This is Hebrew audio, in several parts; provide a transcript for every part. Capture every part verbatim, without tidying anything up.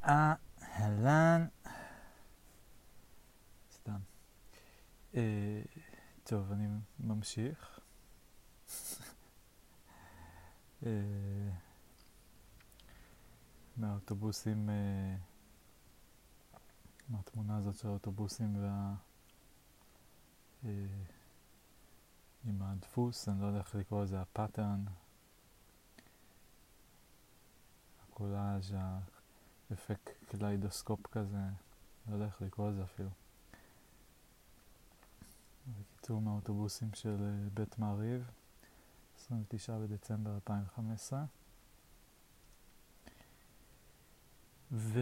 אהלן. סתם. אה, טוב, אני ממשיך. אה, מהאוטובוסים, אה, מהתמונה הזאת של האוטובוסים וה... אה, עם הדפוס, אני לא יודע איך לקרוא לזה, הפאטרן, הקולאז', האפקט קליידוסקופ כזה, לא יודע איך לקרוא לזה אפילו. בקיצור, מהאוטובוסים של אה, בית מעריב, עשרים ותשעה בדצמבר אלפיים וחמש עשרה. ו...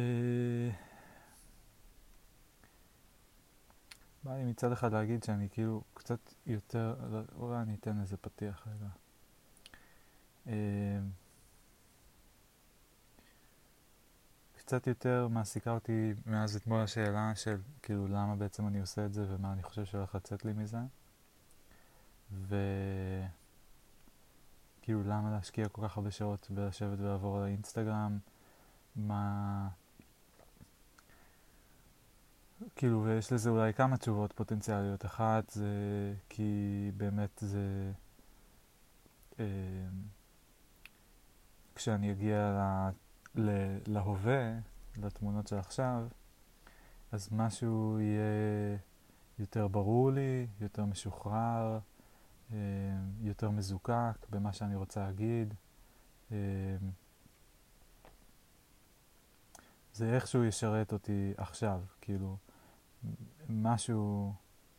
בא לי מצד אחד להגיד שאני כאילו קצת יותר, אולי אני אתן איזה פתיח רגע. אה, קצת יותר מעסיקה אותי מאז אתמול השאלה של כאילו למה בעצם אני עושה את זה ומה אני חושב שהולך לצאת לי מזה. וכאילו למה להשקיע כל כך הרבה שעות בלשבת ולעבור על האינסטגרם, מה... כאילו, ויש לזה אולי כמה תשובות פוטנציאליות. אחת זה כי באמת זה... אה, כשאני אגיע לה, ל, להווה, לתמונות של עכשיו, אז משהו יהיה יותר ברור לי, יותר משוחרר, אה, יותר מזוקק במה שאני רוצה להגיד. אה, זה איכשהו ישרת אותי עכשיו, כאילו, משהו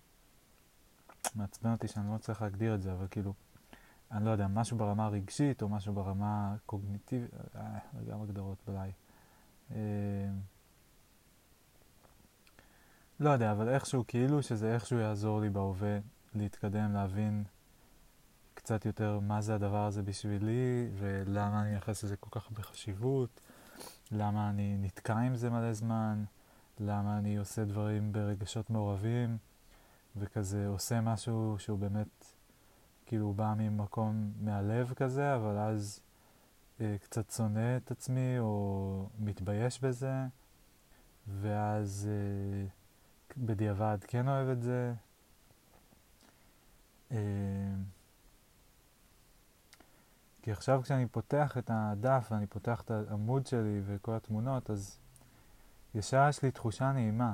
מעצבן אותי שאני לא צריך להגדיר את זה, אבל כאילו, אני לא יודע, משהו ברמה הרגשית או משהו ברמה קוגניטיבית, אה, גם הגדרות בליי. אה, לא יודע, אבל איכשהו, כאילו שזה איכשהו יעזור לי בהווה להתקדם, להבין קצת יותר מה זה הדבר הזה בשבילי, ולמה אני מייחס לזה כל כך הרבה חשיבות, למה אני נתקע עם זה מלא זמן, למה אני עושה דברים ברגשות מעורבים, וכזה עושה משהו שהוא באמת כאילו בא ממקום מהלב כזה, אבל אז אה, קצת שונא את עצמי או מתבייש בזה, ואז אה, בדיעבד כן אוהב את זה. אה, כי עכשיו כשאני פותח את הדף ואני פותח את העמוד שלי וכל התמונות, אז ישר יש לי תחושה נעימה.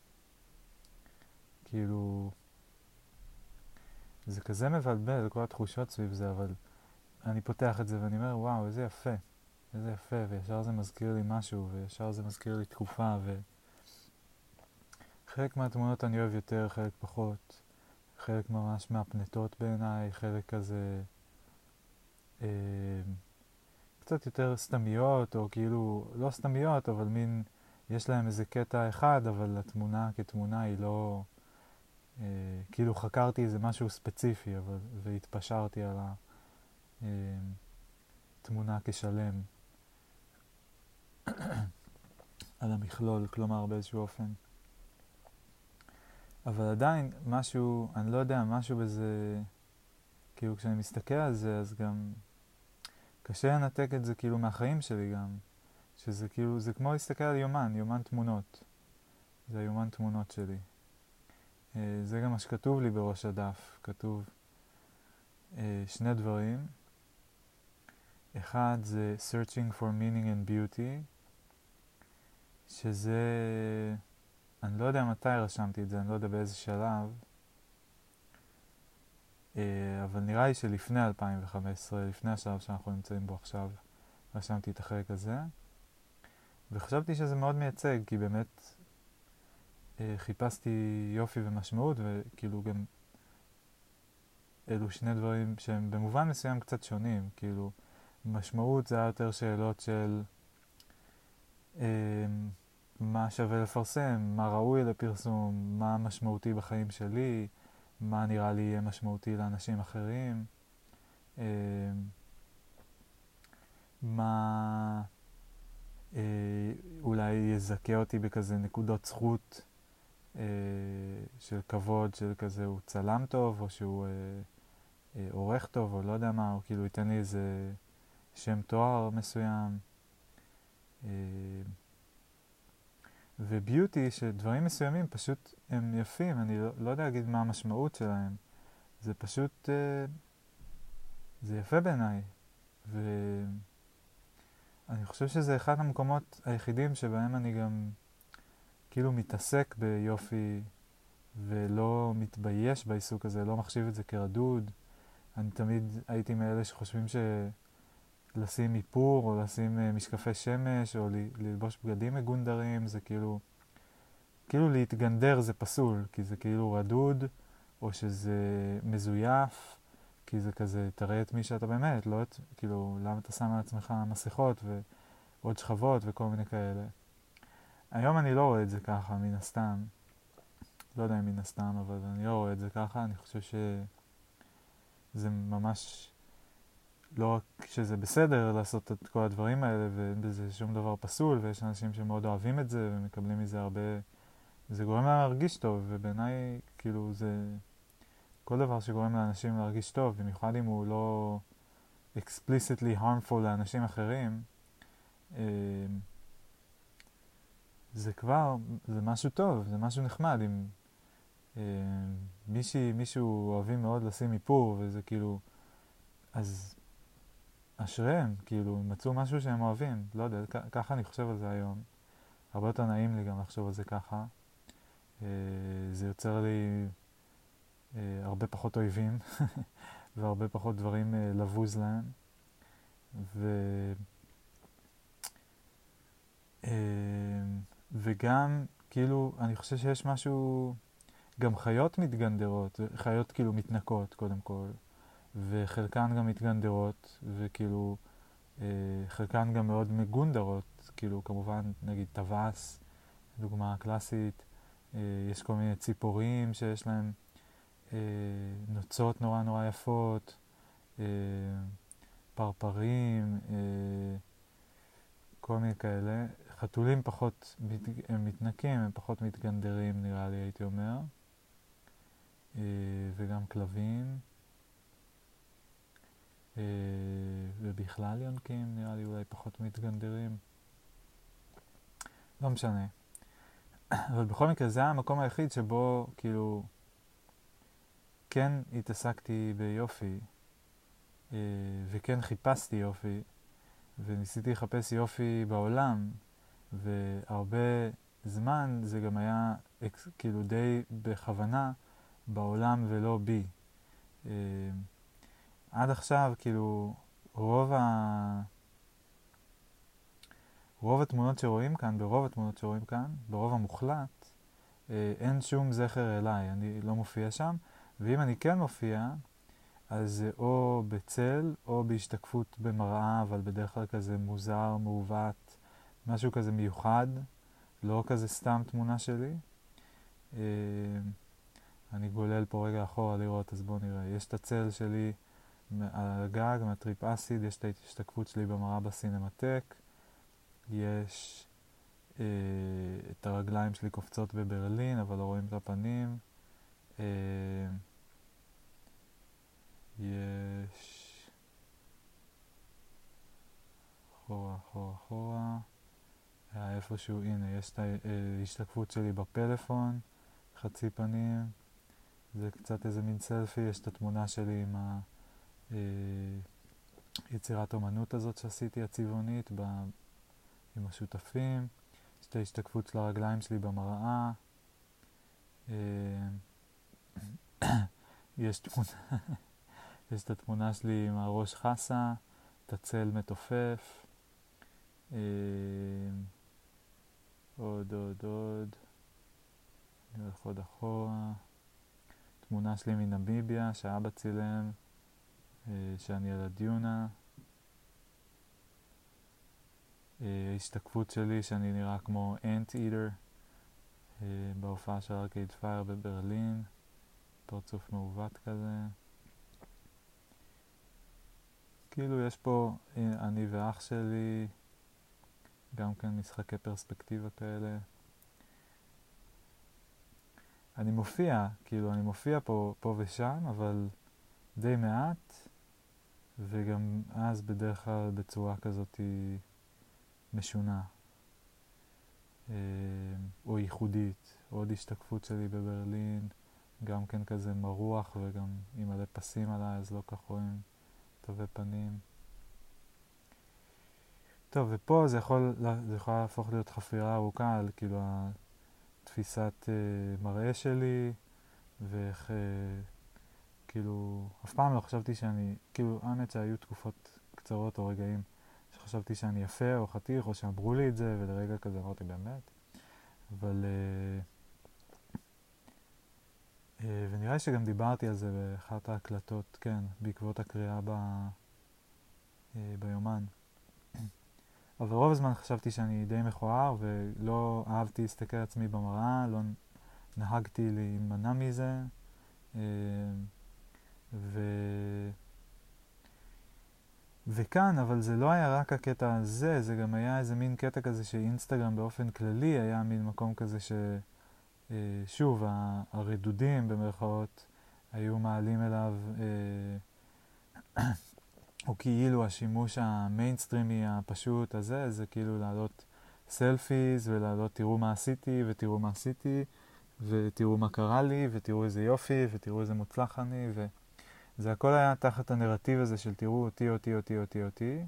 כאילו, זה כזה מבלבל, כל התחושות סביב זה, אבל אני פותח את זה ואני אומר, וואו, איזה יפה. איזה יפה, וישר זה מזכיר לי משהו, וישר זה מזכיר לי תקופה, וחלק מהתמונות אני אוהב יותר, חלק פחות. חלק ממש מהפנטות בעיניי, חלק כזה אה, קצת יותר סתמיות, או כאילו, לא סתמיות, אבל מין, יש להם איזה קטע אחד, אבל התמונה כתמונה היא לא, אה, כאילו חקרתי איזה משהו ספציפי, אבל, והתפשרתי על התמונה כשלם, על המכלול, כלומר באיזשהו אופן. אבל עדיין משהו, אני לא יודע, משהו בזה, כאילו כשאני מסתכל על זה, אז גם קשה לנתק את זה כאילו מהחיים שלי גם. שזה כאילו, זה כמו להסתכל על יומן, יומן תמונות. זה היומן תמונות שלי. Uh, זה גם מה שכתוב לי בראש הדף. כתוב uh, שני דברים. אחד זה Searching for Meaning and Beauty, שזה, אני לא יודע מתי רשמתי את זה, אני לא יודע באיזה שלב, uh, אבל נראה לי שלפני אלפיים וחמש עשרה, לפני השלב שאנחנו נמצאים בו עכשיו, רשמתי את החלק הזה. וחשבתי שזה מאוד מייצג, כי באמת חיפשתי יופי ומשמעות, וכאילו גם אלו שני דברים שהם במובן מסוים קצת שונים. כאילו, משמעות זה יותר שאלות של אה, מה שווה לפרסם, מה ראוי לפרסום, מה משמעותי בחיים שלי, מה נראה לי יהיה משמעותי לאנשים אחרים, אה, מה אה, אולי יזכה אותי בכזה נקודות זכות אה, של כבוד, של כזה הוא צלם טוב, או שהוא אה, אה, עורך טוב, או לא יודע מה, או כאילו ייתן לי איזה שם תואר מסוים. אה, וביוטי, שדברים מסוימים פשוט הם יפים, אני לא, לא יודע להגיד מה המשמעות שלהם. זה פשוט, אה, זה יפה בעיניי. ואני חושב שזה אחד המקומות היחידים שבהם אני גם כאילו מתעסק ביופי ולא מתבייש בעיסוק הזה, לא מחשיב את זה כרדוד. אני תמיד הייתי מאלה שחושבים שלשים איפור או לשים uh, משקפי שמש או ל- ללבוש בגדים מגונדרים זה כאילו, כאילו להתגנדר זה פסול, כי זה כאילו רדוד או שזה מזויף, כי זה כזה, תראה את מי שאתה באמת, לא את, כאילו, למה אתה שם על עצמך מסכות ועוד שכבות וכל מיני כאלה. היום אני לא רואה את זה ככה, מן הסתם. לא יודע אם מן הסתם, אבל אני לא רואה את זה ככה. אני חושב שזה ממש, לא רק שזה בסדר לעשות את כל הדברים האלה, ואין בזה שום דבר פסול, ויש אנשים שמאוד אוהבים את זה, ומקבלים מזה הרבה, זה גורם להם להרגיש טוב, ובעיניי, כאילו, זה כל דבר שגורם לאנשים להרגיש טוב, במיוחד אם הוא לא explicitly harmful לאנשים אחרים, זה כבר, זה משהו טוב, זה משהו נחמד. אם מישהי, מישהו אוהבים מאוד לשים איפור, וזה כאילו, אז אשריהם, כאילו, מצאו משהו שהם אוהבים. לא יודע, כ- ככה אני חושב על זה היום. הרבה יותר נעים לי גם לחשוב על זה ככה. זה יוצר לי הרבה פחות אויבים, והרבה פחות דברים לבוז להם. ו... וגם, כאילו, אני חושב שיש משהו, גם חיות מתגנדרות, חיות כאילו מתנקות קודם כל, וחלקן גם מתגנדרות, וכאילו, חלקן גם מאוד מגונדרות, כאילו, כמובן, נגיד טווס, דוגמה קלאסית, יש כל מיני ציפורים שיש להם נוצות נורא נורא יפות, פרפרים, כל מיני כאלה. חתולים פחות, הם מתנקים, הם פחות מתגנדרים נראה לי, הייתי אומר. וגם כלבים. ובכלל יונקים נראה לי אולי פחות מתגנדרים. לא משנה. אבל בכל מקרה זה היה המקום היחיד שבו כאילו כן התעסקתי ביופי וכן חיפשתי יופי וניסיתי לחפש יופי בעולם, והרבה זמן זה גם היה כאילו די בכוונה בעולם ולא בי. עד עכשיו כאילו רוב ה... רוב התמונות שרואים כאן, ברוב התמונות שרואים כאן, ברוב המוחלט, אין שום זכר אליי, אני לא מופיע שם, ואם אני כן מופיע, אז זה או בצל או בהשתקפות במראה, אבל בדרך כלל כזה מוזר, מעוות, משהו כזה מיוחד, לא כזה סתם תמונה שלי. אני גולל פה רגע אחורה לראות, אז בואו נראה. יש את הצל שלי על הגג, מהטריפ אסיד, יש את ההשתקפות שלי במראה בסינמטק, יש אה, את הרגליים שלי קופצות בברלין, אבל לא רואים את הפנים. אה, יש אחורה, אחורה, אחורה. היה איפשהו, הנה, יש את ההשתקפות שלי בפלאפון, חצי פנים. זה קצת איזה מין סלפי, יש את התמונה שלי עם היצירת אומנות הזאת שעשיתי, הצבעונית, ב... עם השותפים. יש את ההשתקפות של הרגליים שלי במראה. יש תמונה, יש את התמונה שלי עם הראש חסה, את הצל מתופף. עוד, עוד, עוד. אני הולך עוד אחורה. תמונה שלי מנמיביה, שאבא צילם, שאני על הדיונה. השתקפות שלי שאני נראה כמו אנט איטר בהופעה של ארקייד פייר בברלין, פרצוף מעוות כזה. כאילו יש פה אני ואח שלי, גם כן משחקי פרספקטיבה כאלה. אני מופיע, כאילו אני מופיע פה, פה ושם, אבל די מעט, וגם אז בדרך כלל בצורה כזאת משונה. או ייחודית. עוד השתקפות שלי בברלין, גם כן כזה מרוח וגם עם מלא פסים עליי, אז לא כך רואים תווי פנים. טוב, ופה זה יכול, זה יכול להפוך להיות חפירה ארוכה על כאילו התפיסת אה, מראה שלי, ואיך אה, כאילו, אף פעם לא חשבתי שאני, כאילו, האמת שהיו תקופות קצרות או רגעים שחשבתי שאני יפה או חתיך, או שאמרו לי את זה, ולרגע כזה אמרתי באמת. אבל, אה, אה, ונראה לי שגם דיברתי על זה באחת ההקלטות, כן, בעקבות הקריאה ב, אה, ביומן. אבל רוב הזמן חשבתי שאני די מכוער, ולא אהבתי להסתכל על עצמי במראה, לא נהגתי להימנע מזה. אה, ו... וכאן, אבל זה לא היה רק הקטע הזה, זה גם היה איזה מין קטע כזה שאינסטגרם באופן כללי היה מין מקום כזה ש... אה, שוב, הרדודים במרכאות היו מעלים אליו, אה, או כאילו השימוש המיינסטרימי הפשוט הזה, זה כאילו לעלות סלפיז ולעלות תראו מה עשיתי ותראו מה עשיתי ותראו מה קרה לי ותראו איזה יופי ותראו איזה מוצלח אני, וזה הכל היה תחת הנרטיב הזה של תראו אותי, אותי, אותי, אותי, אותי,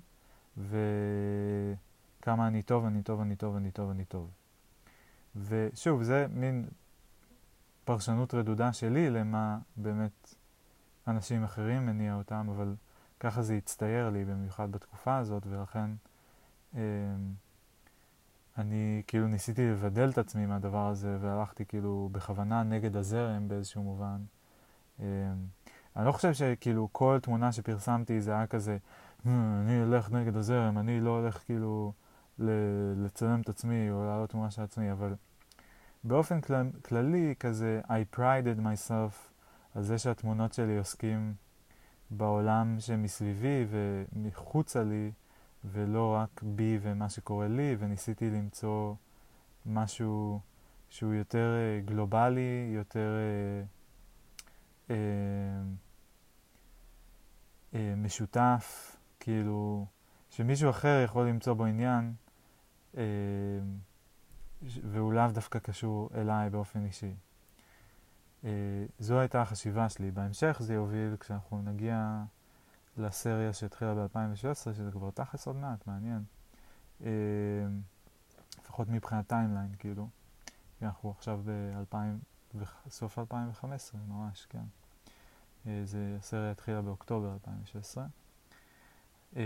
וכמה אני טוב, אני טוב, אני טוב, אני טוב, אני טוב. ושוב, זה מין פרשנות רדודה שלי למה באמת אנשים אחרים מניע אותם, אבל ככה זה הצטייר לי במיוחד בתקופה הזאת, ולכן אה, אני כאילו ניסיתי לבדל את עצמי מהדבר הזה, והלכתי כאילו בכוונה נגד הזרם באיזשהו מובן. אה, אני לא חושב שכאילו כל תמונה שפרסמתי זה היה כזה, אני הולך נגד הזרם, אני לא הולך כאילו לצלם את עצמי או לעלות תמונה של עצמי, אבל באופן כל, כללי כזה, I prided myself על זה שהתמונות שלי עוסקים בעולם שמסביבי ומחוצה לי, ולא רק בי ומה שקורה לי, וניסיתי למצוא משהו שהוא יותר uh, גלובלי, יותר uh, uh, uh, משותף, כאילו שמישהו אחר יכול למצוא בו עניין, uh, והוא לאו דווקא קשור אליי באופן אישי. Uh, זו הייתה החשיבה שלי. בהמשך זה יוביל כשאנחנו נגיע לסריה שהתחילה ב-אלפיים ושש עשרה, שזה כבר תכלס עוד מעט, מעניין. Uh, לפחות מבחינת טיימליין, כאילו. אנחנו עכשיו בסוף אלפיים וחמש עשרה, ממש, כן. Uh, זה, הסריה התחילה באוקטובר אלפיים ושש עשרה. Uh,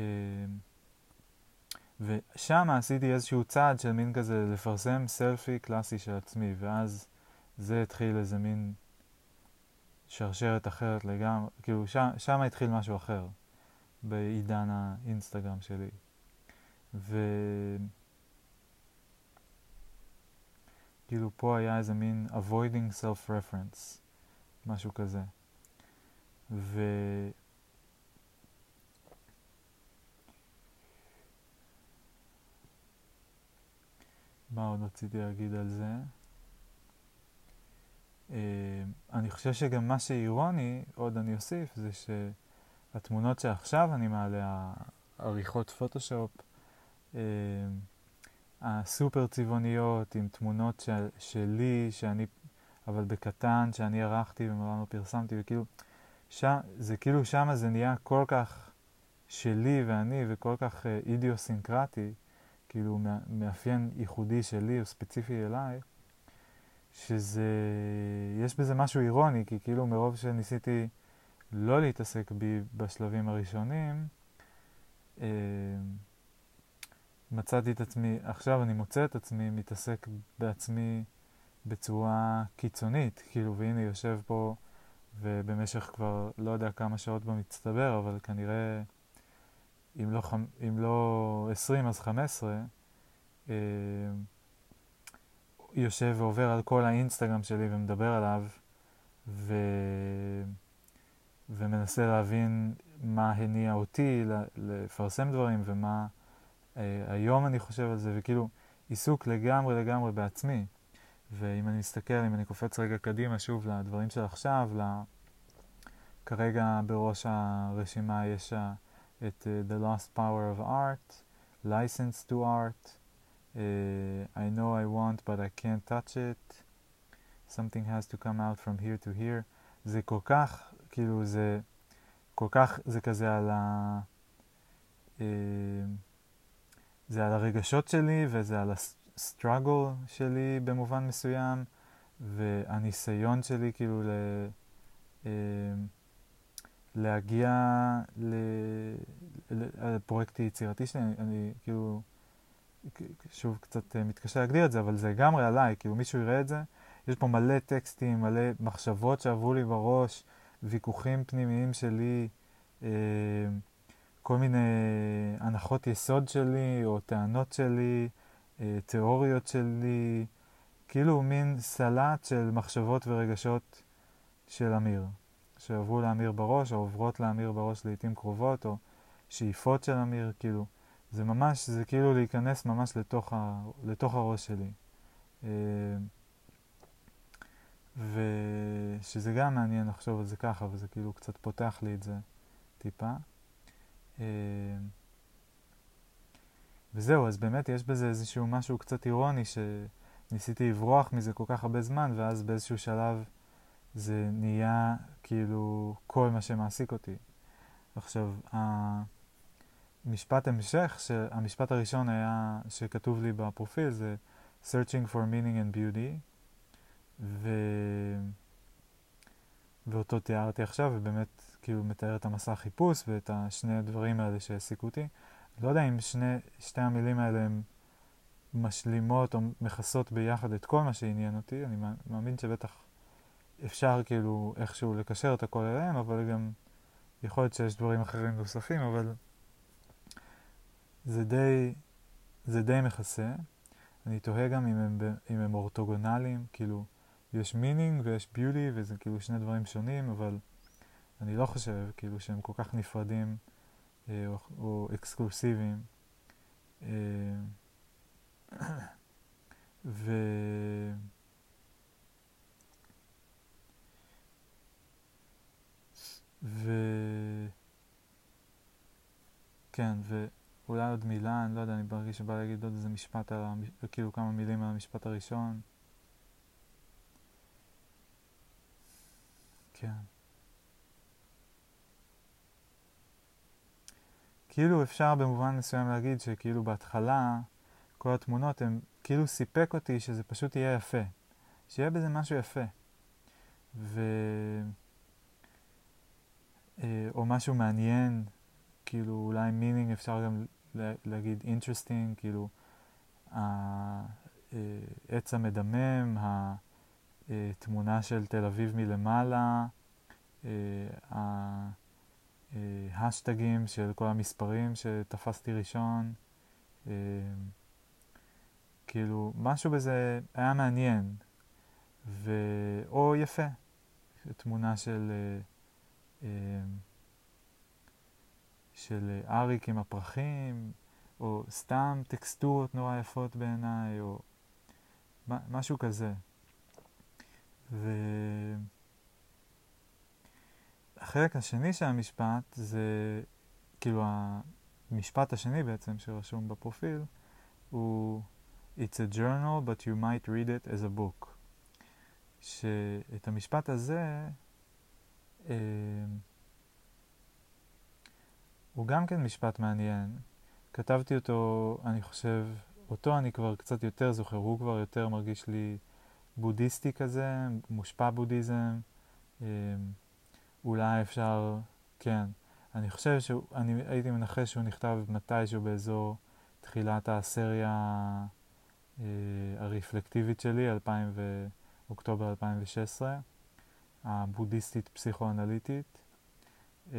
ושם עשיתי איזשהו צעד של מין כזה לפרסם סלפי קלאסי של עצמי, ואז זה התחיל איזה מין שרשרת אחרת לגמרי, כאילו שם, שם התחיל משהו אחר בעידן האינסטגרם שלי. וכאילו פה היה איזה מין avoiding self-reference, משהו כזה. ו... מה עוד רציתי להגיד על זה? Uh, אני חושב שגם מה שאירוני, עוד אני אוסיף, זה שהתמונות שעכשיו אני מעלה, העריכות פוטושופ, uh, הסופר צבעוניות עם תמונות של, שלי, שאני, אבל בקטן, שאני ערכתי ומעולם לא פרסמתי, וכאילו, שם, זה כאילו שמה זה נהיה כל כך שלי ואני, וכל כך uh, אידיוסינקרטי, כאילו מאפיין ייחודי שלי או ספציפי אליי, שזה, יש בזה משהו אירוני, כי כאילו מרוב שניסיתי לא להתעסק בי בשלבים הראשונים, אה, מצאתי את עצמי, עכשיו אני מוצא את עצמי מתעסק בעצמי בצורה קיצונית, כאילו, והנה יושב פה ובמשך כבר לא יודע כמה שעות במצטבר, אבל כנראה אם לא, אם לא עשרים אז חמש עשרה, אה, יושב ועובר על כל האינסטגרם שלי ומדבר עליו, ו... ומנסה להבין מה הניע אותי לפרסם דברים, ומה אה, היום אני חושב על זה, וכאילו עיסוק לגמרי לגמרי בעצמי. ואם אני מסתכל, אם אני קופץ רגע קדימה שוב לדברים של עכשיו, לה... כרגע בראש הרשימה יש את uh, The Lost Power of Art, License to Art, Uh, I know I want but I can't touch it. Something has to come out from here to here. זה כל כך, כאילו זה כל כך, זה כזה על ה... Uh, זה על הרגשות שלי וזה על הסטראגל שלי במובן מסוים, והניסיון שלי כאילו ל... Uh, להגיע לפרויקט יצירתי שלי. אני, אני כאילו, שוב קצת מתקשה להגדיר את זה, אבל זה לגמרי עליי, כאילו מישהו יראה את זה, יש פה מלא טקסטים, מלא מחשבות שעברו לי בראש, ויכוחים פנימיים שלי, אה, כל מיני הנחות יסוד שלי, או טענות שלי, אה, תיאוריות שלי, כאילו מין סלט של מחשבות ורגשות של אמיר, שעברו לאמיר בראש, או עוברות לאמיר בראש לעתים קרובות, או שאיפות של אמיר, כאילו, זה ממש, זה כאילו להיכנס ממש לתוך, ה, לתוך הראש שלי. ושזה גם מעניין לחשוב על זה ככה, וזה כאילו קצת פותח לי את זה טיפה. וזהו, אז באמת יש בזה איזשהו משהו קצת אירוני, שניסיתי לברוח מזה כל כך הרבה זמן, ואז באיזשהו שלב זה נהיה כאילו כל מה שמעסיק אותי. עכשיו, המשפט המשך, המשפט הראשון היה, שכתוב לי בפרופיל, זה Searching for Meaning and Beauty, ו... ואותו תיארתי עכשיו, ובאמת כאילו מתאר את המסע חיפוש ואת השני הדברים האלה שהעסיקו אותי. לא יודע אם שני, שתי המילים האלה הן משלימות או מכסות ביחד את כל מה שעניין אותי. אני מאמין שבטח אפשר כאילו איכשהו לקשר את הכל אליהם, אבל גם יכול להיות שיש דברים אחרים נוספים, אבל זה די, זה די מכסה. אני תוהה גם אם הם, אם הם אורתוגונליים, כאילו יש meaning ויש beauty, וזה כאילו שני דברים שונים, אבל אני לא חושב כאילו שהם כל כך נפרדים אה, או, או אקסקלוסיביים. אה, ו... ו... כן, ואולי עוד מילה, אני לא יודע, אני מרגיש שבא להגיד עוד איזה משפט, על המש... כאילו כמה מילים על המשפט הראשון. כן. כאילו אפשר במובן מסוים להגיד שכאילו בהתחלה כל התמונות הם כאילו סיפק אותי שזה פשוט יהיה יפה. שיהיה בזה משהו יפה. ו... או משהו מעניין, כאילו אולי meaning אפשר גם להגיד interesting, כאילו העץ המדמם, התמונה של תל אביב מלמעלה, ההשטגים של כל המספרים שתפסתי ראשון, כאילו משהו בזה היה מעניין, ו... או יפה, תמונה של של אריק עם הפרחים, או סתם טקסטורות נורא יפות בעיניי, או משהו כזה. והחלק השני של המשפט זה, כאילו המשפט השני בעצם שרשום בפרופיל, הוא It's a journal, but you might read it as a book. שאת המשפט הזה, אה, הוא גם כן משפט מעניין. כתבתי אותו, אני חושב, אותו אני כבר קצת יותר זוכר, הוא כבר יותר מרגיש לי בודהיסטי כזה, מושפע בודהיזם. אה, אולי אפשר, כן. אני חושב שאני הייתי מנחש שהוא נכתב מתישהו באזור תחילת הסריה אה, הרפלקטיבית שלי, אלפיים ו... אוקטובר אלפיים ושש עשרה, הבודהיסטית פסיכואנליטית. אה,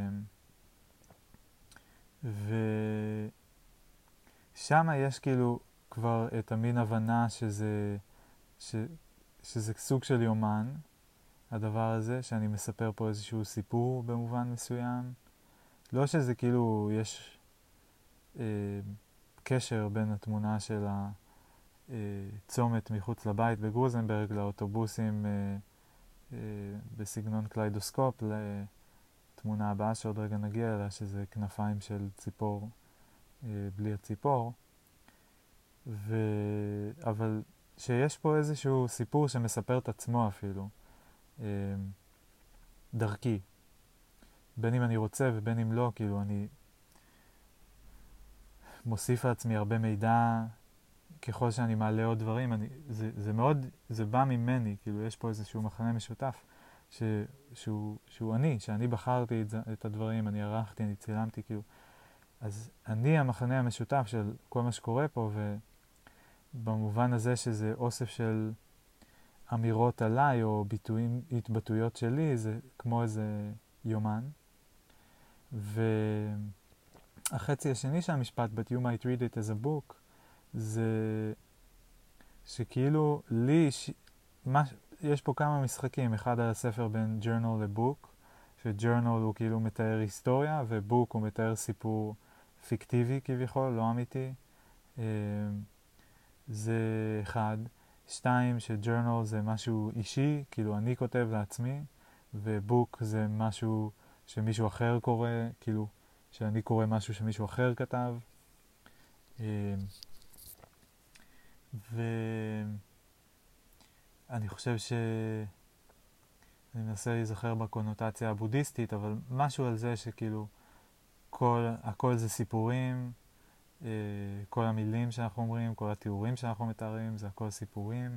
ושם יש כאילו כבר את המין הבנה שזה, ש, שזה סוג של יומן, הדבר הזה, שאני מספר פה איזשהו סיפור במובן מסוים. לא שזה כאילו יש אה, קשר בין התמונה של הצומת מחוץ לבית בגרוזנברג לאוטובוסים אה, אה, בסגנון קליידוסקופ, לתמונה הבאה שעוד רגע נגיע אליה, שזה כנפיים של ציפור אה, בלי הציפור. ו... אבל שיש פה איזשהו סיפור שמספר את עצמו אפילו, דרכי. בין אם אני רוצה ובין אם לא, כאילו אני מוסיף לעצמי הרבה מידע ככל שאני מעלה עוד דברים. אני, זה, זה מאוד, זה בא ממני, כאילו יש פה איזשהו מחנה משותף ש, שהוא, שהוא אני, שאני בחרתי את, את הדברים, אני ערכתי, אני צילמתי, כאילו. אז אני המחנה המשותף של כל מה שקורה פה, ובמובן הזה שזה אוסף של אמירות עליי או ביטויים, התבטאויות שלי, זה כמו איזה יומן. והחצי השני של המשפט, but you might read it as a book, זה שכאילו לי, ש... מה... יש פה כמה משחקים, אחד על הספר בין journal לבוק, ש-journal הוא כאילו מתאר היסטוריה, ובוק הוא מתאר סיפור פיקטיבי כביכול, לא אמיתי. זה אחד. שתיים, ש-journal זה משהו אישי, כאילו אני כותב לעצמי, ובוק זה משהו שמישהו אחר קורא, כאילו שאני קורא משהו שמישהו אחר כתב. ואני חושב ש... אני מנסה להיזכר בקונוטציה הבודהיסטית, אבל משהו על זה שכאילו כל, הכל זה סיפורים, כל המילים שאנחנו אומרים, כל התיאורים שאנחנו מתארים, זה הכל סיפורים.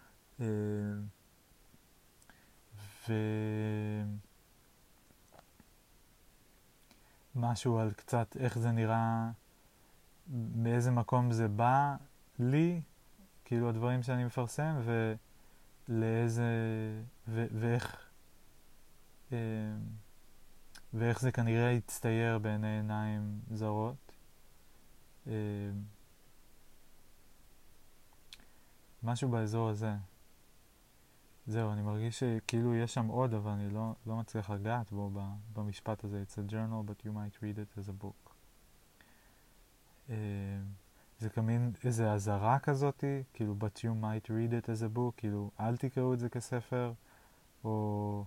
ומשהו על קצת איך זה נראה, מאיזה מקום זה בא לי, כאילו הדברים שאני מפרסם, ולאיזה, ו- ואיך, ואיך זה כנראה יצטייר בעיני עיניים זרות. משהו באזור הזה. זהו, אני מרגיש שכאילו יש שם עוד, אבל אני לא, לא מצליח לגעת בו במשפט הזה. It's a journal, but you might read it as a book. זה כמין איזה עזרה כזאת, כאילו, but you might read it as a book, כאילו, אל תקראו את זה כספר, או,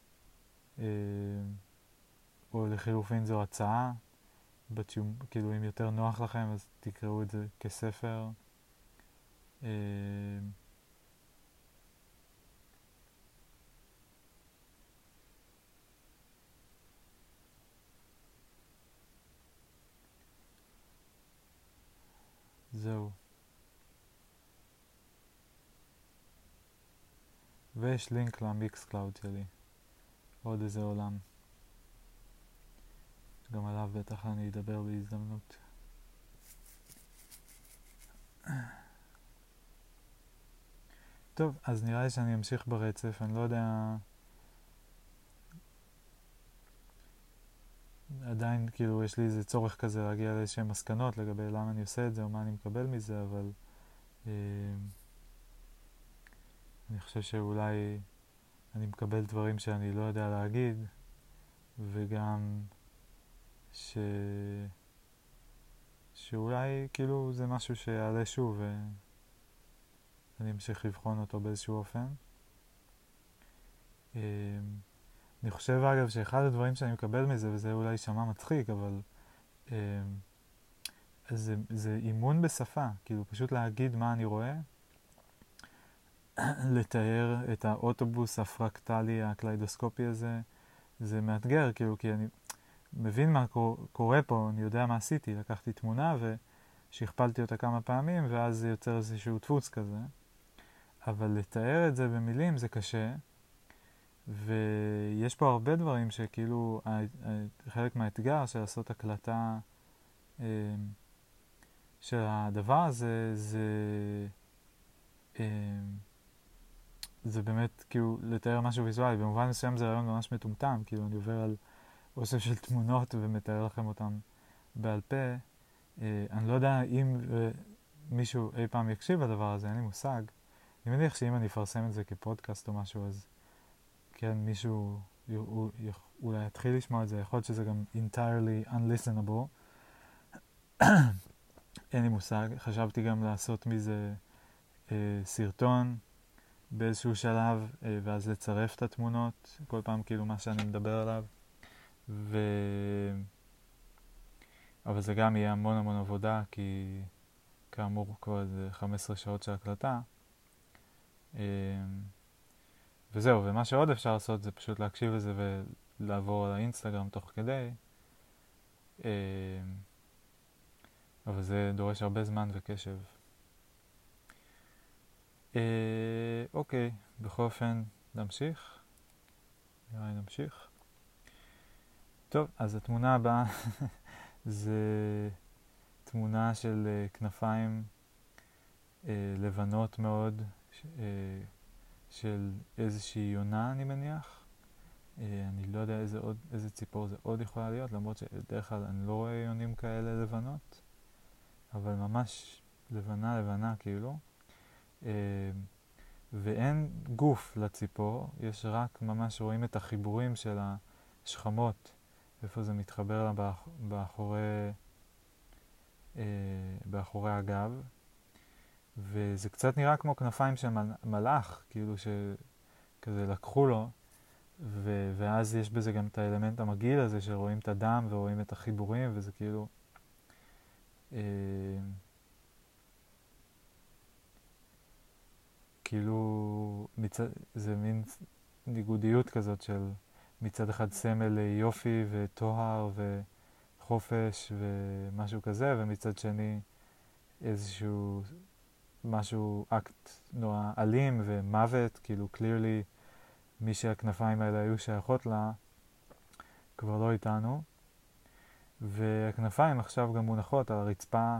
או לחילופין זו הצעה, but you, כאילו, אם יותר נוח לכם, אז תקראו את זה כספר. זהו. ויש לינק למיקס קלאוד שלי. עוד איזה עולם. גם עליו בטח אני אדבר בהזדמנות. טוב, אז נראה לי שאני אמשיך ברצף. אני לא יודע... עדיין כאילו יש לי איזה צורך כזה להגיע לאיזשהם מסקנות לגבי למה אני עושה את זה או מה אני מקבל מזה, אבל אה, אני חושב שאולי אני מקבל דברים שאני לא יודע להגיד, וגם ש... שאולי כאילו זה משהו שיעלה שוב ואני אמשיך לבחון אותו באיזשהו אופן. אה, אני חושב אגב שאחד הדברים שאני מקבל מזה, וזה אולי שמע מצחיק, אבל אה, זה, זה אימון בשפה, כאילו פשוט להגיד מה אני רואה, לתאר את האוטובוס הפרקטלי הקליידוסקופי הזה, זה מאתגר, כאילו, כי אני מבין מה קורה פה, אני יודע מה עשיתי, לקחתי תמונה ושכפלתי אותה כמה פעמים, ואז זה יוצר איזשהו דפוס כזה, אבל לתאר את זה במילים זה קשה, ויש פה הרבה דברים שכאילו חלק מהאתגר של לעשות הקלטה של הדבר הזה זה זה באמת כאילו לתאר משהו ויזואלי. במובן מסוים זה רעיון ממש מטומטם, כאילו אני עובר על אוסף של תמונות ומתאר לכם אותם בעל פה. אני לא יודע אם מישהו אי פעם יקשיב לדבר הזה, אין לי מושג. אני מניח שאם אני אפרסם את זה כפודקאסט או משהו, אז כן, מישהו אולי יתחיל לשמוע את זה, יכול להיות שזה גם entirely unlistenable. אין לי מושג. חשבתי גם לעשות מזה אה, סרטון באיזשהו שלב, אה, ואז לצרף את התמונות, כל פעם כאילו מה שאני מדבר עליו. ו... אבל זה גם יהיה המון המון עבודה, כי כאמור כבר איזה חמש עשרה שעות של הקלטה. וזהו, ומה שעוד אפשר לעשות זה פשוט להקשיב לזה ולעבור על האינסטגרם תוך כדי. אבל זה דורש הרבה זמן וקשב. אוקיי, בכל אופן נמשיך. נראה לי נמשיך. טוב, אז התמונה הבאה זה תמונה של uh, כנפיים uh, לבנות מאוד ש, uh, של איזושהי יונה, אני מניח. Uh, אני לא יודע איזה, עוד, איזה ציפור זה עוד יכולה להיות, למרות שדרך כלל אני לא רואה יונים כאלה לבנות, אבל ממש לבנה לבנה כאילו. Uh, ואין גוף לציפור, יש רק ממש רואים את החיבורים של השכמות, איפה זה מתחבר לה באח, באחורי, אה, באחורי הגב, וזה קצת נראה כמו כנפיים של מל, מלאך, כאילו שכזה לקחו לו, ו, ואז יש בזה גם את האלמנט המגעיל הזה שרואים את הדם ורואים את החיבורים, וזה כאילו... אה, כאילו מצד, זה מין ניגודיות כזאת של מצד אחד סמל יופי וטוהר וחופש ומשהו כזה, ומצד שני איזשהו משהו, אקט נורא אלים ומוות, כאילו clearly מי שהכנפיים האלה היו שייכות לה כבר לא איתנו, והכנפיים עכשיו גם מונחות על הרצפה,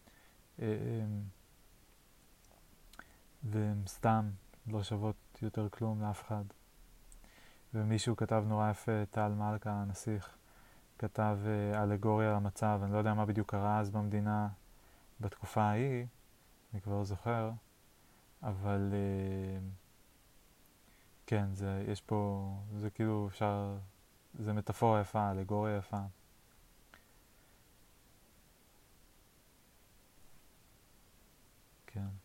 והן סתם לא שוות יותר כלום לאף אחד. ומישהו כתב נורא יפה, טל מלכה, הנסיך, כתב uh, אלגוריה למצב, אני לא יודע מה בדיוק קרה אז במדינה בתקופה ההיא, אני כבר לא זוכר, אבל uh, כן, זה, יש פה, זה כאילו אפשר, זה מטאפורה יפה, אלגוריה יפה. כן.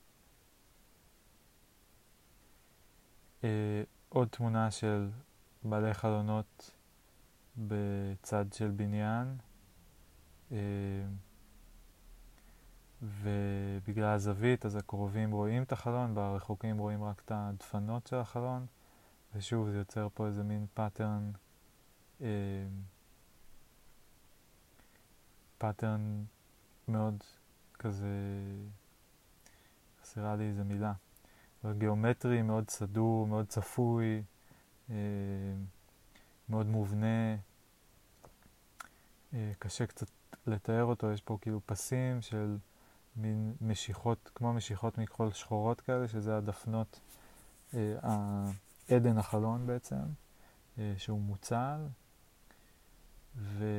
Uh, עוד תמונה של בעלי חלונות בצד של בניין, uh, ובגלל הזווית אז הקרובים רואים את החלון, ברחוקים רואים רק את הדפנות של החלון, ושוב זה יוצר פה איזה מין פאטרן, uh, פאטרן מאוד כזה, חסרה לי איזה מילה, גיאומטרי, מאוד סדור, מאוד צפוי, אה, מאוד מובנה, אה, קשה קצת לתאר אותו, יש פה כאילו פסים של מין משיכות, כמו משיכות מכחול שחורות כאלה, שזה הדפנות, אה, העדן החלון בעצם, אה, שהוא מוצל, ולמה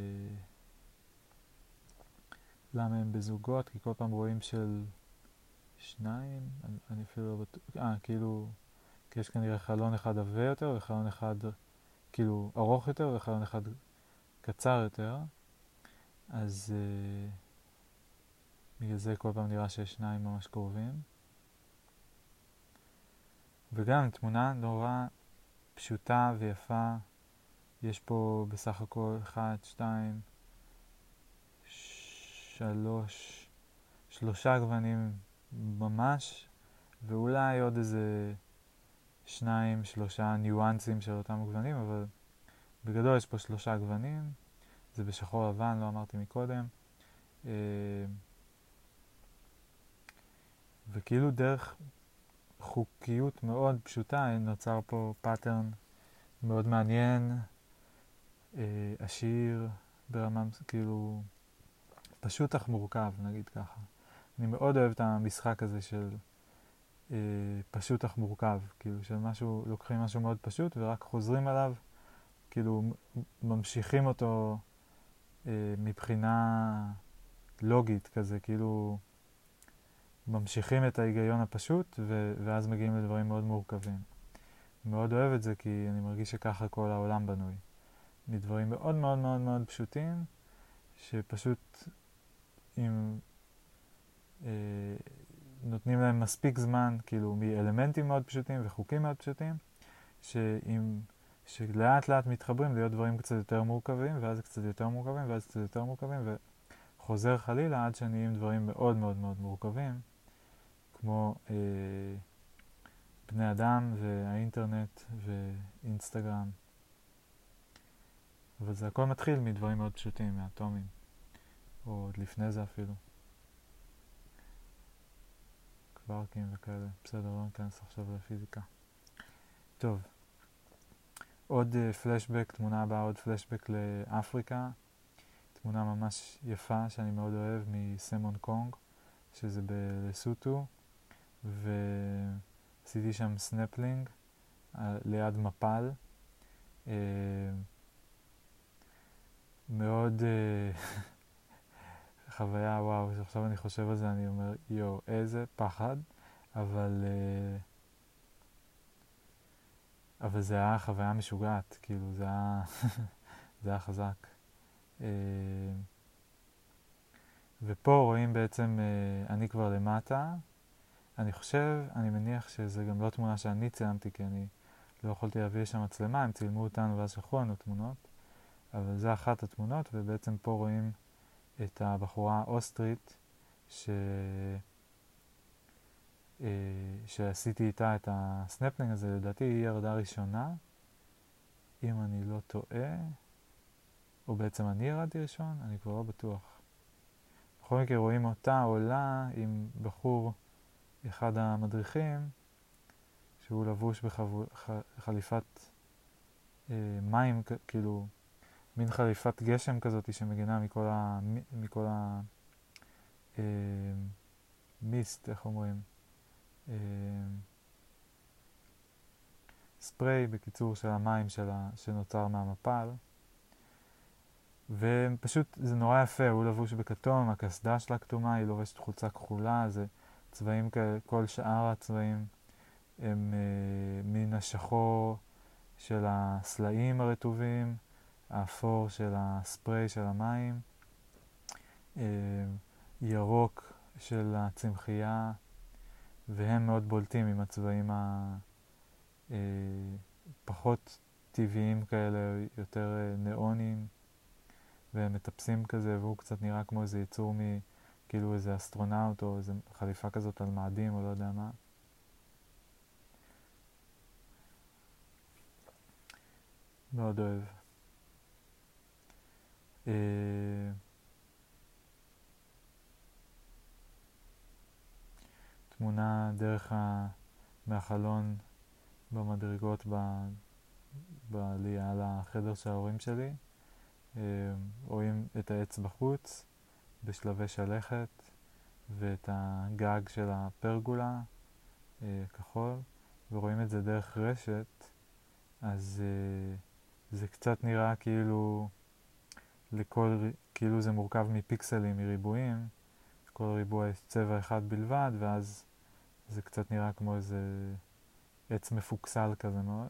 הם בזוגות? כי כל פעם רואים של שניים, אני, אני אפילו לא בטוח, אה, כאילו, כי יש כנראה חלון אחד עבה יותר, וחלון אחד, כאילו, ארוך יותר, וחלון אחד קצר יותר, אז אה, בגלל זה כל פעם נראה שיש שניים ממש קרובים. וגם תמונה נורא פשוטה ויפה, יש פה בסך הכל אחד, שתיים, שלוש, שלושה גוונים ממש, ואולי עוד איזה שניים, שלושה ניואנסים של אותם גוונים, אבל בגדול יש פה שלושה גוונים, זה בשחור לבן, לא אמרתי מקודם, וכאילו דרך חוקיות מאוד פשוטה נוצר פה פאטרן מאוד מעניין, עשיר ברמה, כאילו פשוט אך מורכב, נגיד ככה. אני מאוד אוהב את המשחק הזה של אה, פשוט אך מורכב, כאילו של משהו, לוקחים משהו מאוד פשוט ורק חוזרים עליו, כאילו ממשיכים אותו אה, מבחינה לוגית כזה, כאילו ממשיכים את ההיגיון הפשוט ו- ואז מגיעים לדברים מאוד מורכבים. מאוד אוהב את זה כי אני מרגיש שככה כל העולם בנוי. מדברים מאוד מאוד מאוד מאוד פשוטים, שפשוט עם... אה, נותנים להם מספיק זמן, כאילו מאלמנטים מאוד פשוטים וחוקים מאוד פשוטים, שעם, שלאט לאט מתחברים להיות דברים קצת יותר מורכבים, ואז קצת יותר מורכבים, ואז קצת יותר מורכבים, חוזר חלילה עד שנהיים דברים מאוד מאוד מאוד מורכבים, כמו אה, בני אדם והאינטרנט ואינסטגרם. אבל זה הכל מתחיל מדברים מאוד פשוטים, מאטומים, או עוד לפני זה אפילו. קווארקים וכאלה. בסדר, לא ניכנס עכשיו לפיזיקה. טוב. עוד uh, פלשבק, תמונה הבאה, עוד פלשבק לאפריקה. תמונה ממש יפה שאני מאוד אוהב מסמון קונג, שזה בלסוטו, ועשיתי שם סנפלינג uh, ליד מפל. Uh, מאוד uh, חוויה, וואו, שעכשיו אני חושב על זה, אני אומר, יו, איזה פחד, אבל... Uh, אבל זה היה חוויה משוגעת, כאילו, זה היה, זה היה חזק. ופה רואים בעצם, אני כבר למטה, אני חושב, אני מניח שזה גם לא תמונה שאני צילמתי, כי אני לא יכולתי להביא שם מצלמה, הם צילמו אותנו ואז שלחו לנו תמונות, אבל זה אחת התמונות, ובעצם פה רואים את הבחורה האוסטרית, ש... שעשיתי איתה את הסנפלינג הזה, לדעתי היא ירדה ראשונה, אם אני לא טועה, או בעצם אני ירדתי ראשון, אני כבר לא בטוח. בכל מקרה רואים אותה עולה עם בחור, אחד המדריכים, שהוא לבוש בחליפת אה, מים, כאילו, מין חליפת גשם כזאת שמגינה מכל ה... מכל ה... אה, מיסט, איך אומרים? אה, ספרי, בקיצור, של המים שלה, שנוצר מהמפל. ופשוט זה נורא יפה, הוא לבוש בכתום, הקסדה שלה כתומה, היא לובשת חולצה כחולה, זה צבעים כאלה, כל שאר הצבעים הם אה, מן השחור של הסלעים הרטובים, האפור של הספרי של המים, אה, ירוק של הצמחייה, והם מאוד בולטים עם הצבעים הפחות טבעיים כאלה, יותר נאונים. והם מטפסים כזה, והוא קצת נראה כמו איזה יצור מכאילו איזה אסטרונאוט או איזה חליפה כזאת על מאדים או לא יודע מה. מאוד אוהב. אה... תמונה דרך ה... מהחלון במדרגות ב... בעלייה לחדר של ההורים שלי. רואים את העץ בחוץ בשלבי שלכת ואת הגג של הפרגולה כחול, ורואים את זה דרך רשת, אז זה קצת נראה כאילו לכל, כאילו זה מורכב מפיקסלים, מריבועים, כל ריבוע יש צבע אחד בלבד, ואז זה קצת נראה כמו איזה עץ מפוקסל כזה מאוד.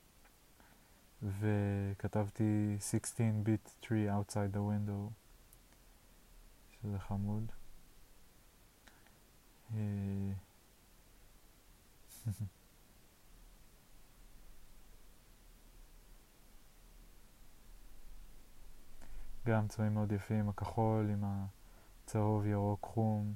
וכתבתי sixteen bit tree outside the window, שזה חמוד. גם צבעים מאוד יפים, הכחול עם הצהוב ירוק חום.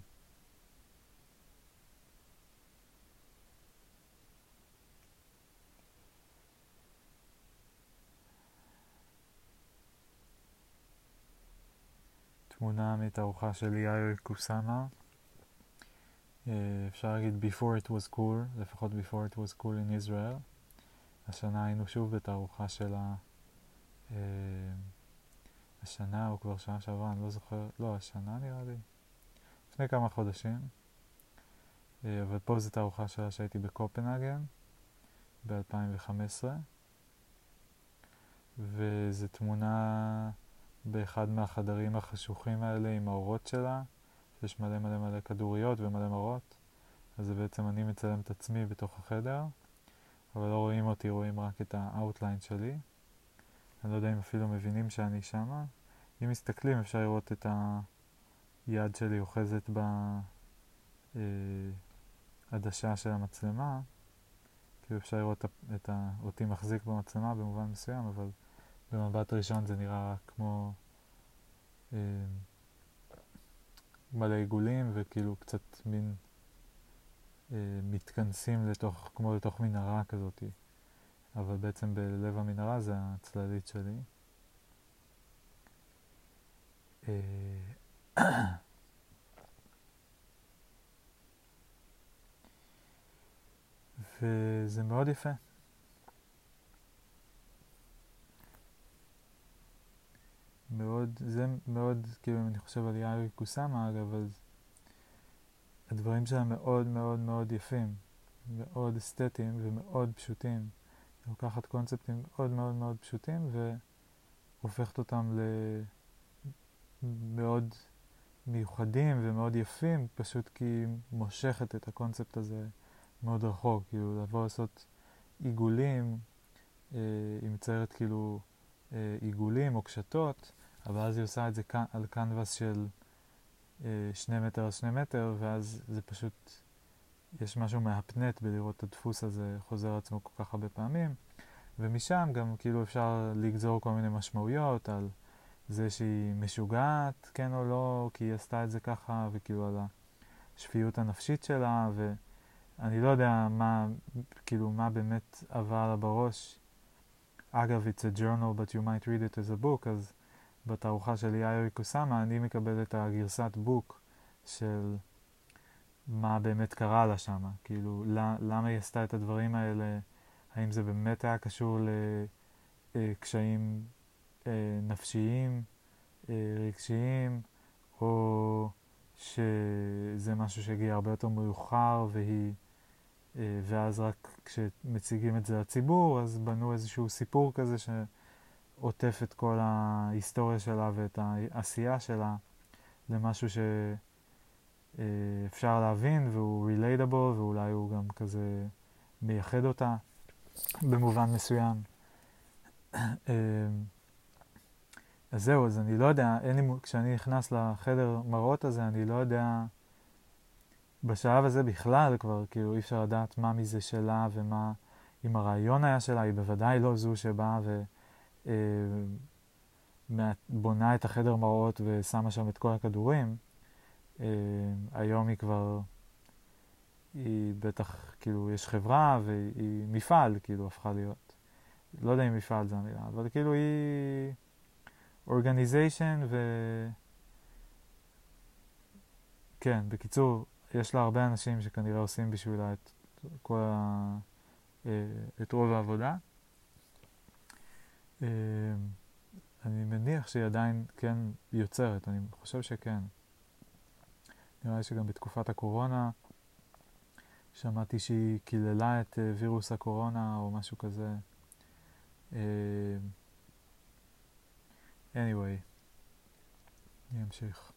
תמונה מתערוכה של יאיר קוסאמה. אפשר להגיד before it was cool, לפחות before it was cool in Israel. השנה היינו שוב בתערוכה של ה... השנה או כבר שנה שעברה, אני לא זוכר, לא, השנה נראה לי. לפני כמה חודשים. אבל פה זו תערוכה שלה שהייתי בקופנהגן ב-אלפיים וחמש עשרה. וזו תמונה באחד מהחדרים החשוכים האלה עם האורות שלה. יש מלא מלא מלא כדוריות ומלא מראות. אז זה בעצם אני מצלם את עצמי בתוך החדר. אבל לא רואים אותי, רואים רק את האוטליין שלי. אני לא יודע אם אפילו מבינים שאני שמה. אם מסתכלים אפשר לראות את היד שלי אוחזת בעדשה של המצלמה. כאילו אפשר לראות את אותי מחזיק במצלמה במובן מסוים, אבל במבט ראשון זה נראה רק כמו אה, מלא עיגולים וכאילו קצת מין אה, מתכנסים לתוך, כמו לתוך מנהרה כזאת, אבל בעצם בלב המנהרה זה הצללית שלי. אה, וזה מאוד יפה. מאוד, זה מאוד, כאילו אם אני חושב על יאירי קוסאמה אגב, אז הדברים שלה מאוד מאוד מאוד יפים, מאוד אסתטיים ומאוד פשוטים. היא לוקחת קונספטים מאוד מאוד מאוד פשוטים והופכת אותם למאוד מיוחדים ומאוד יפים, פשוט כי היא מושכת את הקונספט הזה מאוד רחוק, כאילו לבוא לעשות עיגולים, אה, היא מציירת כאילו אה, עיגולים או קשתות, אבל אז היא עושה את זה על קנבס של אה, שני מטר על שני מטר, ואז זה פשוט, יש משהו מהפנט בלראות את הדפוס הזה חוזר עצמו כל כך הרבה פעמים, ומשם גם כאילו אפשר לגזור כל מיני משמעויות על זה שהיא משוגעת, כן או לא, כי היא עשתה את זה ככה, וכאילו על השפיות הנפשית שלה, ואני לא יודע מה, כאילו מה באמת עבר לה בראש. אגב, it's a journal, but you might read it as a book, אז בתערוכה של יאירי קוסאמה אני מקבל את הגרסת בוק של מה באמת קרה לה שמה, כאילו למה היא עשתה את הדברים האלה, האם זה באמת היה קשור לקשיים נפשיים, רגשיים, או שזה משהו שהגיע הרבה יותר מאוחר והיא, ואז רק כשמציגים את זה לציבור אז בנו איזשהו סיפור כזה שעוטף את כל ההיסטוריה שלה ואת העשייה שלה למשהו שאפשר להבין והוא relatable ואולי הוא גם כזה מייחד אותה במובן מסוים. אז זהו, אז אני לא יודע, אין לי, כשאני נכנס לחדר מראות הזה, אני לא יודע, בשלב הזה בכלל כבר, כאילו אי אפשר לדעת מה מזה שלה ומה, אם הרעיון היה שלה, היא בוודאי לא זו שבאה ובונה את החדר מראות ושמה שם את כל הכדורים. אה, היום היא כבר, היא בטח, כאילו יש חברה והיא מפעל, כאילו הפכה להיות. לא יודע אם מפעל זה המילה, אבל כאילו היא אורגניזיישן ו... כן, בקיצור, יש לה הרבה אנשים שכנראה עושים בשבילה את כל ה... את רוב העבודה. אני מניח שהיא עדיין כן יוצרת, אני חושב שכן. נראה לי שגם בתקופת הקורונה שמעתי שהיא קיללה את וירוס הקורונה או משהו כזה. anyway, אני אמשיך.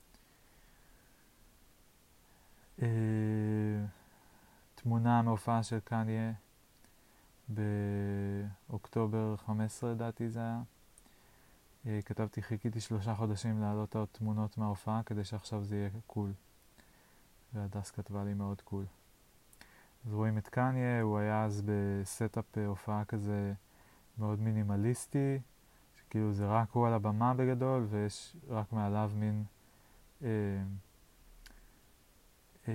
תמונה מהופעה של קניה באוקטובר חמש עשרה לדעתי זה היה. כתבתי, חיכיתי שלושה חודשים להעלות עוד תמונות מההופעה כדי שעכשיו זה יהיה קול. והדס כתבה לי מאוד קול. אז רואים את קניה, הוא היה אז בסטאפ הופעה כזה מאוד מינימליסטי, שכאילו זה רק הוא על הבמה בגדול, ויש רק מעליו מין אה, אה,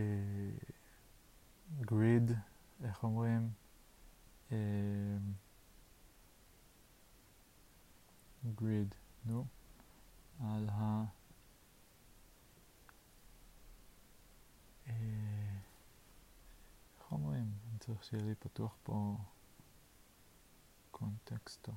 גריד, איך אומרים? אה, גריד, נו, על ה... אה, איך אומרים? אני צריך שיהיה לי פתוח פה קונטקסטו.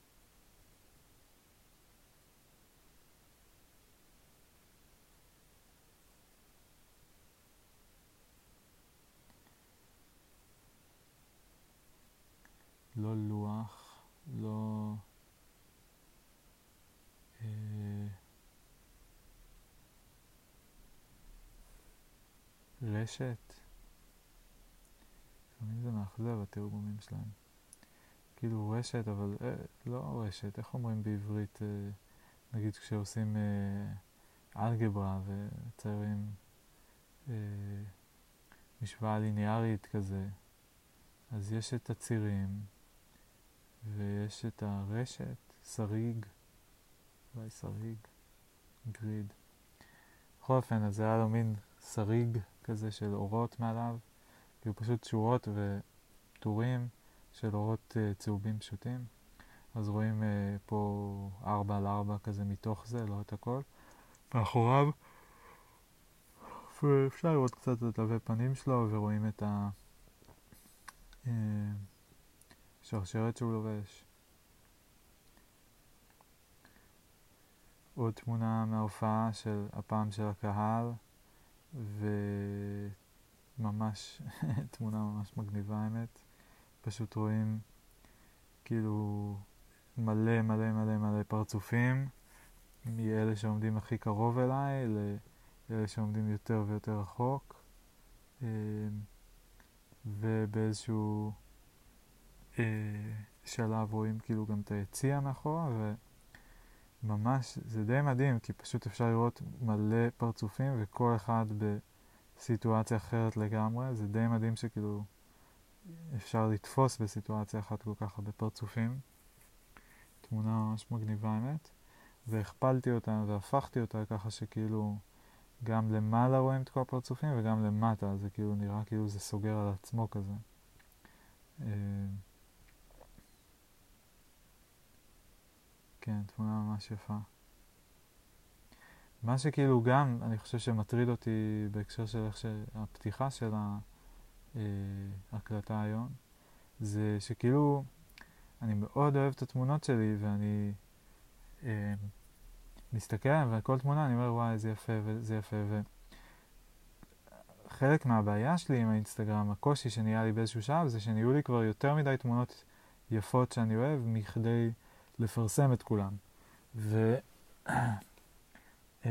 לא לוח, לא... אה, רשת. לפעמים זה מאכזב התרגומים שלהם. כאילו רשת, אבל אה, לא רשת, איך אומרים בעברית, אה, נגיד כשעושים אה, אלגברה וציירים אה, משוואה ליניארית כזה, אז יש את הצירים ויש את הרשת, שריג, אולי שריג, גריד. בכל אופן, אז היה לו מין שריג כזה של אורות מעליו, כאילו פשוט שורות וטורים של אורות uh, צהובים פשוטים. אז רואים uh, פה ארבע על ארבע כזה מתוך זה, לא את הכל. מאחוריו, ואפשר לראות קצת את תווי פנים שלו, ורואים את השרשרת שהוא לובש. עוד תמונה מההופעה של הפעם של הקהל, וממש תמונה ממש מגניבה האמת. פשוט רואים כאילו מלא מלא מלא מלא פרצופים, מאלה שעומדים הכי קרוב אליי לאלה שעומדים יותר ויותר רחוק, ובאיזשהו שלב רואים כאילו גם את היציאה מאחורה, וממש זה די מדהים, כי פשוט אפשר לראות מלא פרצופים וכל אחד בסיטואציה אחרת לגמרי. זה די מדהים שכאילו אפשר לתפוס בסיטואציה אחת כל כך הרבה פרצופים. תמונה ממש מגניבה האמת, והכפלתי אותה והפכתי אותה ככה שכאילו גם למעלה רואים את כל הפרצופים וגם למטה, זה כאילו נראה כאילו זה סוגר על עצמו כזה. כן, תמונה ממש יפה. מה שכאילו גם אני חושב שמטריד אותי בהקשר של איך שהפתיחה של ההקלטה היום, זה שכאילו אני מאוד אוהב את התמונות שלי, ואני אה, מסתכל עליהן, וכל תמונה אני אומר וואי זה יפה וזה יפה, וחלק מהבעיה שלי עם האינסטגרם, הקושי שנהיה לי באיזשהו שלב, זה שנהיו לי כבר יותר מדי תמונות יפות שאני אוהב מכדי לפרסם את כולם. ו... אה,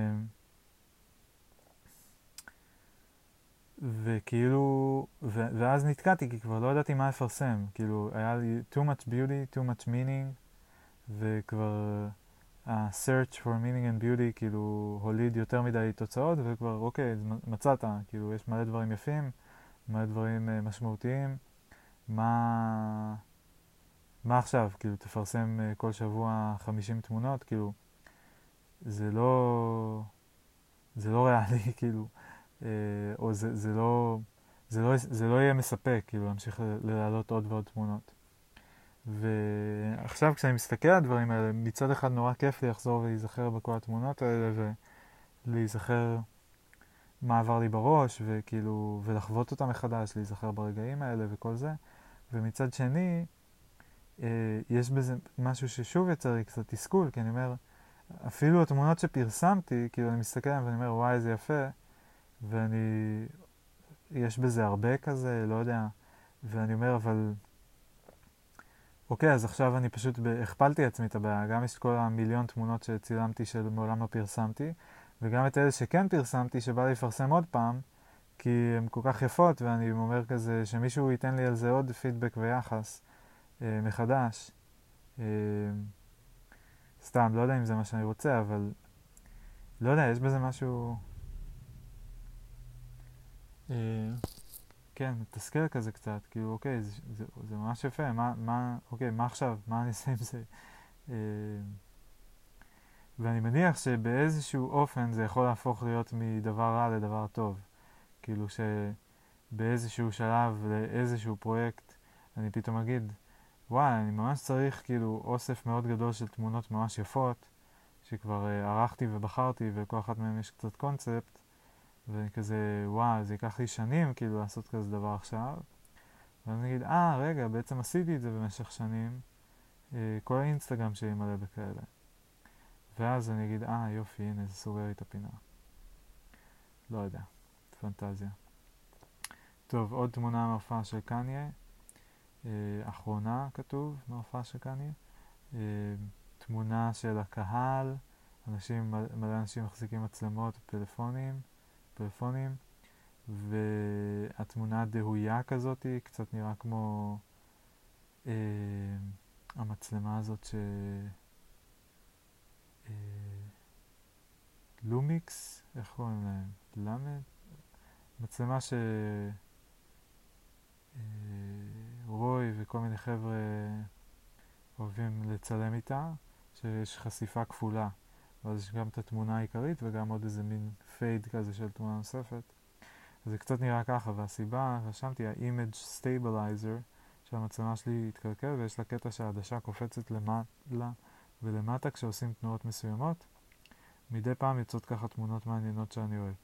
וכאילו, ו- ואז נתקעתי כי כבר לא ידעתי מה לפרסם, כאילו היה לי too much beauty, too much meaning, וכבר ה-search for meaning and beauty כאילו הוליד יותר מדי תוצאות, וכבר אוקיי, מצאת, כאילו יש מלא דברים יפים, מלא דברים uh, משמעותיים, מה, מה עכשיו, כאילו תפרסם uh, כל שבוע חמישים תמונות, כאילו זה לא, זה לא ריאלי, כאילו, או זה, זה לא, זה לא, זה לא יהיה מספק, כאילו, להמשיך להעלות עוד ועוד תמונות. ועכשיו כשאני מסתכל על הדברים האלה, מצד אחד נורא כיף לי לחזור ולהיזכר בכל התמונות האלה, ולהיזכר מה עבר לי בראש, וכאילו, ולחוות אותם מחדש, להיזכר ברגעים האלה וכל זה. ומצד שני, יש בזה משהו ששוב יצר לי קצת תסכול, כי אני אומר, אפילו התמונות שפרסמתי, כאילו אני מסתכל עליהן ואני אומר, וואי, זה יפה, ואני, יש בזה הרבה כזה, לא יודע, ואני אומר, אבל, אוקיי, אז עכשיו אני פשוט הכפלתי עצמי את הבעיה, גם יש את כל המיליון תמונות שצילמתי שמעולם לא פרסמתי, וגם את אלה שכן פרסמתי, שבא לי לפרסם עוד פעם, כי הן כל כך יפות, ואני אומר כזה, שמישהו ייתן לי על זה עוד פידבק ויחס אה, מחדש. אה, סתם, לא יודע אם זה מה שאני רוצה, אבל לא יודע, יש בזה משהו... אה, כן, מתסכל כזה קצת, כאילו, אוקיי, זה, זה, זה ממש יפה, מה, מה, אוקיי, מה עכשיו? מה אני אעשה עם זה? אה, ואני מניח שבאיזשהו אופן זה יכול להפוך להיות מדבר רע לדבר טוב. כאילו שבאיזשהו שלב, לאיזשהו פרויקט, אני פתאום אגיד, וואי, אני ממש צריך כאילו אוסף מאוד גדול של תמונות ממש יפות, שכבר uh, ערכתי ובחרתי, וכל אחת מהן יש קצת קונספט, ואני כזה, וואי, זה ייקח לי שנים כאילו לעשות כזה דבר עכשיו. ואני אגיד, אה, רגע, בעצם עשיתי את זה במשך שנים, uh, כל האינסטגרם שלי מלא בכאלה. ואז אני אגיד, אה, יופי, הנה, זה סוגר לי את הפינה. לא יודע, פנטזיה. טוב, עוד תמונה מההופעה של קניה. אה, אחרונה כתוב מההופעה של קניה. אה, תמונה של הקהל, אנשים, מלא אנשים מחזיקים מצלמות ופלאפונים, פלאפונים, והתמונה דהויה כזאת, קצת נראה כמו אה, המצלמה הזאת ש... אה, לומיקס, איך קוראים להם? למד? מצלמה ש... אה, רוי וכל מיני חבר'ה אוהבים לצלם איתה, שיש חשיפה כפולה. ואז יש גם את התמונה העיקרית וגם עוד איזה מין פייד כזה של תמונה נוספת. אז זה קצת נראה ככה, והסיבה, רשמתי, ה-image stabilizer שהמצלמה שלי התקלקל, ויש לה קטע שהעדשה קופצת למעלה ולמטה כשעושים תנועות מסוימות. מדי פעם יוצאות ככה תמונות מעניינות שאני אוהב.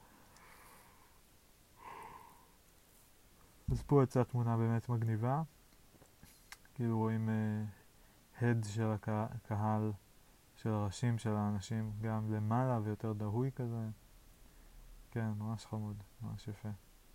אז פה יצאה תמונה באמת מגניבה. כאילו רואים uh, head של הקהל, של הראשים של האנשים, גם למעלה ויותר דהוי כזה. כן, ממש חמוד, ממש יפה.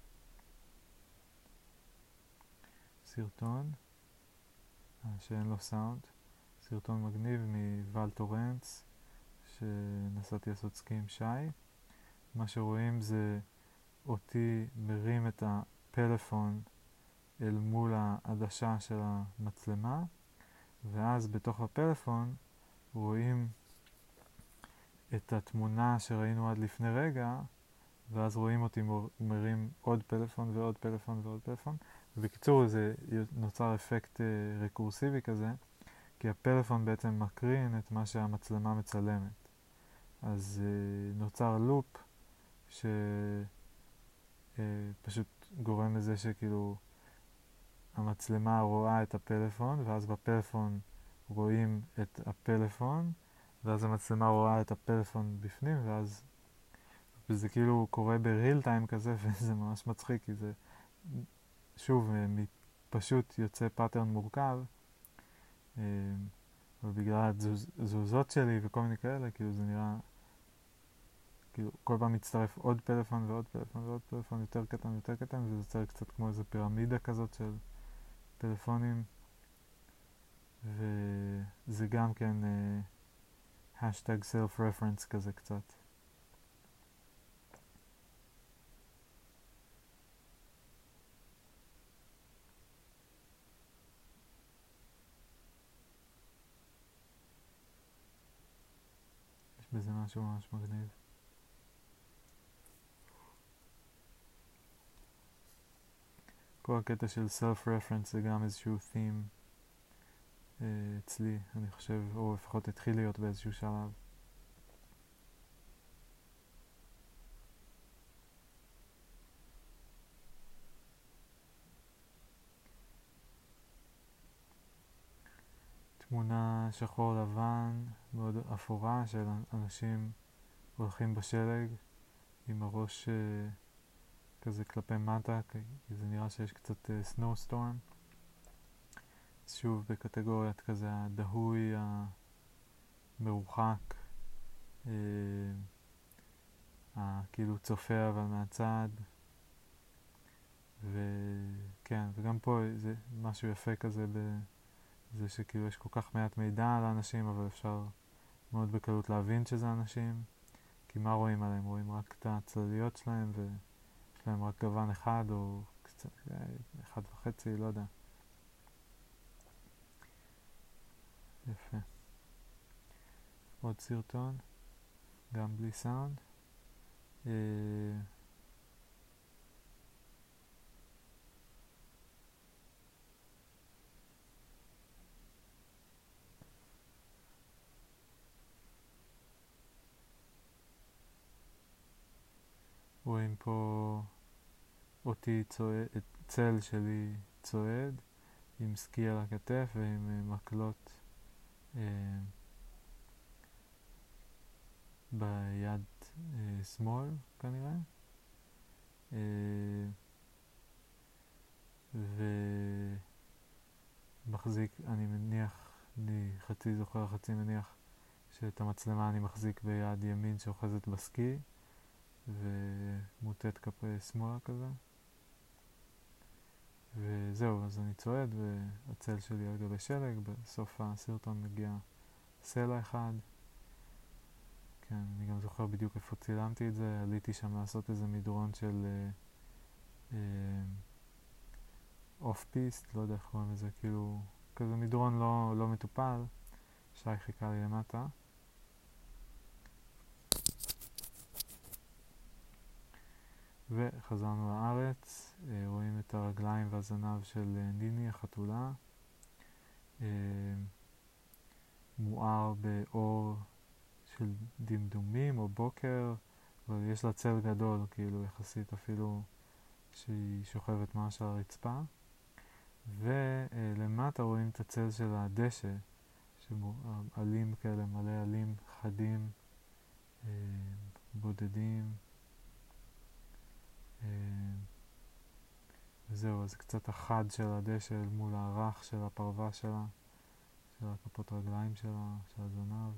סרטון, שאין לו סאונד. סרטון מגניב מוואל טורנץ, שנסעתי לעשות סקי עם שי. מה שרואים זה אותי מרים את הפלאפון אל מול העדשה של המצלמה, ואז בתוך הפלאפון רואים את התמונה שראינו עד לפני רגע, ואז רואים אותי מרים עוד פלאפון ועוד פלאפון ועוד פלאפון. ובקיצור זה נוצר אפקט רקורסיבי כזה, כי הפלאפון בעצם מקרין את מה שהמצלמה מצלמת. אז נוצר לופ שפשוט גורם לזה שכאילו המצלמה רואה את הפלאפון, ואז בפלאפון רואים את הפלאפון, ואז המצלמה רואה את הפלאפון בפנים, ואז וזה כאילו קורה בריל טיים כזה, וזה ממש מצחיק, כי זה שוב פשוט יוצא פאטרן מורכב, ובגלל התזוזות שלי וכל מיני כאלה, כאילו זה נראה כאילו כל פעם מצטרף עוד פלאפון ועוד פלאפון ועוד פלאפון יותר קטן ויותר קטן, וזה יוצר קצת כמו איזו פירמידה כזאת של טלפונים, וזה גם כן השטג סלף רפרנס כזה קצת. יש בזה משהו ממש מגניב. כל הקטע של סלף רפרנס זה גם איזשהו theme uh, אצלי, אני חושב, או לפחות התחיל להיות באיזשהו שלב. תמונה שחור לבן, מאוד אפורה, של אנשים הולכים בשלג עם הראש uh, כזה כלפי מטה, כי זה נראה שיש קצת uh, snowstorm. שוב בקטגוריית כזה הדהוי, המרוחק, אה, כאילו צופה אבל מהצד, וכן, וגם פה זה משהו יפה כזה בזה שכאילו יש כל כך מעט מידע על האנשים, אבל אפשר מאוד בקלות להבין שזה אנשים, כי מה רואים עליהם? רואים רק את הצלליות שלהם, ויש להם רק גוון אחד או קצת, אחד וחצי, לא יודע. יפה. עוד סרטון, גם בלי סאונד. אה... רואים פה אותי צועד, צל שלי צועד עם סקי על הכתף ועם מקלות אה, ביד אה, שמאל כנראה, אה, ומחזיק, אני מניח, אני חצי זוכר, חצי מניח שאת המצלמה אני מחזיק ביד ימין שאוחזת בסקי ומוטט כלפי שמאלה כזה, וזהו, אז אני צועד והצל שלי על גבי שלג. בסוף הסרטון מגיע סלע אחד. כן, אני גם זוכר בדיוק איפה צילמתי את זה, עליתי שם לעשות איזה מדרון של אוף פיסט, לא יודע איך קוראים לזה, כאילו כזה מדרון לא, לא מטופל. שי חיכה לי למטה. וחזרנו לארץ, רואים את הרגליים והזנב של ניני, החתולה, מואר באור של דמדומים או בוקר, אבל יש לה צל גדול, כאילו יחסית אפילו שהיא שוכבת ממש על הרצפה. ולמטה רואים את הצל של הדשא, עלים כאלה, מלא עלים חדים, אה, בודדים. אה, וזהו, אז קצת החד של הדשא אל מול הרך של הפרווה שלה, של הכפות רגליים שלה, של הזנב.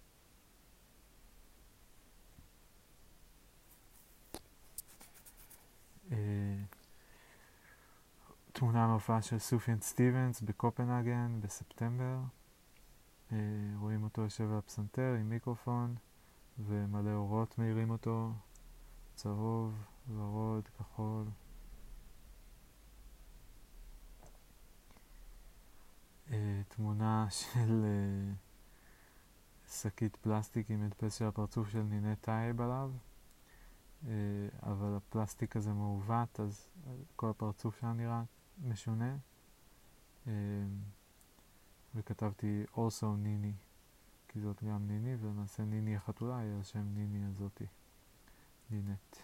אה, תמונה מהופעה של סופיאן סטיבנס בקופנהגן בספטמבר. אה, רואים אותו יושב על הפסנתר עם מיקרופון ומלא אורות מאירים אותו, צהוב, ורוד, כחול. אה, תמונה של אה, שקית פלסטיק עם הדפס של הפרצוף של נינת טייב עליו, אה, אבל הפלסטיק הזה מעוות, אז כל הפרצוף שלה נראה משונה. אה, וכתבתי also ניני, כי זאת גם ניני, ולמעשה ניני החתולה היא על שם ניני הזאתי, נינת.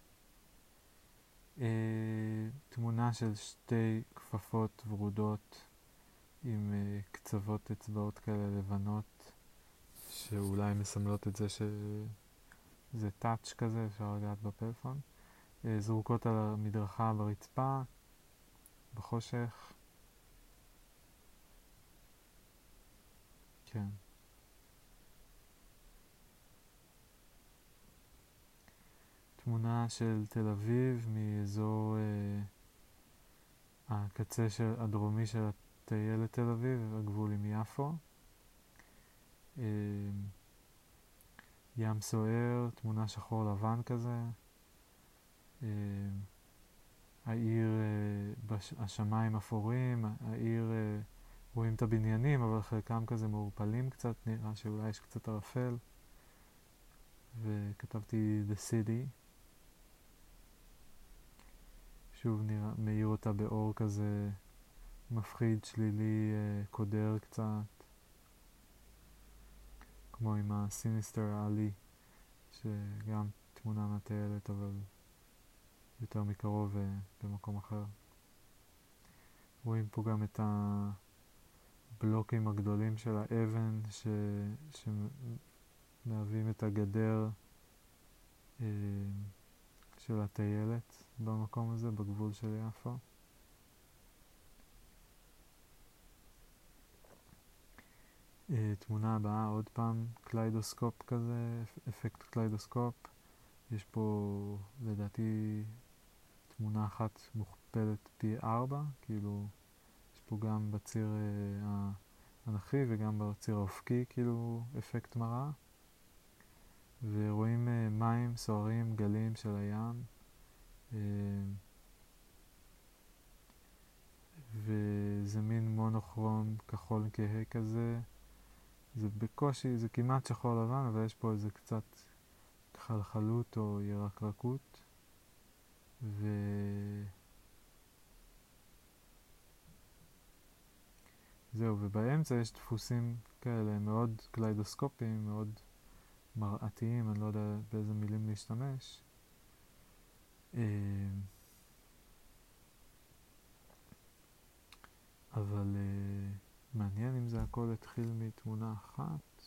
אה, תמונה של שתי כפפות ורודות עם אה, קצוות אצבעות כאלה לבנות, שאולי מסמלות את זה שזה טאץ' כזה, אפשר לגעת בפלאפון. אה, זרוקות על המדרכה ברצפה, בחושך. כן. תמונה של תל אביב מאזור אה, הקצה של, הדרומי של הטיילת תל אביב, הגבול עם יפו. אה, ים סוער, תמונה שחור לבן כזה. אה, העיר, אה, בש, השמיים אפורים, העיר, אה, רואים את הבניינים, אבל חלקם כזה מעורפלים קצת, נראה שאולי יש קצת ערפל. וכתבתי The City. שוב נראה, מאיר אותה באור כזה מפחיד, שלילי, אה, קודר קצת. כמו עם הסיניסטר העלי, שגם תמונה מהטיילת, אבל יותר מקרוב במקום אחר. רואים פה גם את הבלוקים הגדולים של האבן ש... שמהווים את הגדר אה, של הטיילת במקום הזה, בגבול של יפו. אה, תמונה הבאה, עוד פעם קליידוסקופ כזה, אפקט קליידוסקופ. יש פה לדעתי תמונה אחת מוכפלת פי ארבע, כאילו יש פה גם בציר אה, האנכי וגם בציר האופקי כאילו אפקט מראה. ורואים אה, מים סוערים, גלים של הים, אה, וזה מין מונוכרום כחול כהה כזה. זה בקושי, זה כמעט שחור לבן, אבל יש פה איזה קצת חלחלות או ירקרקות. ו... זהו, ובאמצע יש דפוסים כאלה מאוד קליידוסקופיים, מאוד מראתיים, אני לא יודע באיזה מילים להשתמש. אבל מעניין אם זה הכל התחיל מתמונה אחת,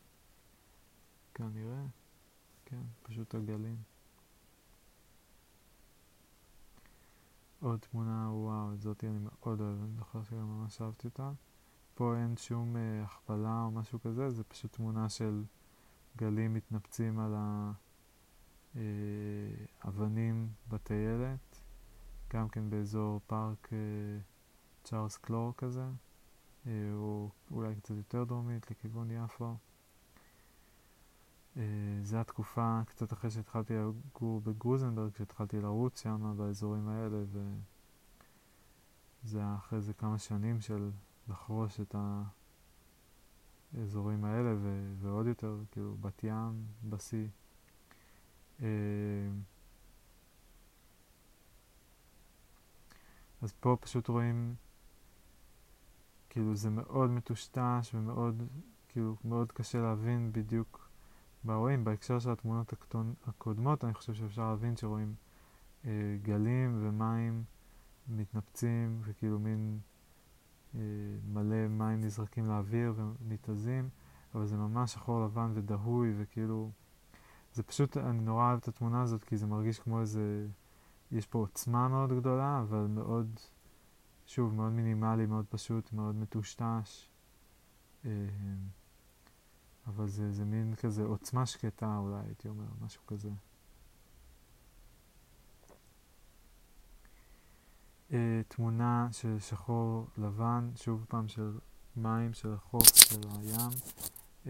כנראה, כן, פשוט הגלים. עוד תמונה, וואו, את זאתי אני מאוד אוהב, אני זוכר שגם ממש אהבתי אותה. פה אין שום אה, הכפלה או משהו כזה, זה פשוט תמונה של גלים מתנפצים על האבנים בטיילת, גם כן באזור פארק אה, צ'ארלס קלור כזה, אה, או אולי קצת יותר דרומית לכיוון יפו. אה, זו התקופה קצת אחרי שהתחלתי לגור בגרוזנברג, שהתחלתי לרוץ שם באזורים האלה, וזה היה אחרי זה כמה שנים של לחרוש את האזורים האלה ו- ועוד יותר, כאילו בת ים, בסי. אה, אז פה פשוט רואים, כאילו זה מאוד מטושטש ומאוד, כאילו מאוד קשה להבין בדיוק רואים, בהקשר של התמונות הקטון, הקודמות, אני חושב שאפשר להבין שרואים אה, גלים ומים מתנפצים, וכאילו מין אה, מלא מים נזרקים לאוויר ומתעזים, אבל זה ממש שחור לבן ודהוי, וכאילו זה פשוט, אני נורא אוהב את התמונה הזאת, כי זה מרגיש כמו איזה, יש פה עוצמה מאוד גדולה, אבל מאוד, שוב, מאוד מינימלי, מאוד פשוט, מאוד מטושטש. אה, אבל זה, זה מין כזה עוצמה שקטה אולי, הייתי אומר, משהו כזה. אה, תמונה של שחור לבן, שוב פעם של מים, של החוף, של הים, אה,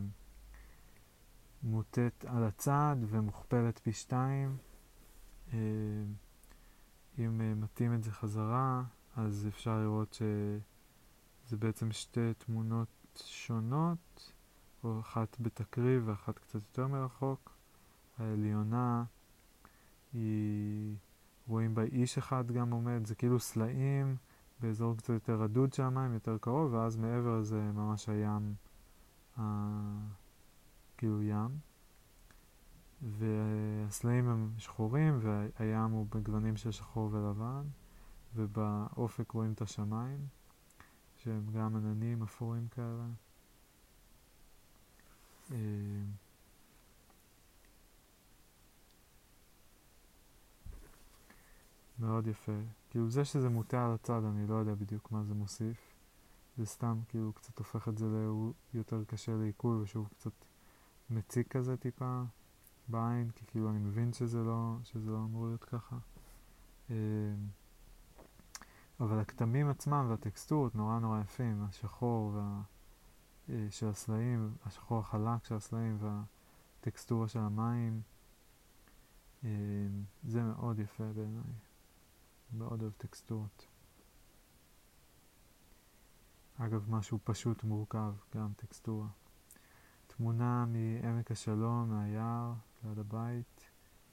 מוטט על הצד ומוכפלת פי שתיים. אה, אם אה, מתאים את זה חזרה, אז אפשר לראות שזה בעצם שתי תמונות שונות, או אחת בתקריב ואחת קצת יותר מרחוק. העליונה היא, רואים בה איש אחד גם עומד, זה כאילו סלעים באזור קצת יותר רדוד של המים, יותר קרוב, ואז מעבר לזה ממש הים, ה... כאילו ים. והסלעים הם שחורים והים הוא בגוונים של שחור ולבן, ובאופק רואים את השמיים שהם גם עננים אפורים כאלה. מאוד יפה. כאילו זה שזה מוטה על הצד, אני לא יודע בדיוק מה זה מוסיף. זה סתם כאילו קצת הופך את זה ליותר קשה לעיכול, ושוב קצת מציק כזה טיפה בעין, כי כאילו אני מבין שזה לא, שזה לא אמור להיות ככה. אבל הכתמים עצמם והטקסטורות נורא נורא יפים, השחור וה... של הסלעים, השחור החלק של הסלעים והטקסטורה של המים. זה מאוד יפה בעיניי. מאוד אוהב טקסטורות. אגב, משהו פשוט מורכב, גם טקסטורה. תמונה מעמק השלום, מהיער, ליד הבית,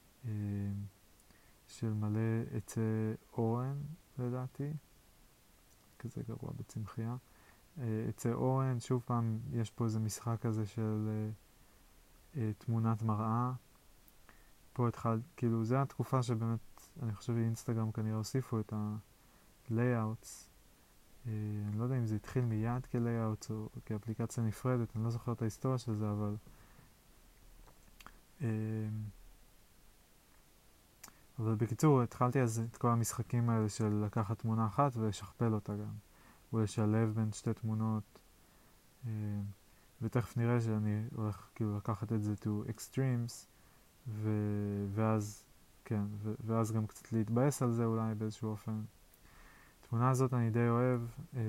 של מלא עצי אורן, לדעתי. כזה גרוע בצמחייה. עצי אורן, שוב פעם, יש פה איזה משחק כזה של תמונת מראה. פה התחל, כאילו, זה התקופה שבאמת, אני חושב שאינסטגרם כנראה הוסיפו את ה-layouts. אני לא יודע אם זה התחיל מיד כ-layouts או כאפליקציה נפרדת, אני לא זוכר את ההיסטוריה של זה, אבל... אבל בקיצור, התחלתי אז את כל המשחקים האלה של לקחת תמונה אחת ולשכפל אותה גם. ולשלב בין שתי תמונות. ותכף נראה שאני הולך כאילו לקחת את זה to extremes, ו- ואז, כן, ו- ואז גם קצת להתבאס על זה אולי באיזשהו אופן. התמונה הזאת אני די אוהב, אה,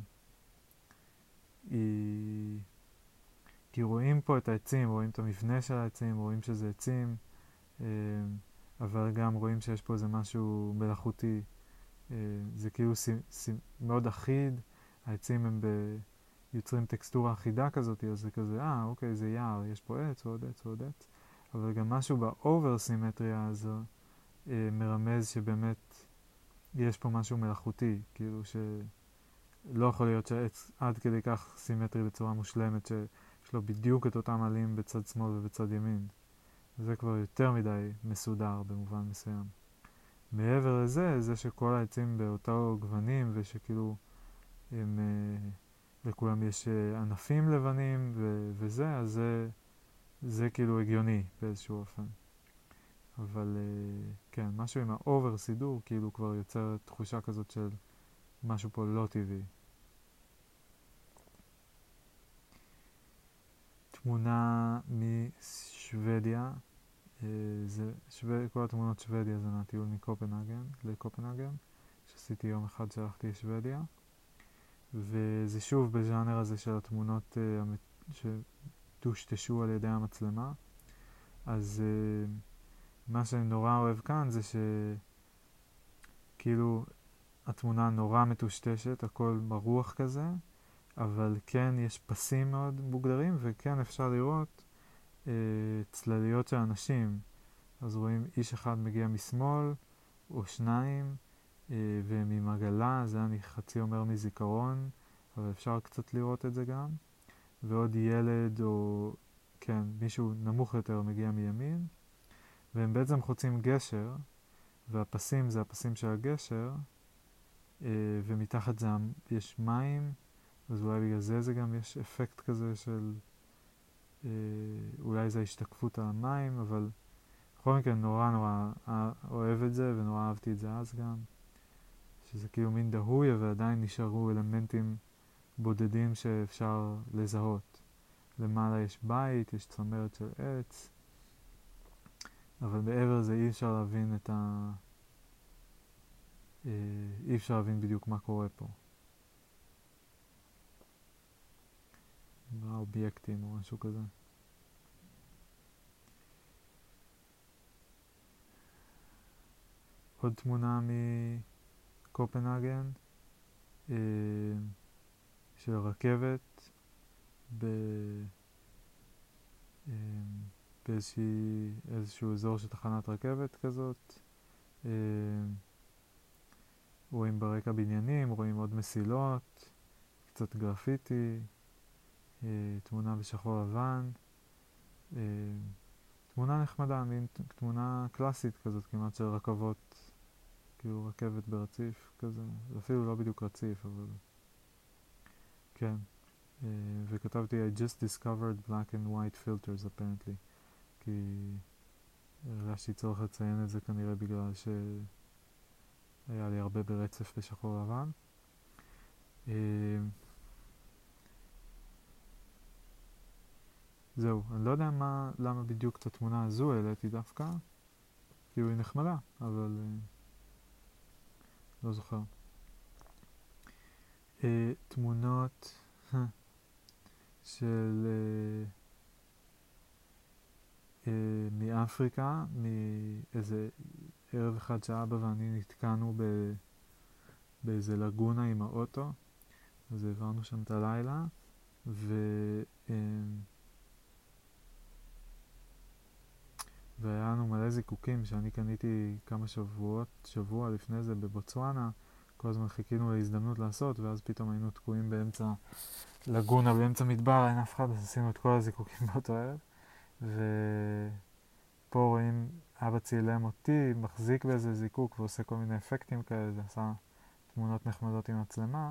היא... כי רואים פה את העצים, רואים את המבנה של העצים, רואים שזה עצים, אה, אבל גם רואים שיש פה איזה משהו מלאכותי. אה, זה כאילו סי, סי, מאוד אחיד, העצים הם ב... יוצרים טקסטורה אחידה כזאת, אז זה כזה, אה, אוקיי, זה יער, יש פה עץ, עוד עץ, עוד עץ. אבל גם משהו באובר סימטריה הזו אה, מרמז שבאמת יש פה משהו מלאכותי, כאילו שלא יכול להיות שהעץ עד כדי כך סימטרי בצורה מושלמת, שיש לו בדיוק את אותם עלים בצד שמאל ובצד ימין. זה כבר יותר מדי מסודר במובן מסוים. מעבר לזה, זה שכל העצים באותו גוונים, ושכאילו הם, אה, לכולם יש אה, ענפים לבנים ו- וזה, אז זה, זה כאילו הגיוני באיזשהו אופן. אבל אה, כן, משהו עם האובר סידור כאילו כבר יוצר תחושה כזאת של משהו פה לא טבעי. תמונה משוודיה, אה, זה שו... כל התמונות שוודיה זה מהטיול מקופנהגן לקופנהגן, שעשיתי יום אחד שהלכתי לשוודיה, וזה שוב בז'אנר הזה של התמונות אה, המת... שטושטשו על ידי המצלמה. אז אה, מה שאני נורא אוהב כאן זה שכאילו התמונה נורא מטושטשת, הכל ברוח כזה, אבל כן יש פסים מאוד מוגדרים, וכן אפשר לראות אה, צלליות של אנשים. אז רואים איש אחד מגיע משמאל, או שניים, אה, והם עם עגלה, זה אני חצי אומר מזיכרון, אבל אפשר קצת לראות את זה גם. ועוד ילד או כן, מישהו נמוך יותר מגיע מימין, והם בעצם חוצים גשר, והפסים זה הפסים של הגשר, ומתחת זה יש מים, אז אולי בגלל זה זה גם יש אפקט כזה של, אולי זה השתקפות המים, אבל בכל מקרה נורא נורא אוהב את זה, ונורא אהבתי את זה אז גם, שזה כאילו מין דהוי, ועדיין נשארו אלמנטים בודדים שאפשר לזהות. למעלה יש בית, יש צמרת של עץ, אבל בעבר זה אי אפשר להבין את ה... אי אפשר להבין בדיוק מה קורה פה. האובייקטים או משהו כזה. עוד תמונה מקופנהגן של רכבת ב... באיזשהו אזור של תחנת רכבת כזאת. רואים ברקע בניינים, רואים עוד מסילות, קצת גרפיטי, תמונה בשחור לבן, תמונה נחמדה, תמונה קלאסית כזאת כמעט של רכבות, כאילו רכבת ברציף כזה, אפילו לא בדיוק רציף, אבל כן. וכתבתי I just discovered black and white filters apparently, כי הרגשתי צורך לציין את זה כנראה בגלל שהיה לי הרבה ברצף בשחור לבן. זהו, אני לא יודע מה, למה בדיוק את התמונה הזו העליתי דווקא, כאילו היא נחמדה, אבל לא זוכר. תמונות של מאפריקה, מאיזה ערב אחד שאבא ואני נתקענו באיזה לגונה עם האוטו, אז העברנו שם את הלילה, ו... והיה לנו מלא זיקוקים שאני קניתי כמה שבועות, שבוע לפני זה בבוצואנה, כל הזמן חיכינו להזדמנות לעשות, ואז פתאום היינו תקועים באמצע לגונה, באמצע מדבר, אין אף אחד, אז עשינו את כל הזיקוקים באותו ערב. ופה רואים, אבא צילם אותי, מחזיק באיזה זיקוק ועושה כל מיני אפקטים כאלה, ועשה תמונות נחמדות עם מצלמה.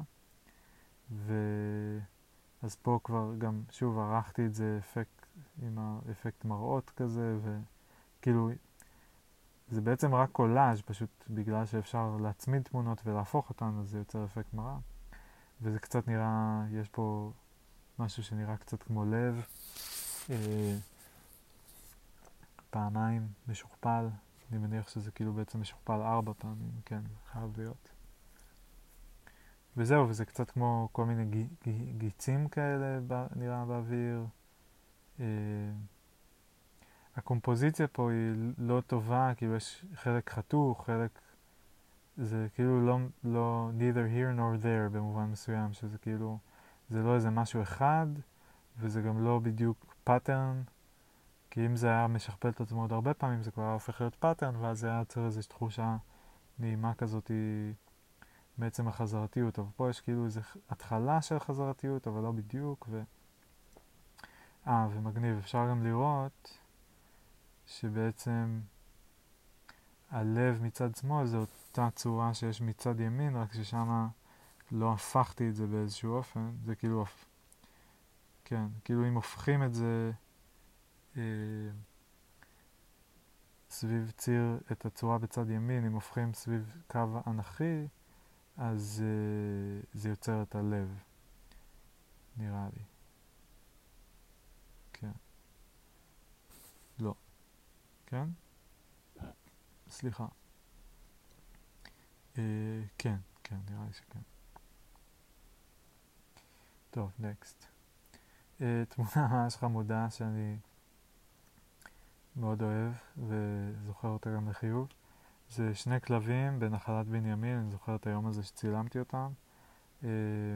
ואז פה כבר גם, שוב, ערכתי את זה אפקט, עם האפקט מראות כזה, וכאילו, זה בעצם רק קולאז' פשוט בגלל שאפשר להצמיד תמונות ולהפוך אותן, אז זה יוצר אפקט מראה. וזה קצת נראה, יש פה משהו שנראה קצת כמו לב, אה, פעמיים משוכפל, אני מניח שזה כאילו בעצם משוכפל ארבע פעמים, כן, חייב להיות. וזהו, וזה קצת כמו כל מיני גי, גי, גיצים כאלה בא, נראה באוויר. אה, הקומפוזיציה פה היא לא טובה, כאילו יש חלק חתוך, חלק... זה כאילו לא, לא neither here nor there במובן מסוים, שזה כאילו, זה לא איזה משהו אחד, וזה גם לא בדיוק פאטרן, כי אם זה היה משכפל את עצמו עוד הרבה פעמים, זה כבר היה הופך להיות פאטרן, ואז זה היה יוצר איזו תחושה נעימה כזאת בעצם החזרתיות. אבל פה יש כאילו איזו התחלה של חזרתיות, אבל לא בדיוק, ו... אה, ומגניב, אפשר גם לראות שבעצם הלב מצד שמאל זה אותה צורה שיש מצד ימין, רק ששם לא הפכתי את זה באיזשהו אופן. זה כאילו, כן, כאילו אם הופכים את זה אה, סביב ציר, את הצורה בצד ימין, אם הופכים סביב קו אנכי, אז אה, זה יוצר את הלב, נראה לי. כן. לא. כן? סליחה. אה, כן, כן, נראה לי שכן. טוב, נקסט. אה, תמונה ממש חמודה שאני מאוד אוהב וזוכר אותה גם לחיוב. זה שני כלבים בנחלת בנימין, אני זוכר את היום הזה שצילמתי אותם. אה,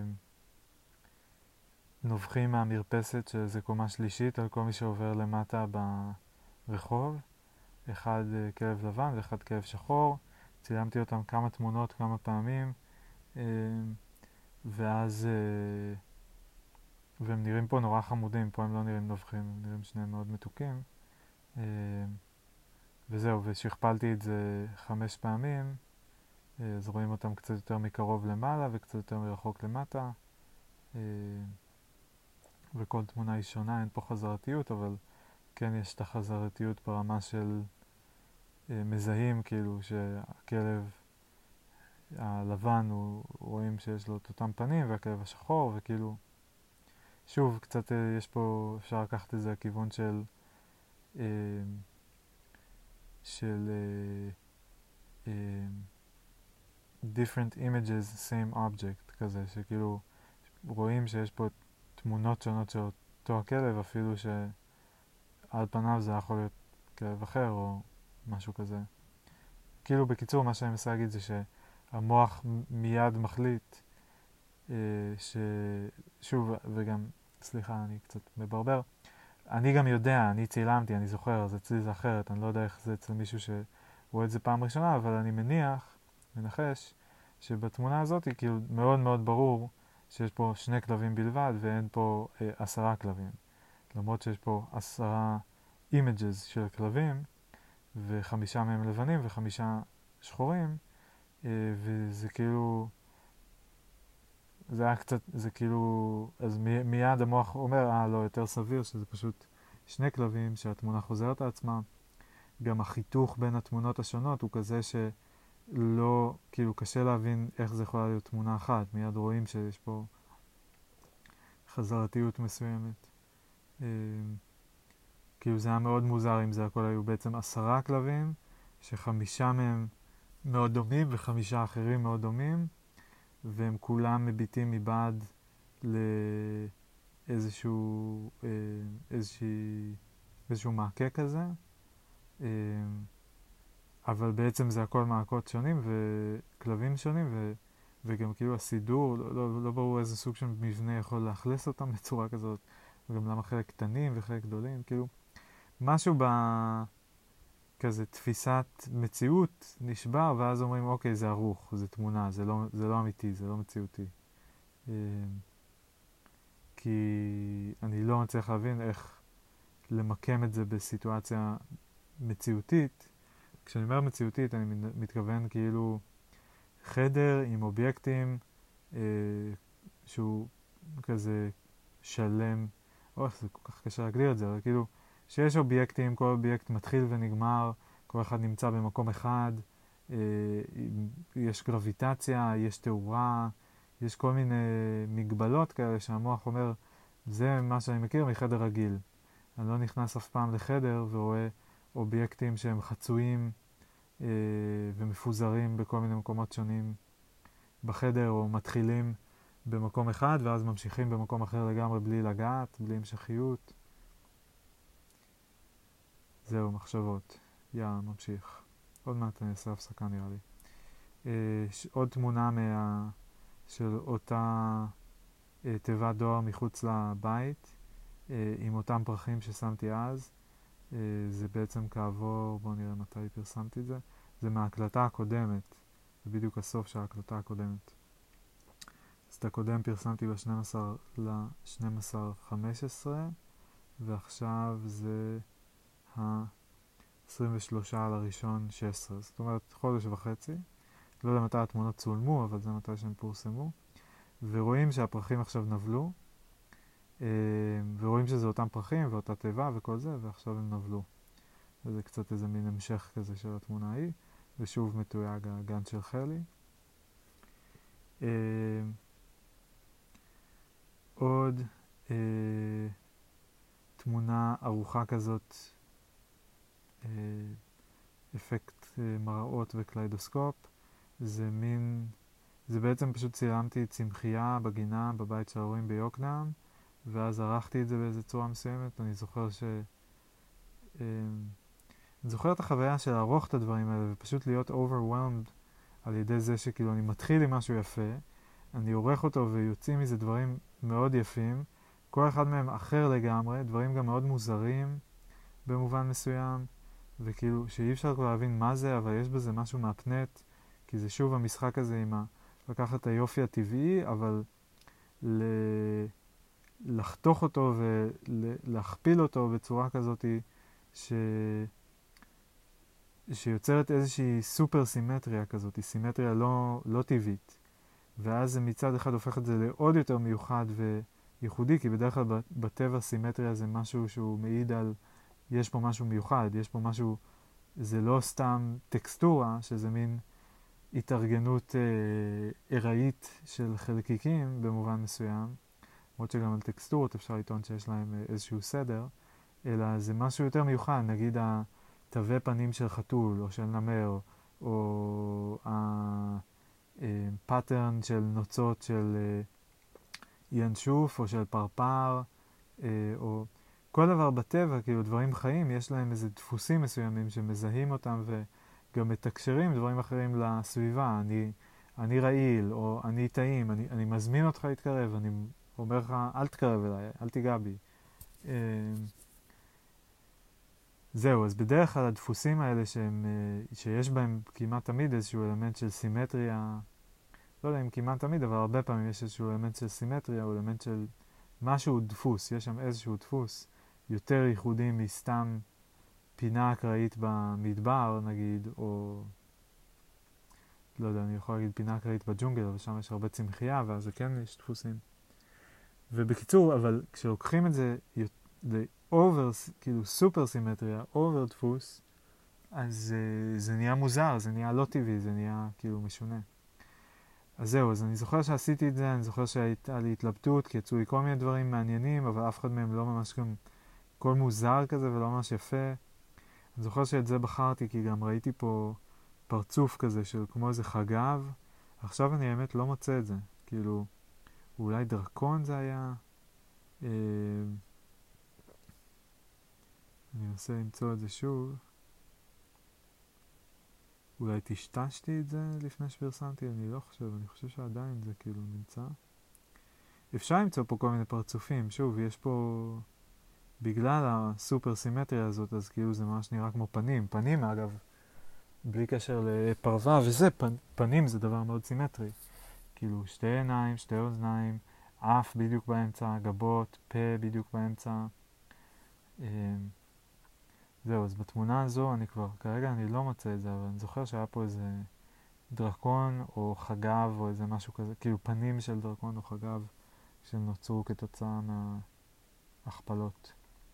נובחים מהמרפסת שזה קומה שלישית על כל מי שעובר למטה ברחוב. אחד uh, כלב לבן ואחד כלב שחור. צילמתי אותם כמה תמונות כמה פעמים, uh, ואז uh, והם נראים פה נורא חמודים, פה הם לא נראים נובחים, הם נראים שניהם מאוד מתוקים. אה, וזהו, ושכפלתי את זה חמש פעמים, אה, אז רואים אותם קצת יותר מקרוב למעלה וקצת יותר מרחוק למטה. אה, וכל תמונה היא שונה, אין פה חזרתיות, אבל כן יש את החזרתיות ברמה של אה, מזהים, כאילו שהכלב הלבן, הוא, רואים שיש לו את אותם פנים, והכלב השחור, וכאילו, שוב, קצת אה, יש פה, אפשר לקחת את זה לכיוון של, אה, של אה, אה, different images, same object, כזה, שכאילו, רואים שיש פה תמונות שונות של אותו הכלב, אפילו שעל פניו זה יכול להיות כלב אחר, או משהו כזה. כאילו, בקיצור, מה שאני מנסה להגיד זה שהמוח מיד מחליט אה, ששוב, וגם, סליחה, אני קצת מברבר, אני גם יודע, אני צילמתי, אני זוכר, אז אצלי זה אחרת, אני לא יודע איך זה אצל מישהו שרואה את זה פעם ראשונה, אבל אני מניח, מנחש, שבתמונה הזאת כאילו מאוד מאוד ברור שיש פה שני כלבים בלבד ואין פה אה, עשרה כלבים. למרות שיש פה עשרה images של כלבים, וחמישה מהם לבנים וחמישה שחורים, אה, וזה כאילו, זה היה קצת, זה כאילו, אז מי, מיד המוח אומר, אה לא, יותר סביר שזה פשוט שני כלבים שהתמונה חוזרת על עצמה. גם החיתוך בין התמונות השונות הוא כזה שלא, כאילו קשה להבין איך זה יכולה להיות תמונה אחת. מיד רואים שיש פה חזרתיות מסוימת. אה, כאילו זה היה מאוד מוזר אם זה הכל היו בעצם עשרה כלבים, שחמישה מהם מאוד דומים וחמישה אחרים מאוד דומים, והם כולם מביטים מבעד לאיזשהו אה, איזושהי, איזשהו מעקה כזה, אה, אבל בעצם זה הכל מעקות שונים וכלבים שונים, ו, וגם כאילו הסידור, לא, לא, לא ברור איזה סוג של מבנה יכול להכלס אותם בצורה כזאת, וגם למה חלק קטנים וחלק גדולים, כאילו משהו ב... כזה תפיסת מציאות נשבר, ואז אומרים, אוקיי, זה ערוך, זה תמונה, זה לא, זה לא אמיתי, זה לא מציאותי. כי אני לא מצליח להבין איך למקם את זה בסיטואציה מציאותית. כשאני אומר מציאותית, אני מתכוון כאילו חדר עם אובייקטים אה, שהוא כזה שלם, או, זה כל כך קשה להגדיר את זה, אבל כאילו שיש אובייקטים, כל אובייקט מתחיל ונגמר, כל אחד נמצא במקום אחד, אה, יש גרביטציה, יש תאורה, יש כל מיני מגבלות כאלה שהמוח אומר, זה מה שאני מכיר מחדר רגיל. אני לא נכנס אף פעם לחדר ורואה אובייקטים שהם חצויים אה, ומפוזרים בכל מיני מקומות שונים בחדר, או מתחילים במקום אחד ואז ממשיכים במקום אחר לגמרי בלי לגעת, בלי המשכיות. זהו, מחשבות. יאללה, ממשיך. עוד מעט אני אעשה הפסקה נראה לי. אה, ש- עוד תמונה מה... של אותה אה, תיבת דואר מחוץ לבית, אה, עם אותם פרחים ששמתי אז. אה, זה בעצם כעבור, בואו נראה מתי פרסמתי את זה. זה מההקלטה הקודמת. זה בדיוק הסוף של ההקלטה הקודמת. אז את הקודם פרסמתי ב-שנים עשר ל-שנים עשר חמש עשרה, ועכשיו זה ה-עשרים ושלושה לראשון שש עשרה. זאת אומרת, חודש וחצי. לא יודע מתי התמונות צולמו, אבל זה מתי שהם פורסמו. ורואים שהפרחים עכשיו נבלו, ורואים שזה אותם פרחים ואותה תיבה וכל זה, ועכשיו הם נבלו. וזה קצת איזה מין המשך כזה של התמונה ההיא, ושוב מתויג הגן של חלי. עוד תמונה ארוכה כזאת, אפקט מראות וקליידוסקופ. זה מין, זה בעצם פשוט צילמתי צמחייה בגינה בבית של ההורים ביוקנעם, ואז ערכתי את זה באיזו צורה מסוימת. אני זוכר ש... אני זוכר את החוויה של לערוך את הדברים האלה ופשוט להיות overwhelmed על ידי זה שכאילו אני מתחיל עם משהו יפה, אני עורך אותו ויוצאים מזה דברים מאוד יפים, כל אחד מהם אחר לגמרי, דברים גם מאוד מוזרים במובן מסוים, וכאילו שאי אפשר כבר להבין מה זה, אבל יש בזה משהו מהפנט, כי זה שוב המשחק הזה עם ה... לקחת את היופי הטבעי, אבל ל... לחתוך אותו ולהכפיל אותו בצורה כזאת ש... שיוצרת איזושהי סופר סימטריה כזאת, סימטריה לא, לא טבעית. ואז זה מצד אחד הופך את זה לעוד יותר מיוחד וייחודי, כי בדרך כלל בטבע סימטריה זה משהו שהוא מעיד על, יש פה משהו מיוחד, יש פה משהו, זה לא סתם טקסטורה, שזה מין התארגנות אה, ארעית של חלקיקים במובן מסוים, למרות שגם על טקסטורות אפשר לטעון שיש להם אה, איזשהו סדר, אלא זה משהו יותר מיוחד, נגיד התווי פנים של חתול או של נמר, או הפאטרן של נוצות של אה, ינשוף או של פרפר, אה, או כל דבר בטבע, כאילו דברים חיים, יש להם איזה דפוסים מסוימים שמזהים אותם וגם מתקשרים דברים אחרים לסביבה. אני, אני רעיל, או אני טעים, אני, אני מזמין אותך להתקרב, אני אומר לך, אל תקרב אליי, אל תיגע בי. אה, זהו, אז בדרך כלל הדפוסים האלה שהם, שיש בהם כמעט תמיד איזשהו אלמנט של סימטריה, לא יודע אם כמעט תמיד, אבל הרבה פעמים יש איזשהו אלמנט של סימטריה, או אלמנט של משהו דפוס, יש שם איזשהו דפוס יותר ייחודי מסתם פינה אקראית במדבר, נגיד, או לא יודע, אני יכול להגיד פינה אקראית בג'ונגל, אבל שם יש הרבה צמחייה, ואז זה כן יש דפוסים. ובקיצור, אבל כשלוקחים את זה לאובר, כאילו סופר סימטריה, אובר דפוס, אז uh, זה נהיה מוזר, זה נהיה לא טבעי, זה נהיה כאילו משונה. אז זהו, אז אני זוכר שעשיתי את זה, אני זוכר שהייתה לי התלבטות, כי יצאו לי כל מיני דברים מעניינים, אבל אף אחד מהם לא ממש גם כל מוזר כזה ולא ממש יפה. אני זוכר שאת זה בחרתי, כי גם ראיתי פה פרצוף כזה של כמו איזה חגב. עכשיו אני האמת לא מוצא את זה, כאילו, אולי דרקון זה היה. אה, אני מנסה למצוא את זה שוב. אולי טשטשתי את זה לפני שפרסמתי, אני לא חושב, אני חושב שעדיין זה כאילו נמצא. אפשר למצוא פה כל מיני פרצופים, שוב, יש פה, בגלל הסופר סימטריה הזאת, אז כאילו זה ממש נראה כמו פנים. פנים, אגב, בלי קשר לפרווה, וזה, פנ, פנים זה דבר מאוד סימטרי. כאילו, שתי עיניים, שתי אוזניים, אף בדיוק באמצע, גבות, פה בדיוק באמצע. זהו, אז בתמונה הזו אני כבר, כרגע אני לא מוצא את זה, אבל אני זוכר שהיה פה איזה דרקון או חגב או איזה משהו כזה, כאילו פנים של דרקון או חגב שנוצרו כתוצאה מההכפלות.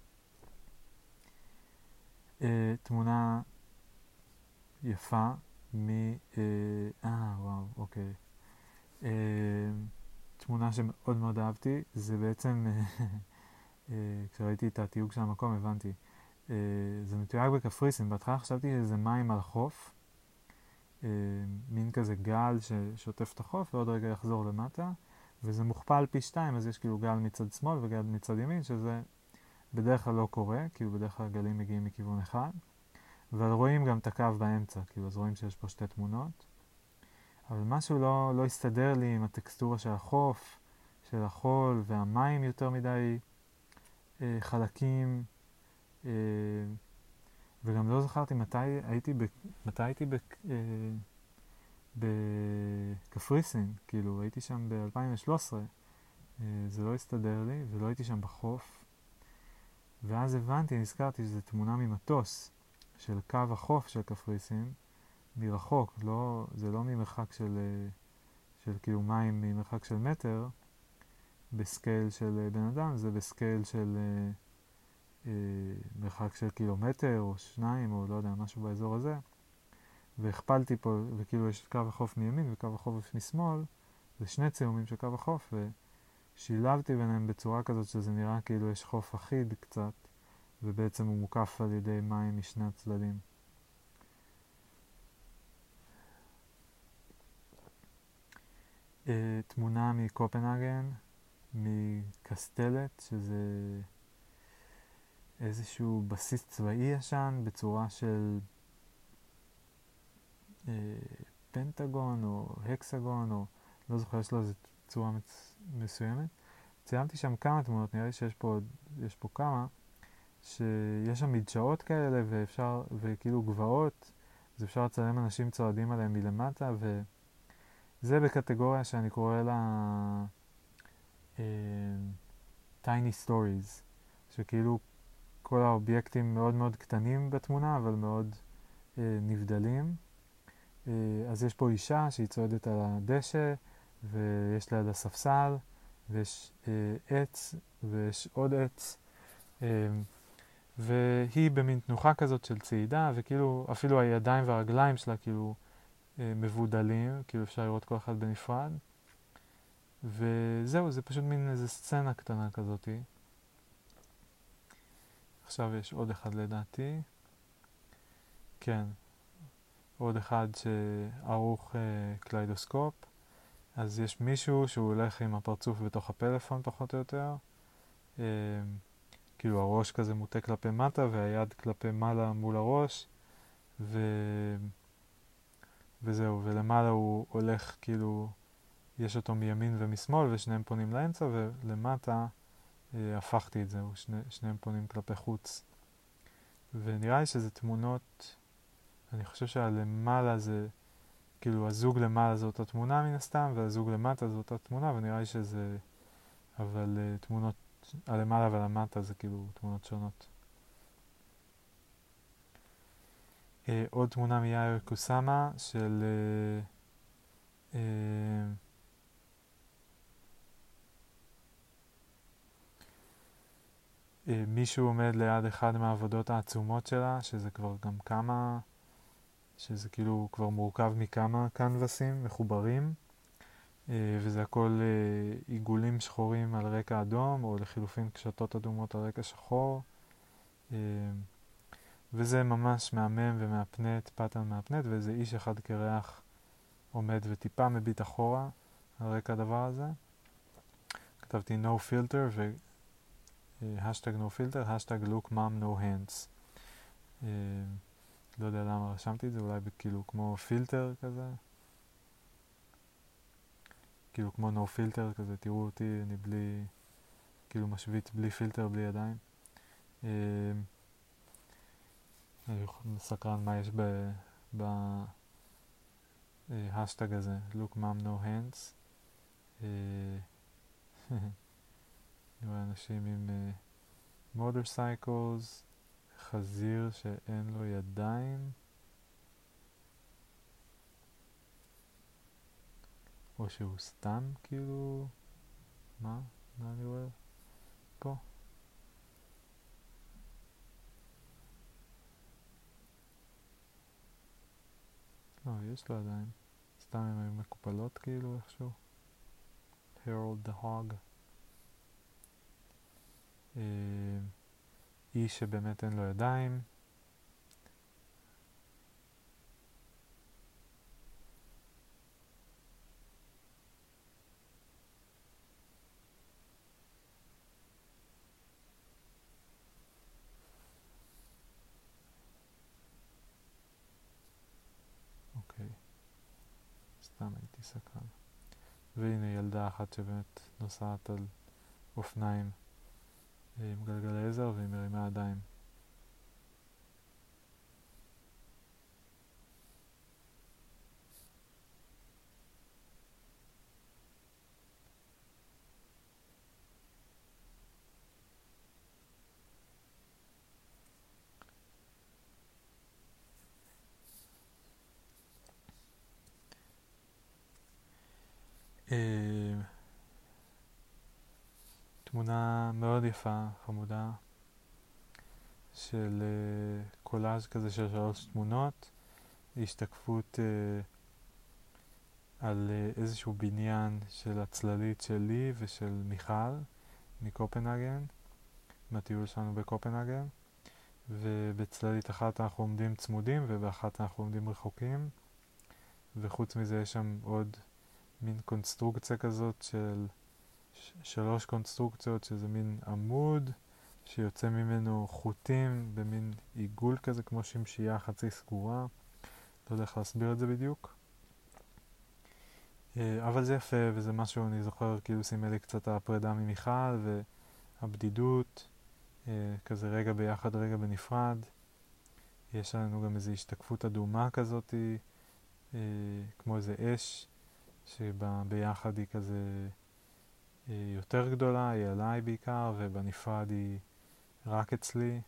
אה, תמונה יפה מ... אה, אה, וואו, אוקיי. אה, תמונה שמאוד מאוד אהבתי, זה בעצם, אה, כשראיתי את התיוג של המקום הבנתי. Uh, זה מתויג בקפריסין, בהתחלה חשבתי שזה מים על חוף, uh, מין כזה גל ששוטף את החוף ועוד רגע יחזור למטה, וזה מוכפל פי שתיים, אז יש כאילו גל מצד שמאל וגל מצד ימין, שזה בדרך כלל לא קורה, כאילו בדרך כלל גלים מגיעים מכיוון אחד, אבל רואים גם את הקו באמצע, כאילו אז רואים שיש פה שתי תמונות, אבל משהו לא, לא הסתדר לי עם הטקסטורה של החוף, של החול, והמים יותר מדי uh, חלקים, Uh, וגם לא זכרתי מתי הייתי, ב, מתי הייתי ב, uh, בקפריסין, כאילו הייתי שם ב-אלפיים ושלוש עשרה, uh, זה לא הסתדר לי ולא הייתי שם בחוף, ואז הבנתי, נזכרתי שזו תמונה ממטוס של קו החוף של קפריסין, מרחוק, לא, זה לא ממרחק של, uh, של כאילו מים ממרחק של מטר, בסקייל של uh, בן אדם, זה בסקייל של... Uh, מרחק של קילומטר או שניים או לא יודע, משהו באזור הזה, והכפלתי פה, וכאילו יש קו החוף מימין וקו החוף משמאל, זה שני צילומים של קו החוף, ושילבתי ביניהם בצורה כזאת שזה נראה כאילו יש חוף אחיד קצת, ובעצם הוא מוקף על ידי מים משני הצדדים. Uh, תמונה מקופנהגן, מקסטלט, שזה איזשהו בסיס צבאי ישן בצורה של אה, פנטגון או הקסגון, או לא זוכר, יש לו איזו צורה מצ... מסוימת. ציימתי שם כמה תמונות, נראה לי שיש פה, יש פה כמה, שיש שם מדשאות כאלה ואפשר, וכאילו גבעות, אז אפשר לצלם אנשים צועדים עליהם מלמטה, וזה בקטגוריה שאני קורא לה אה, tiny stories, שכאילו כל האובייקטים מאוד מאוד קטנים בתמונה, אבל מאוד אה, נבדלים. אה, אז יש פה אישה שהיא צועדת על הדשא, ויש ליד הספסל, ויש אה, עץ, ויש עוד עץ, אה, והיא במין תנוחה כזאת של צעידה, וכאילו אפילו הידיים והרגליים שלה כאילו אה, מבודלים, כאילו אפשר לראות כל אחד בנפרד. וזהו, זה פשוט מין איזה סצנה קטנה כזאתי. עכשיו יש עוד אחד לדעתי. כן, עוד אחד שערוך אה, קליידוסקופ. אז יש מישהו שהוא הולך עם הפרצוף בתוך הפלאפון פחות או יותר. אה, כאילו הראש כזה מוטה כלפי מטה והיד כלפי מעלה מול הראש. ו... וזהו, ולמעלה הוא הולך כאילו, יש אותו מימין ומשמאל ושניהם פונים לאמצע, ולמטה אה, הפכתי את זה, שני, שניהם פונים כלפי חוץ. ונראה לי שזה תמונות, אני חושב שהלמעלה זה, כאילו הזוג למעלה זה אותה תמונה מן הסתם, והזוג למטה זה אותה תמונה, ונראה לי שזה, אבל uh, תמונות, הלמעלה והלמטה זה כאילו תמונות שונות. Uh, עוד תמונה מיאיר קוסאמה של uh, uh, uh, מישהו עומד ליד אחד מהעבודות העצומות שלה, שזה כבר גם כמה, שזה כאילו כבר מורכב מכמה קנבסים מחוברים, uh, וזה הכל uh, עיגולים שחורים על רקע אדום, או לחילופין קשתות אדומות על רקע שחור. Uh, וזה ממש מהמם ומהפנט, פאטרן מהפנט, ואיזה איש אחד קרח עומד וטיפה מביט אחורה על רקע הדבר הזה. כתבתי no filter ו... השטג no filter, השטג look mom no hands. אה, לא יודע למה רשמתי את זה, אולי כאילו כמו פילטר כזה. כאילו כמו no filter כזה, תראו אותי, אני בלי, כאילו משוויץ בלי פילטר, בלי ידיים. אה, אני סקרן מה יש בהשטג הזה, look mom no hands. אני רואה אנשים עם מוטורסייקלס, חזיר שאין לו ידיים, או שהוא סתם כאילו, מה? מה אני רואה? פה. לא, יש לו ידיים. סתם הם היו מקופלות כאילו איכשהו. Harold the Hog. אה, איש שבאמת אין לו ידיים. אוקיי. סתם הייתי סקרן. והנה ילדה אחת שבאמת נוסעת על אופניים עם גלגלי עזר והיא מרימה ידיים. אה, תמונה מאוד יפה, חמודה, של uh, קולאז' כזה של שלוש תמונות, השתקפות uh, על uh, איזשהו בניין של הצללית שלי ושל מיכל מקופנהגן, בטיול שלנו בקופנהגן, ובצללית אחת אנחנו עומדים צמודים ובאחת אנחנו עומדים רחוקים, וחוץ מזה יש שם עוד מין קונסטרוקציה כזאת של ש- שלוש קונסטרוקציות, שזה מין עמוד שיוצא ממנו חוטים במין עיגול כזה כמו שמשייה חצי סגורה. לא יודע איך להסביר את זה בדיוק. אבל זה יפה, וזה משהו, אני זוכר, כאילו סימל לי קצת הפרידה ממיכל והבדידות, כזה רגע ביחד, רגע בנפרד. יש לנו גם איזו השתקפות אדומה כזאת, כמו איזה אש, שביחד היא כזה היא יותר גדולה, היא עליי בעיקר, ובנפרד היא רק אצלי.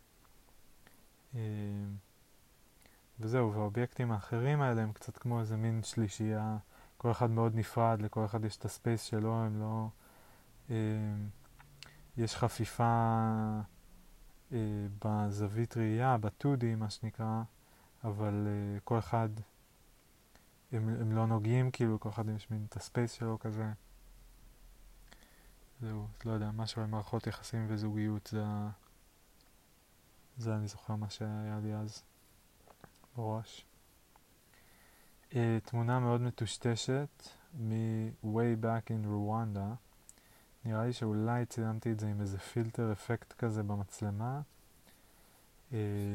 וזהו, והאובייקטים האחרים האלה הם קצת כמו איזה מין שלישייה, כל אחד מאוד נפרד, לכל אחד יש את הספייס שלו, הם לא... יש חפיפה בזווית ראייה, ב-טו די מה שנקרא, אבל כל אחד, הם, הם לא נוגעים, כאילו כל אחד יש מין את הספייס שלו כזה. זהו, לא יודע, משהו עם מערכות יחסים וזוגיות, זה, זה אני זוכר מה שהיה לי אז בראש. Uh, תמונה מאוד מטושטשת מ-way back in Rwanda. נראה לי שאולי צילמתי את זה עם איזה פילטר אפקט כזה במצלמה. Uh,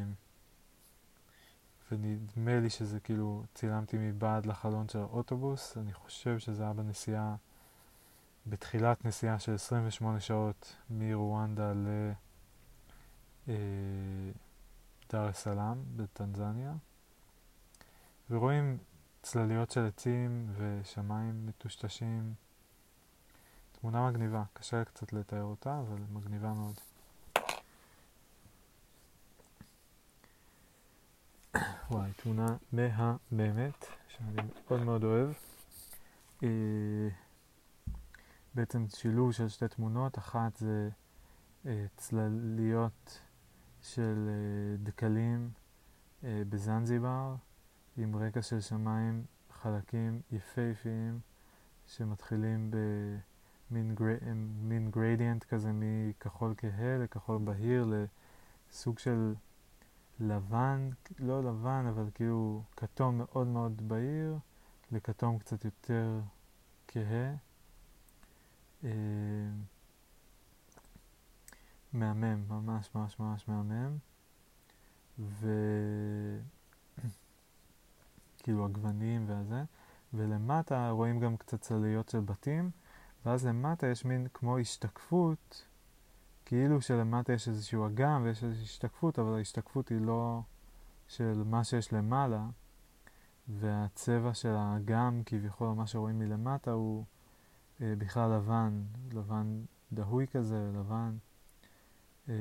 ונדמה לי שזה כאילו צילמתי מבעד לחלון של האוטובוס. אני חושב שזה היה בנסיעה, בתחילת נסיעה של עשרים ושמונה שעות מרואנדה לדאר אס סלאם בטנזניה. ורואים צלליות של עצים ושמיים מטושטשים. תמונה מגניבה, קשה קצת לתאר אותה, אבל מגניבה מאוד. וואי, תמונה מהממת, שאני מאוד מאוד אוהב. אה, בעצם שילוב של שתי תמונות, אחת זה אה, צלליות של אה, דקלים אה, בזנזיבר, עם רקע של שמיים חלקים יפהפיים שמתחילים במין גר... מין גרדיאנט כזה מכחול כהה לכחול בהיר לסוג של לבן, לא לבן אבל כאילו כתום מאוד מאוד בהיר לכתום קצת יותר כהה. אה... מהמם, ממש ממש ממש מהמם. ו... כאילו הגוונים והזה, ולמטה רואים גם קצת צלליות של בתים, ואז למטה יש מין כמו השתקפות, כאילו שלמטה יש איזשהו אגם ויש איזושהי השתקפות, אבל ההשתקפות היא לא של מה שיש למעלה, והצבע של האגם, כביכול מה שרואים מלמטה, הוא אה, בכלל לבן, לבן דהוי כזה, לבן. אה,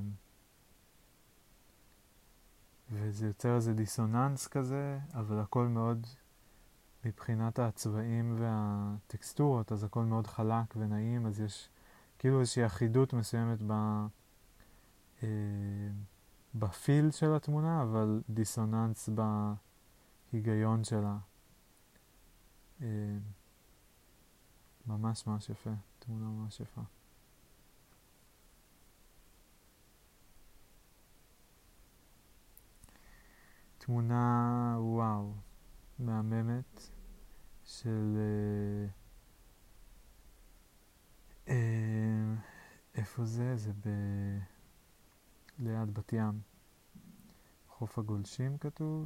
וזה יוצר איזה דיסוננס כזה, אבל הכל מאוד, מבחינת הצבעים והטקסטורות, אז הכל מאוד חלק ונעים, אז יש כאילו איזושהי אחידות מסוימת ב, אה, בפיל של התמונה, אבל דיסוננס בהיגיון שלה. אה, ממש ממש יפה, תמונה ממש יפה. תמונה, וואו, מהממת של אה, אה, איפה זה? זה ב... ליד בת ים. חוף הגולשים כתוב.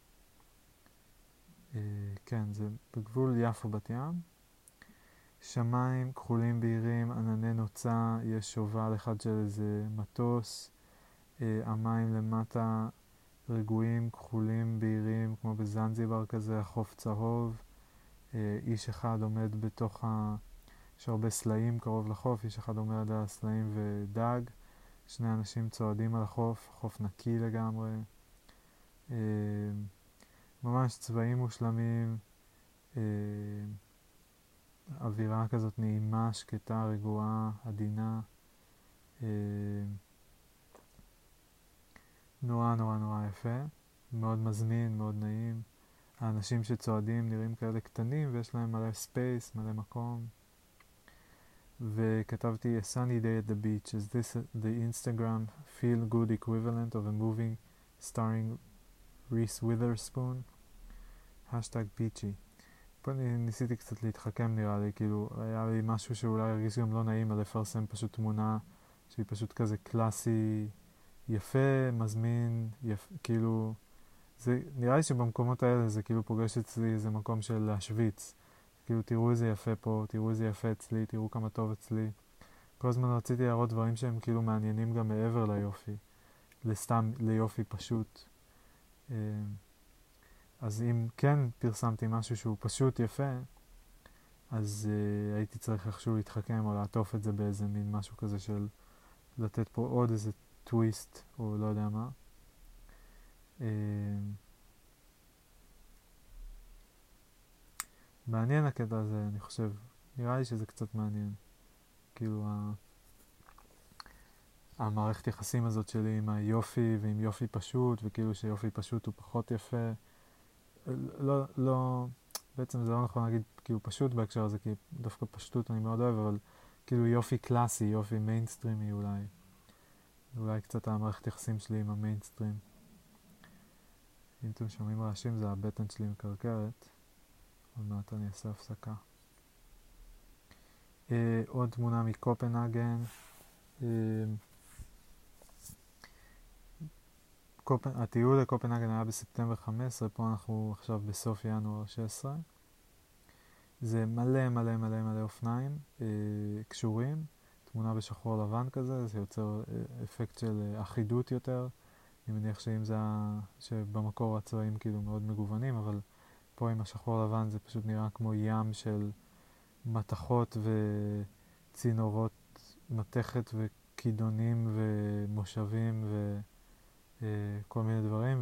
אה, כן, זה בגבול יפו בת ים. שמיים כחולים בהירים, ענני נוצה, יש שובל אחד של איזה מטוס. אה, המים למטה רגועים, כחולים בהירים, כמו בזנזיבר כזה, החוף צהוב. אה, איש אחד עומד בתוך ה... יש הרבה סלעים קרוב לחוף, איש אחד עומד על הסלעים ודג. שני אנשים צועדים על החוף, חוף נקי לגמרי. אה, ממש צבעים מושלמים, אה, אווירה כזאת נעימה, שקטה, רגועה, עדינה. אה, נורא נורא נורא יפה, מאוד מזמין, מאוד נעים. האנשים שצועדים נראים כאלה קטנים ויש להם מלא ספייס, מלא מקום. וכתבתי a sunny day at the beach. Is this the Instagram feel good equivalent of a movie starring Reese Witherspoon? השטג פיצ'י. פה אני ניסיתי קצת להתחכם נראה לי, כאילו היה לי משהו שאולי הרגיש גם לא נעים על לפרסם פשוט תמונה שהיא פשוט כזה קלאסי, יפה, מזמין, יפ, כאילו זה, נראה לי שבמקומות האלה זה כאילו פוגש אצלי איזה מקום של להשוויץ. כאילו תראו איזה יפה פה, תראו איזה יפה אצלי, תראו כמה טוב אצלי. כל הזמן רציתי להראות דברים שהם כאילו מעניינים גם מעבר ליופי, לסתם ליופי פשוט. אז אם כן פרסמתי משהו שהוא פשוט יפה, אז uh, הייתי צריך איכשהו להתחכם או לעטוף את זה באיזה מין משהו כזה של לתת פה עוד איזה טוויסט או לא יודע מה. Uh, מעניין הקטע הזה, אני חושב. נראה לי שזה קצת מעניין. כאילו ה... המערכת יחסים הזאת שלי עם היופי ועם יופי פשוט, וכאילו שיופי פשוט הוא פחות יפה. לא, לא, בעצם זה לא נכון להגיד כאילו פשוט בהקשר הזה, כי דווקא פשטות אני מאוד אוהב, אבל כאילו יופי קלאסי, יופי מיינסטרימי אולי. אולי קצת המערכת יחסים שלי עם המיינסטרים. אם אתם שומעים רעשים זה הבטן שלי מקרקרת. עוד מעט אני אעשה הפסקה. אה, עוד תמונה מקופנהגן. אה, קופ... הטיול לקופנהגן היה בספטמבר חמש עשרה, פה אנחנו עכשיו בסוף ינואר שש עשרה. זה מלא מלא מלא מלא אופניים אה, קשורים, תמונה בשחור לבן כזה, זה יוצר אה, אפקט של אה, אחידות יותר. אני מניח שאם זה ה... שבמקור הצבעים כאילו מאוד מגוונים, אבל פה עם השחור לבן זה פשוט נראה כמו ים של מתכות וצינורות מתכת וכידונים ומושבים וכל מיני דברים,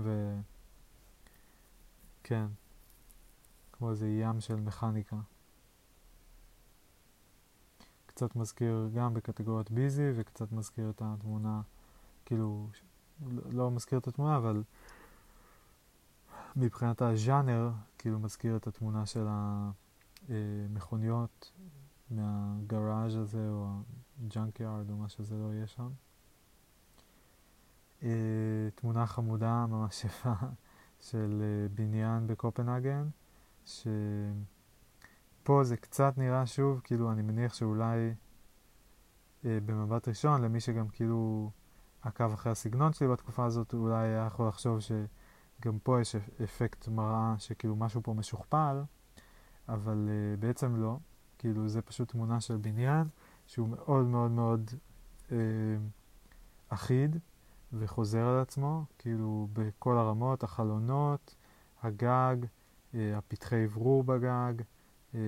וכן, כמו איזה ים של מכניקה. קצת מזכיר גם בקטגוריית ביזי, וקצת מזכיר את התמונה, כאילו, לא מזכיר את התמונה, אבל מבחינת הז'אנר, כאילו מזכיר את התמונה של המכוניות מהגראז' הזה, או הג'אנקיארד, או מה שזה לא יהיה שם. תמונה חמודה, ממש יפה, של בניין בקופנהגן, שפה זה קצת נראה שוב, כאילו אני מניח שאולי במבט ראשון, למי שגם כאילו עקב אחרי הסגנון שלי בתקופה הזאת, אולי היה יכול לחשוב שגם פה יש אפקט מראה שכאילו משהו פה משוכפל, אבל uh, בעצם לא. כאילו זה פשוט תמונה של בניין שהוא מאוד מאוד מאוד uh, אחיד וחוזר על עצמו, כאילו בכל הרמות, החלונות, הגג, uh, הפתחי אוורור בגג, uh,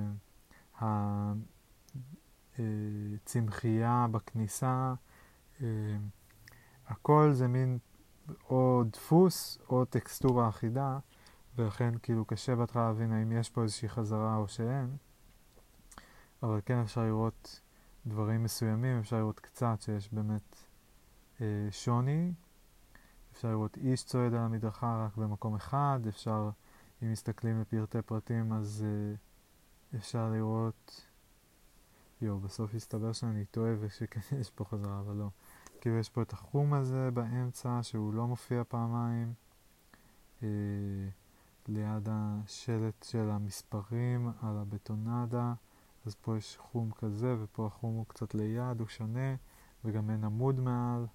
הצמחייה בכניסה, uh, הכל זה מין או דפוס או טקסטורה אחידה, ולכן כאילו קשה בהתחלה להבין האם יש פה איזושהי חזרה או שאין, אבל כן אפשר לראות דברים מסוימים, אפשר לראות קצת שיש באמת אה, שוני, אפשר לראות איש צועד על המדרכה רק במקום אחד, אפשר, אם מסתכלים לפרטי פרטים אז אה, אפשר לראות, יו, בסוף יסתבר שאני טועה ושכן יש פה חזרה, אבל לא. כאילו יש פה את החום הזה באמצע שהוא לא מופיע פעמיים, אה, ליד השלט של המספרים על הבטונדה, אז פה יש חום כזה ופה החום הוא קצת ליד, הוא שונה, וגם אין עמוד מעל.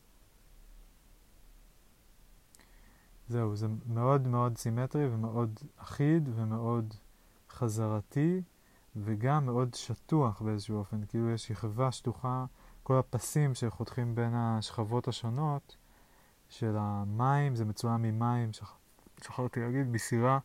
זהו, זה מאוד מאוד סימטרי ומאוד אחיד ומאוד חזרתי, וגם מאוד שטוח באיזשהו אופן, כאילו יש שכבה שטוחה, כל הפסים שחותכים בין השכבות השונות של המים, זה מצולם ממים, שכ... שכחתי להגיד, מסירה,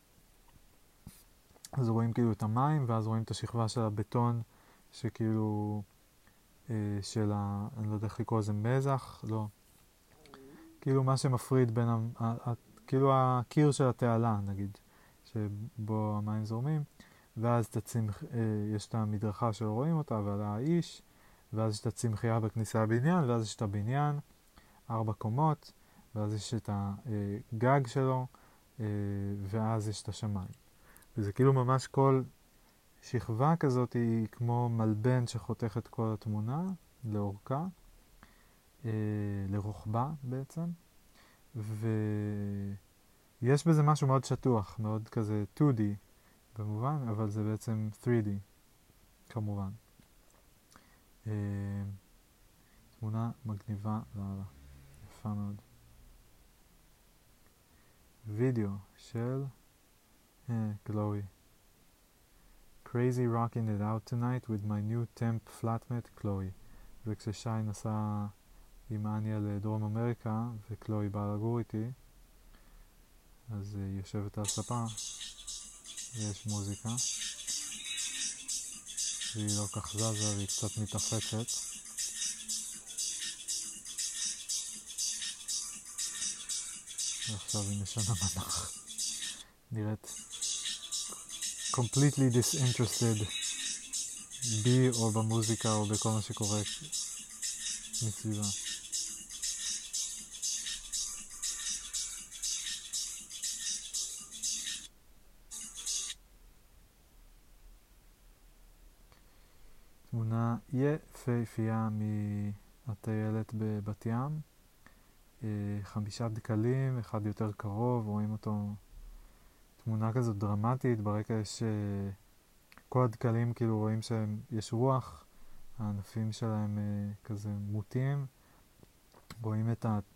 אז רואים כאילו את המים, ואז רואים את השכבה של הבטון, שכאילו, אה, של ה... אני לא יודע איך לקרוא לזה, מזח, לא. כאילו מה שמפריד בין, ה... ה... ה... כאילו הקיר של התעלה, נגיד, שבו המים זורמים, ואז את הצמח... אה, יש את המדרכה שלא רואים אותה, ועלה האיש, ואז יש את הצמחייה בכניסה לבניין, ואז יש את הבניין, ארבע קומות, ואז יש את הגג שלו, אה, ואז יש את השמיים. וזה כאילו ממש כל שכבה כזאת היא כמו מלבן שחותך את כל התמונה לאורכה, אה, לרוחבה בעצם, ויש בזה משהו מאוד שטוח, מאוד כזה טו די במובן, אבל זה בעצם תרי די כמובן. אה, תמונה מגניבה לאללה, יפה מאוד. וידאו של גלוי. Crazy rocking it out tonight with my new temp flatmate Chloe. זה כששי נסע עם אניה לדרום אמריקה וקלוי באה לגור איתי, אז היא יושבת על ספה ויש מוזיקה. שהיא לא כך זזה והיא קצת מתאפקת. ועכשיו היא משנה מנח. נראית completely disinterested בי או במוזיקה או בכל מה שקורה מסביבה. תמונה יפהפייה מהטיילת בבת ים. חמישה דקלים, אחד יותר קרוב, רואים אותו, תמונה כזאת דרמטית, ברקע יש כל הדקלים, כאילו רואים שיש רוח, הענפים שלהם כזה מוטים, רואים את ה...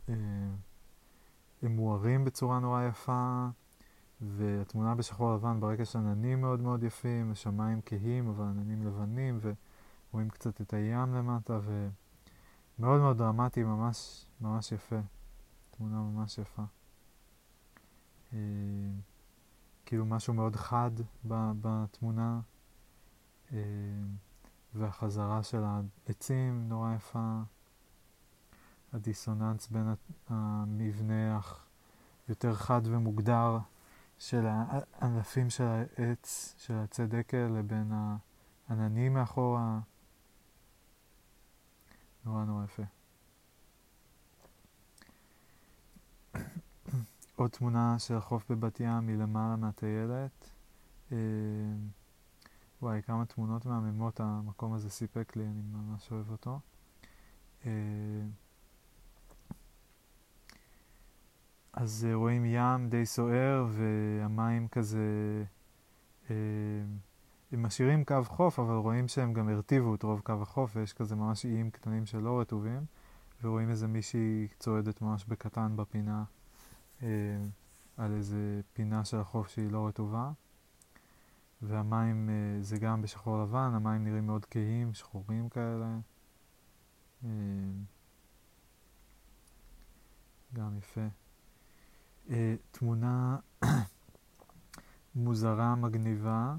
הם מוארים בצורה נורא יפה, והתמונה בשחור לבן, ברקע יש עננים מאוד מאוד יפים, השמיים כהים אבל עננים לבנים, ורואים קצת את הים למטה, ומאוד מאוד דרמטי, ממש ממש יפה, תמונה ממש יפה. אה, כאילו משהו מאוד חד בתמונה, אה, והחזרה של העצים נורא יפה, הדיסוננס בין המבנה יותר חד ומוגדר של הענפים של העץ, של עצי דקל, לבין העננים מאחורה. נורא נורא יפה. עוד תמונה של החוף בבת ים מלמעלה מהטיילת. אה, וואי, כמה תמונות מהממות המקום הזה סיפק לי, אני ממש אוהב אותו. אה, אז רואים ים די סוער והמים כזה, אה, הם משאירים קו חוף, אבל רואים שהם גם הרטיבו את רוב קו החוף, ויש כזה ממש איים קטנים שלא רטובים, ורואים איזה מישהי צועדת ממש בקטן בפינה, אה, על איזה פינה של החוף שהיא לא רטובה. והמים אה, זה גם בשחור לבן, המים נראים מאוד כהים, שחורים כאלה. אה, גם יפה. Uh, תמונה מוזרה מגניבה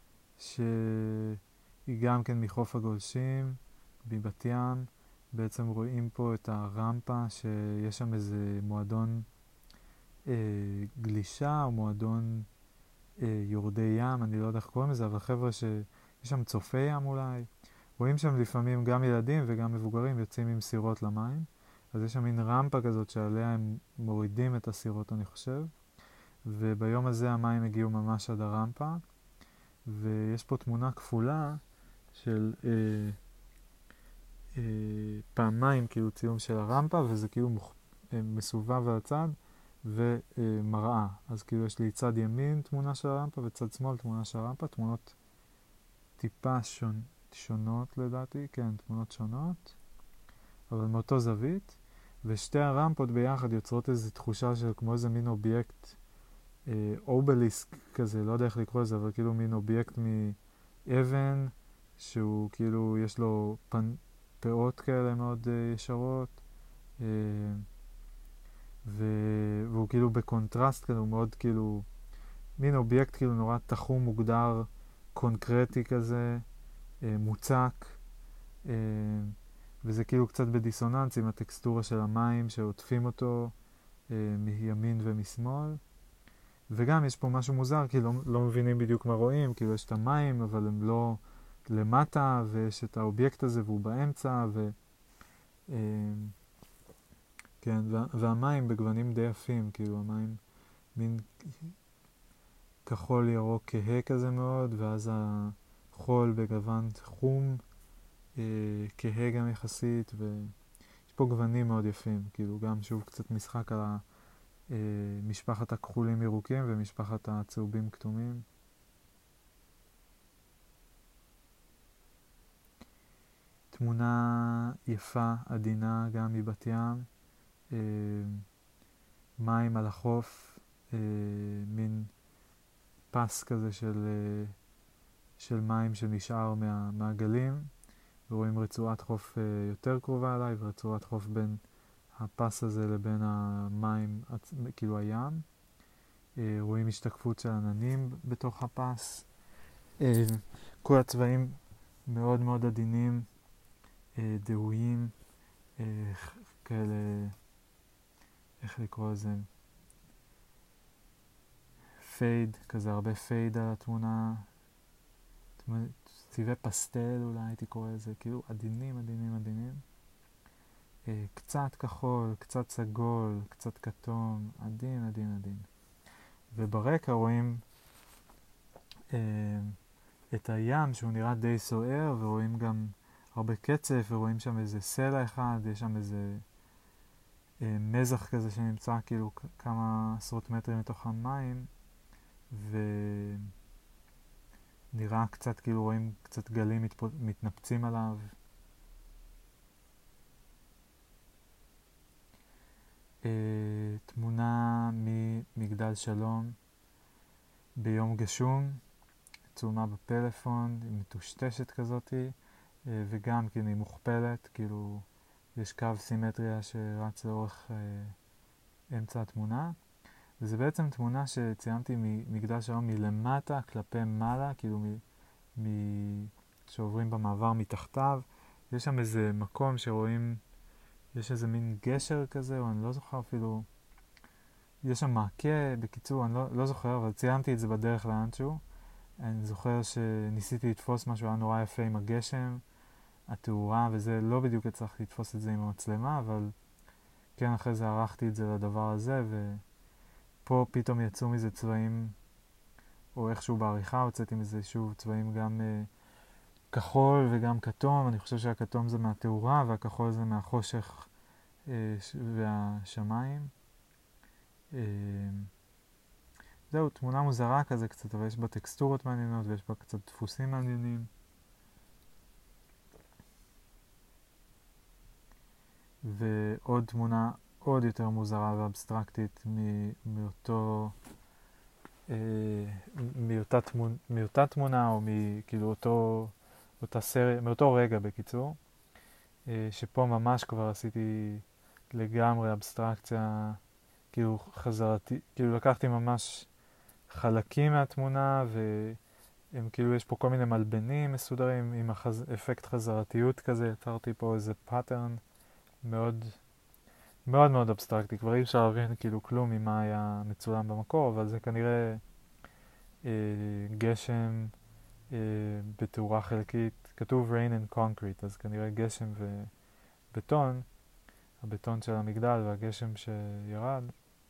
שהיא גם כן מחוף הגולשים בבת ים. בעצם רואים פה את הרמפה שיש שם איזה מועדון uh, גלישה או מועדון uh, יורדי ים, אני לא יודע איך קוראים לזה, אבל חבר'ה שיש שם צופי ים אולי, רואים שם לפעמים גם ילדים וגם מבוגרים יוצאים עם סירות למים. אז יש שם מין רמפה כזאת שעליה הם מורידים את הסירות, אני חושב. וביום הזה המים הגיעו ממש עד הרמפה. ויש פה תמונה כפולה של אה, אה, פעמיים כאילו צילום של הרמפה, וזה כאילו מוח, אה, מסובב על הצד ומראה. אז כאילו יש לי צד ימין תמונה של הרמפה וצד שמאל תמונה של הרמפה. תמונות טיפה שונ, שונות לדעתי, כן, תמונות שונות. אבל מאותו זווית, ושתי הרמפות ביחד יוצרות איזו תחושה של כמו איזה מין אובייקט, אה, אובליסק כזה, לא יודע איך לקרוא לזה, אבל כאילו מין אובייקט מאבן, שהוא כאילו יש לו פנ... פאות כאלה מאוד אה, ישרות, אה, ו... והוא כאילו בקונטרסט כזה, הוא מאוד כאילו, מין אובייקט כאילו נורא תחום, מוגדר, קונקרטי כזה, אה, מוצק, אה, וזה כאילו קצת בדיסוננס עם הטקסטורה של המים שעוטפים אותו אה, מימין ומשמאל. וגם יש פה משהו מוזר, כי לא, לא מבינים בדיוק מה רואים, כאילו יש את המים אבל הם לא למטה, ויש את האובייקט הזה והוא באמצע, ו... אה, כן, וה, והמים בגוונים די יפים, כאילו המים מין כחול ירוק כהה כזה מאוד, ואז החול בגוון חום, כהה גם יחסית, ויש פה גוונים מאוד יפים, כאילו גם שוב קצת משחק על משפחת הכחולים ירוקים ומשפחת הצהובים כתומים. תמונה יפה, עדינה, גם מבת ים, מים על החוף, מין פס כזה של, של מים שנשאר מה, מהגלים, ורואים רצועת חוף uh, יותר קרובה עליי, ורצועת חוף בין הפס הזה לבין המים, כאילו הים. Uh, רואים השתקפות של עננים בתוך הפס. Uh, כל הצבעים מאוד מאוד עדינים, אה, דהויים, אה, כאלה, איך לקרוא לזה? פייד, כזה הרבה פייד על התמונה, צבעי פסטל אולי הייתי קורא לזה, כאילו עדינים, עדינים, עדינים. אה, קצת כחול, קצת סגול, קצת כתום, עדין, עדין, עדין. וברקע רואים אה, את הים שהוא נראה די סוער, ורואים גם הרבה קצף, ורואים שם איזה סלע אחד, יש שם איזה אה, מזח כזה שנמצא כאילו כמה עשרות מטרים מתוך המים, ונראה קצת כאילו רואים קצת גלים מתפו... מתנפצים עליו. אה, תמונה ממגדל שלום ביום גשום, צולמה בפלאפון, היא מטושטשת כזאתי, אה, וגם כאילו היא מוכפלת, כאילו יש קו סימטריה שרץ לאורך אה, אמצע התמונה. וזה בעצם תמונה שציימתי ממגדל שלום מלמטה כלפי מעלה, כאילו מ, מ, שעוברים במעבר מתחתיו. יש שם איזה מקום שרואים, יש איזה מין גשר כזה, או אני לא זוכר אפילו, יש שם מעקה, בקיצור, אני לא, לא זוכר, אבל ציימתי את זה בדרך לאנשהו. אני זוכר שניסיתי לתפוס משהו, היה נורא יפה עם הגשם, התאורה, וזה לא בדיוק הצלחתי לתפוס את זה עם המצלמה, אבל כן, אחרי זה ערכתי את זה לדבר הזה, ופה פתאום יצאו מזה צבעים, או איכשהו בעריכה הוצאתי מזה שוב צבעים גם אה, כחול וגם כתום. אני חושב שהכתום זה מהתאורה, והכחול זה מהחושך אה, והשמיים. אה, זהו, תמונה מוזרה כזה קצת, אבל יש בה טקסטורות מעניינות ויש בה קצת דפוסים מעניינים. ועוד תמונה עוד יותר מוזרה ואבסטרקטית מאותו, אה, מאותה, תמונה, מאותה תמונה, או מכאילו אותו, אותה סרט, מאותו רגע בקיצור, אה, שפה ממש כבר עשיתי לגמרי אבסטרקציה, כאילו חזרתי, כאילו לקחתי ממש חלקים מהתמונה, והם כאילו יש פה כל מיני מלבנים מסודרים עם החז... אפקט חזרתיות כזה, יצרתי פה איזה פאטרן מאוד מאוד מאוד אבסטרקטי, כבר אי אפשר להבין כאילו כלום ממה היה מצולם במקור, אבל זה כנראה אה, גשם אה, בתאורה חלקית, כתוב rain and concrete, אז כנראה גשם ובטון, הבטון של המגדל והגשם שירד,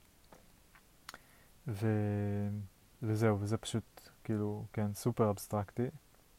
ו... וזהו, וזה פשוט כאילו, כן, סופר אבסטרקטי.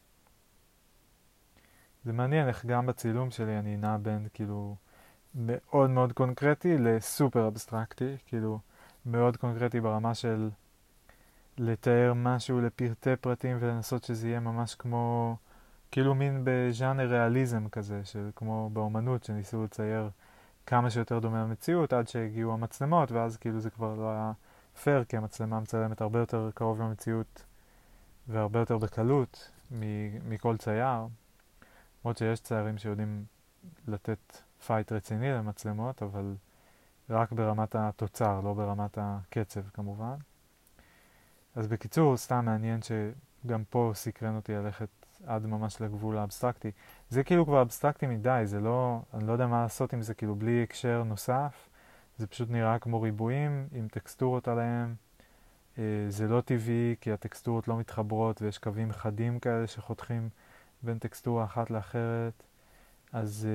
זה מעניין איך גם בצילום שלי אני נע בין כאילו מאוד מאוד קונקרטי לסופר אבסטרקטי, כאילו מאוד קונקרטי ברמה של לתאר משהו לפרטי פרטים ולנסות שזה יהיה ממש כמו, כאילו מין בז'אנר ריאליזם כזה, של כמו באומנות שניסו לצייר כמה שיותר דומה למציאות עד שהגיעו המצלמות, ואז כאילו זה כבר לא היה פייר, כי המצלמה מצלמת הרבה יותר קרוב למציאות והרבה יותר בקלות מכל צייר. למרות שיש ציירים שיודעים לתת פייט רציני למצלמות, אבל רק ברמת התוצר, לא ברמת הקצב כמובן. אז בקיצור, סתם מעניין שגם פה סקרן אותי ללכת עד ממש לגבול האבסטרקטי. זה כאילו כבר אבסטרקטי מדי, זה לא, אני לא יודע מה לעשות עם זה כאילו בלי הקשר נוסף. זה פשוט נראה כמו ריבועים עם טקסטורות עליהם. זה לא טבעי כי הטקסטורות לא מתחברות ויש קווים חדים כאלה שחותכים בין טקסטורה אחת לאחרת. אז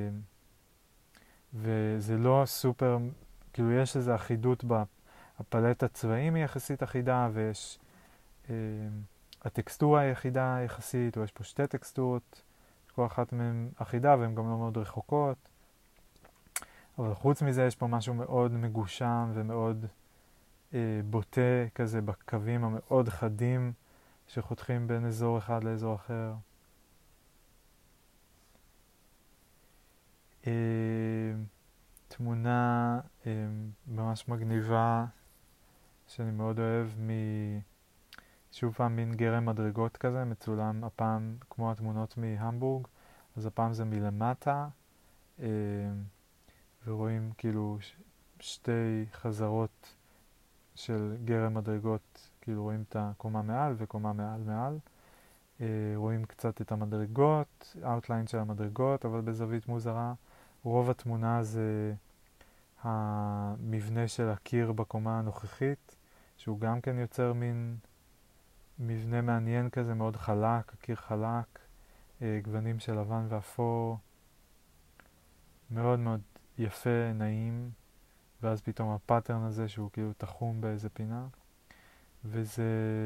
וזה לא סופר, כאילו יש איזו אחידות בפלט הצבעים היא יחסית אחידה, ויש אה, הטקסטורה היא אחידה יחסית, או יש פה שתי טקסטורות, כל אחת מהן אחידה והן גם לא מאוד רחוקות. אבל חוץ מזה יש פה משהו מאוד מגושם ומאוד אה, בוטה כזה בקווים המאוד חדים שחותכים בין אזור אחד לאזור אחר. אה, תמונה אה, ממש מגניבה שאני מאוד אוהב, מ... שוב פעם מין גרם מדרגות כזה, מצולם הפעם כמו התמונות מהמבורג, אז הפעם זה מלמטה, אה, ורואים כאילו ש... שתי חזרות של גרם מדרגות, כאילו רואים את הקומה מעל וקומה מעל מעל, אה, רואים קצת את המדרגות, outline של המדרגות, אבל בזווית מוזרה. רוב התמונה זה המבנה של הקיר בקומה הנוכחית, שהוא גם כן יוצר מין מבנה מעניין כזה, מאוד חלק, הקיר חלק, אה, גוונים של לבן ואפור, מאוד מאוד יפה, נעים, ואז פתאום הפאטרן הזה שהוא כאילו תחום באיזה פינה, וזה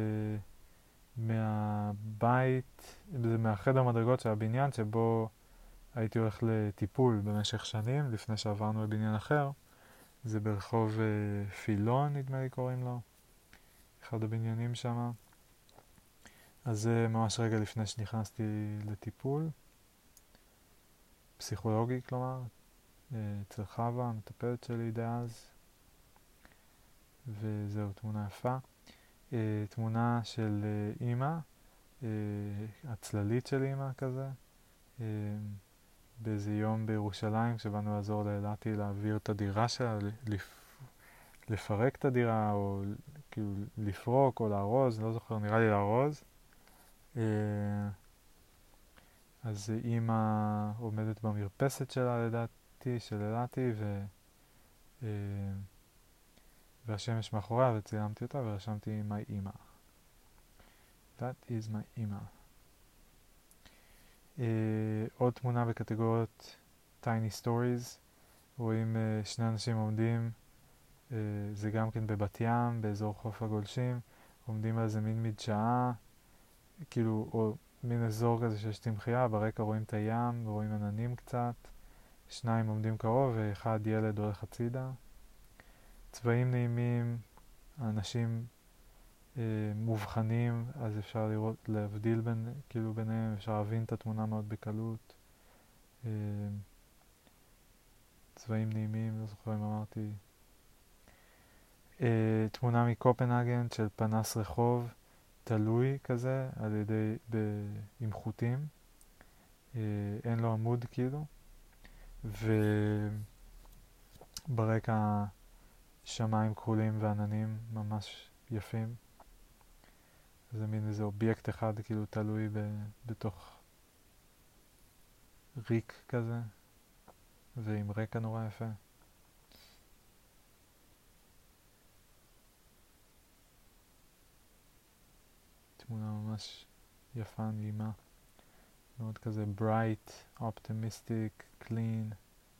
מהבית, זה מהחדר מדרגות של הבניין שבו הייתי הולך לטיפול במשך שנים, לפני שעברנו לבניין אחר. זה ברחוב אה, פילון, נדמה לי קוראים לו, אחד הבניינים שם. אז זה ממש רגע לפני שנכנסתי לטיפול, פסיכולוגי כלומר, אה, אצל חווה, המטפלת שלי דאז, וזהו, תמונה יפה. אה, תמונה של אה, אימא, אה, הצללית של אימא כזה, אה, באיזה יום בירושלים, כשבאנו לעזור לאלעתי להעביר את הדירה שלה, לפ... לפרק את הדירה, או כאילו לפרוק או לארוז, לא זוכר, נראה לי לארוז. אה, אז אימא עומדת במרפסת שלה לדעתי, של אלעתי, ו... אה, והשמש מאחוריה, וצילמתי אותה ורשמתי my אימא. That is my אימא. Uh, עוד תמונה בקטגוריות Tiny Stories, רואים uh, שני אנשים עומדים, uh, זה גם כן בבת ים, באזור חוף הגולשים, עומדים על איזה מין מדשאה, כאילו, או מין אזור כזה שיש צמחייה, ברקע רואים את הים, ורואים עננים קצת, שניים עומדים קרוב ואחד ילד הולך הצידה. צבעים נעימים, האנשים אה, מובחנים, אז אפשר לראות, להבדיל בין, כאילו ביניהם, אפשר להבין את התמונה מאוד בקלות. אה, צבעים נעימים, לא זוכר אם אמרתי. אה, תמונה מקופנהגן של פנס רחוב, תלוי כזה, על ידי, ב, עם חוטים. אה, אין לו עמוד כאילו. וברקע שמיים כחולים ועננים ממש יפים. זה מין איזה אובייקט אחד כאילו תלוי ב, בתוך ריק כזה, ועם רקע נורא יפה. תמונה ממש יפה, נעימה. מאוד כזה bright, optimistic, clean,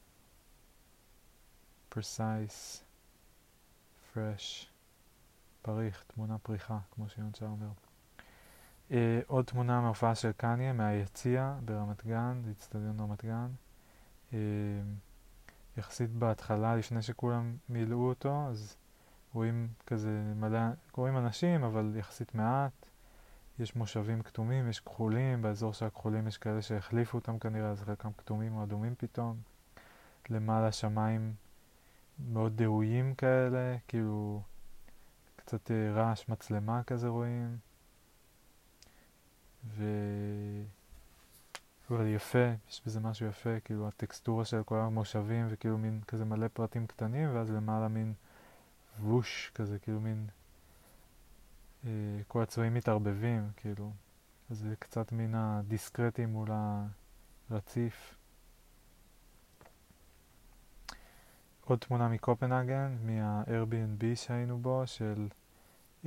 precise, fresh, פריך, תמונה פריחה, כמו שיונצ'ה אומר. Uh, עוד תמונה מההופעה של קניה, מהיציע ברמת גן, זה אצטדיון רמת גן. Uh, יחסית בהתחלה, לפני שכולם מילאו אותו, אז רואים כזה מלא, רואים אנשים, אבל יחסית מעט. יש מושבים כתומים, יש כחולים, באזור של הכחולים יש כאלה שהחליפו אותם כנראה, אז חלקם כתומים או אדומים פתאום. למעלה שמיים מאוד דהויים כאלה, כאילו קצת רעש מצלמה כזה רואים. ו... אבל יפה, יש בזה משהו יפה, כאילו הטקסטורה של כל המושבים וכאילו מין כזה מלא פרטים קטנים, ואז למעלה מין ווש כזה, כאילו מין אה, כל הצבעים מתערבבים, כאילו. אז זה קצת מן הדיסקרטי מול הרציף. עוד תמונה מקופנהגן, מה-Airbnb שהיינו בו, של אה,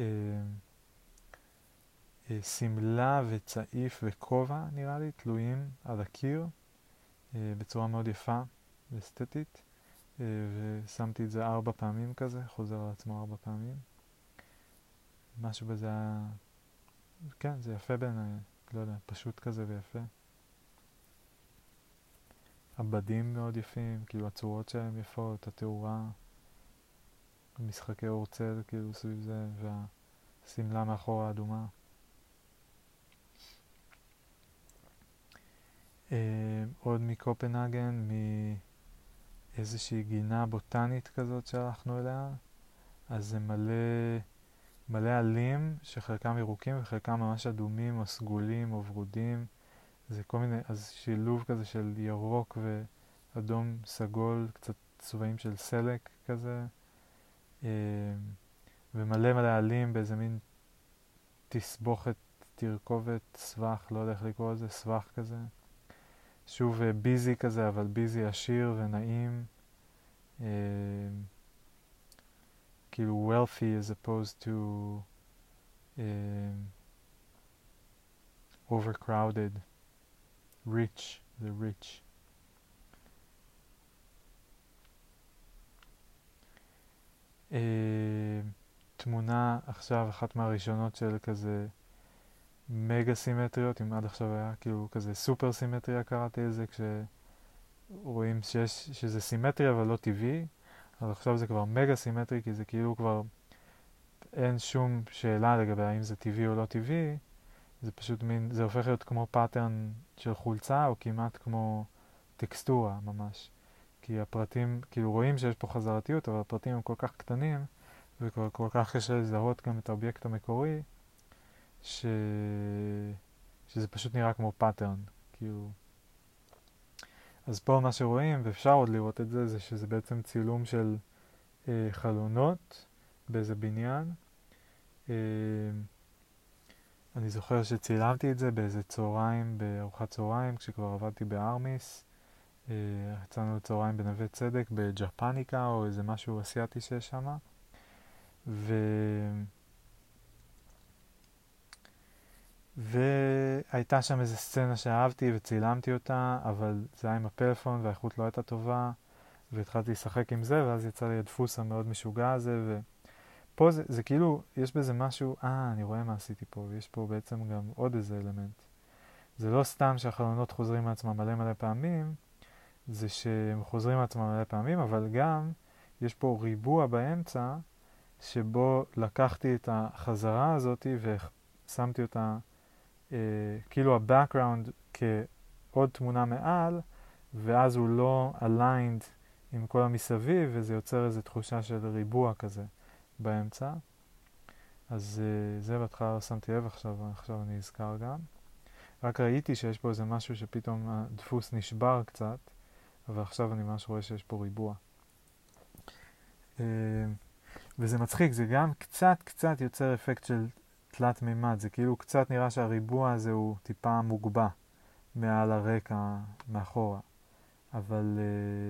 אה, סמלה וצעיף וכובע, נראה לי, תלויים על הקיר, אה, בצורה מאוד יפה ואסתטית, אה, ושמתי את זה ארבע פעמים כזה, חוזר על עצמו ארבע פעמים. משהו בזה היה, כן, זה יפה בעיניי, לא יודע, פשוט כזה ויפה. הבדים מאוד יפים, כאילו הצורות שלהם יפות, התאורה, משחקי אור צל כאילו סביב זה, והסמלה מאחור האדומה. אה, עוד מקופנהגן, מאיזושהי גינה בוטנית כזאת שהלכנו אליה, אז זה מלא, מלא עלים שחלקם ירוקים וחלקם ממש אדומים או סגולים או ורודים. זה כל מיני, אז שילוב כזה של ירוק ואדום סגול, קצת צבעים של סלק כזה, ומלא מלא עלים באיזה מין תסבוכת תרכובת סבך, לא יודע איך לקרוא לזה, סבך כזה. שוב ביזי כזה, אבל ביזי עשיר ונעים. Uh, כאילו wealthy as opposed to uh, overcrowded. rich, the rich. Uh, תמונה עכשיו, אחת מהראשונות של כזה מגה סימטריות, אם עד עכשיו היה כאילו כזה סופר סימטריה קראתי לזה, כשרואים שיש, שזה סימטריה אבל לא טבעי, אז עכשיו זה כבר מגה סימטרי, כי זה כאילו כבר אין שום שאלה לגבי האם זה טבעי או לא טבעי, זה פשוט מין, זה הופך להיות כמו פאטרן של חולצה, או כמעט כמו טקסטורה ממש. כי הפרטים, כאילו רואים שיש פה חזרתיות, אבל הפרטים הם כל כך קטנים, וכל כל כך קשה לזהות גם את האובייקט המקורי, ש... שזה פשוט נראה כמו פאטרן, כאילו. אז פה מה שרואים, ואפשר עוד לראות את זה, זה שזה בעצם צילום של אה, חלונות באיזה בניין. אה, אני זוכר שצילמתי את זה באיזה צהריים, בארוחת צהריים, כשכבר עבדתי בארמיס. אה, יצאנו לצהריים בנווה צדק, בג'פניקה או איזה משהו אסיאטי שיש שם. ו... והייתה שם איזו סצנה שאהבתי וצילמתי אותה, אבל זה היה עם הפלאפון והאיכות לא הייתה טובה, והתחלתי לשחק עם זה, ואז יצא לי הדפוס המאוד משוגע הזה, ופה זה, זה כאילו, יש בזה משהו, אה, אני רואה מה עשיתי פה, ויש פה בעצם גם עוד איזה אלמנט. זה לא סתם שהחלונות חוזרים מעצמם מלא מלא פעמים, זה שהם חוזרים מעצמם מלא פעמים, אבל גם יש פה ריבוע באמצע, שבו לקחתי את החזרה הזאת ושמתי אותה, Uh, כאילו ה-background כעוד תמונה מעל, ואז הוא לא aligned עם כל המסביב, וזה יוצר איזו תחושה של ריבוע כזה באמצע. אז uh, זה בהתחלה לא שמתי לב, עכשיו, עכשיו אני אזכר גם. רק ראיתי שיש פה איזה משהו שפתאום הדפוס נשבר קצת, אבל עכשיו אני ממש רואה שיש פה ריבוע. Uh, וזה מצחיק, זה גם קצת קצת יוצר אפקט של תלת מימד, זה כאילו קצת נראה שהריבוע הזה הוא טיפה מוגבה מעל הרקע מאחורה, אבל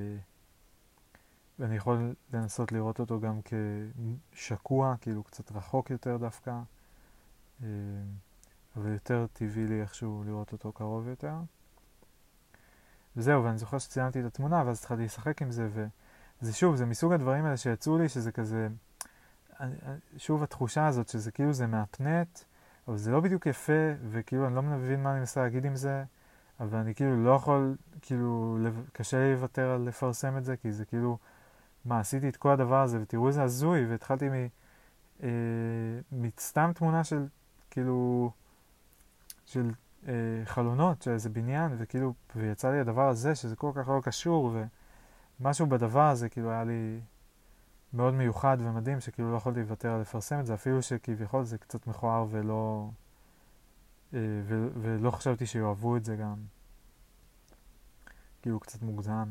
uh, אני יכול לנסות לראות אותו גם כשקוע, כאילו קצת רחוק יותר דווקא, uh, אבל יותר טבעי לי איכשהו לראות אותו קרוב יותר. וזהו, ואני זוכר שציימתי את התמונה, ואז התחלתי לשחק עם זה, וזה שוב, זה מסוג הדברים האלה שיצאו לי, שזה כזה, שוב התחושה הזאת שזה כאילו זה מהפנט, אבל זה לא בדיוק יפה, וכאילו אני לא מבין מה אני מנסה להגיד עם זה, אבל אני כאילו לא יכול, כאילו קשה לי לוותר על לפרסם את זה, כי זה כאילו, מה, עשיתי את כל הדבר הזה, ותראו איזה הזוי, והתחלתי מ, אה, מסתם תמונה של, כאילו, של אה, חלונות, של איזה בניין, וכאילו, ויצא לי הדבר הזה, שזה כל כך לא קשור, ומשהו בדבר הזה, כאילו היה לי מאוד מיוחד ומדהים, שכאילו לא יכולתי לוותר על לפרסם את זה, אפילו שכביכול זה קצת מכוער ולא, אה, ו- ולא חשבתי שיאהבו את זה גם. כאילו קצת מוגזם.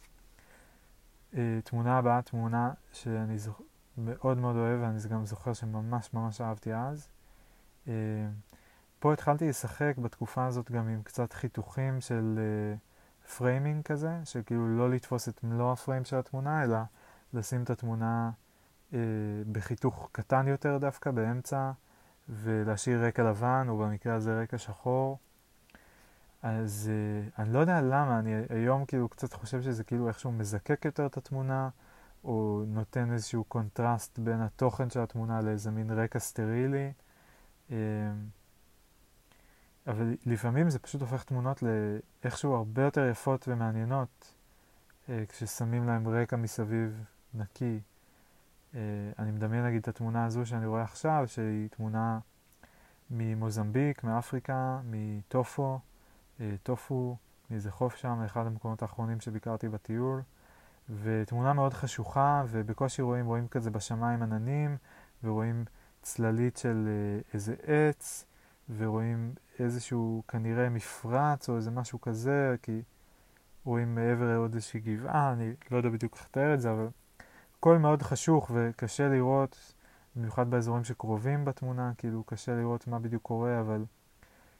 אה, תמונה הבאה, תמונה שאני זוכ... מאוד מאוד אוהב, ואני גם זוכר שממש ממש אהבתי אז. אה, פה התחלתי לשחק בתקופה הזאת גם עם קצת חיתוכים של אה, פריימינג כזה, שכאילו לא לתפוס את מלוא הפריים של התמונה, אלא לשים את התמונה אה, בחיתוך קטן יותר דווקא באמצע, ולהשאיר רקע לבן, או במקרה הזה רקע שחור. אז אה, אני לא יודע למה, אני היום כאילו קצת חושב שזה כאילו איכשהו מזקק יותר את התמונה, או נותן איזשהו קונטרסט בין התוכן של התמונה לאיזה מין רקע סטרילי. אה, אבל לפעמים זה פשוט הופך תמונות לאיכשהו הרבה יותר יפות ומעניינות, אה, כששמים להם רקע מסביב נקי. Uh, אני מדמיין נגיד את התמונה הזו שאני רואה עכשיו, שהיא תמונה ממוזמביק, מאפריקה, מטופו, uh, טופו, מאיזה חוף שם, אחד המקומות האחרונים שביקרתי בטיול, ותמונה מאוד חשוכה, ובקושי רואים, רואים כזה בשמיים עננים, ורואים צללית של uh, איזה עץ, ורואים איזשהו כנראה מפרץ או איזה משהו כזה, כי רואים מעבר עוד איזושהי גבעה, אני לא יודע בדיוק איך לתאר את זה, אבל הכל מאוד חשוך וקשה לראות, במיוחד באזורים שקרובים בתמונה, כאילו קשה לראות מה בדיוק קורה, אבל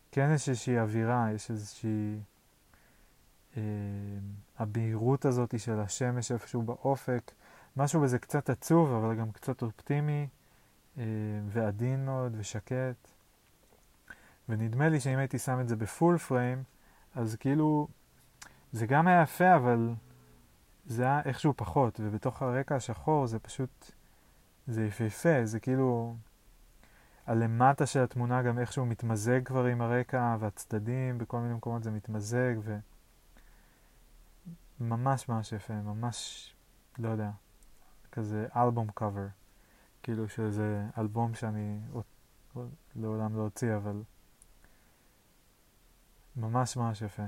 כן יש איזושהי אווירה, יש איזושהי אה, הבהירות הזאת של השמש איפשהו באופק, משהו בזה קצת עצוב אבל גם קצת אופטימי אה, ועדין מאוד ושקט. ונדמה לי שאם הייתי שם את זה בפול פריים, אז כאילו זה גם היה יפה אבל זה היה איכשהו פחות, ובתוך הרקע השחור זה פשוט, זה יפהפה, זה כאילו הלמטה של התמונה גם איכשהו מתמזג כבר עם הרקע והצדדים, בכל מיני מקומות זה מתמזג וממש ממש יפה, ממש, לא יודע, כזה אלבום קאבר, כאילו שזה אלבום שאני לעולם לא הוציא, אבל ממש ממש יפה.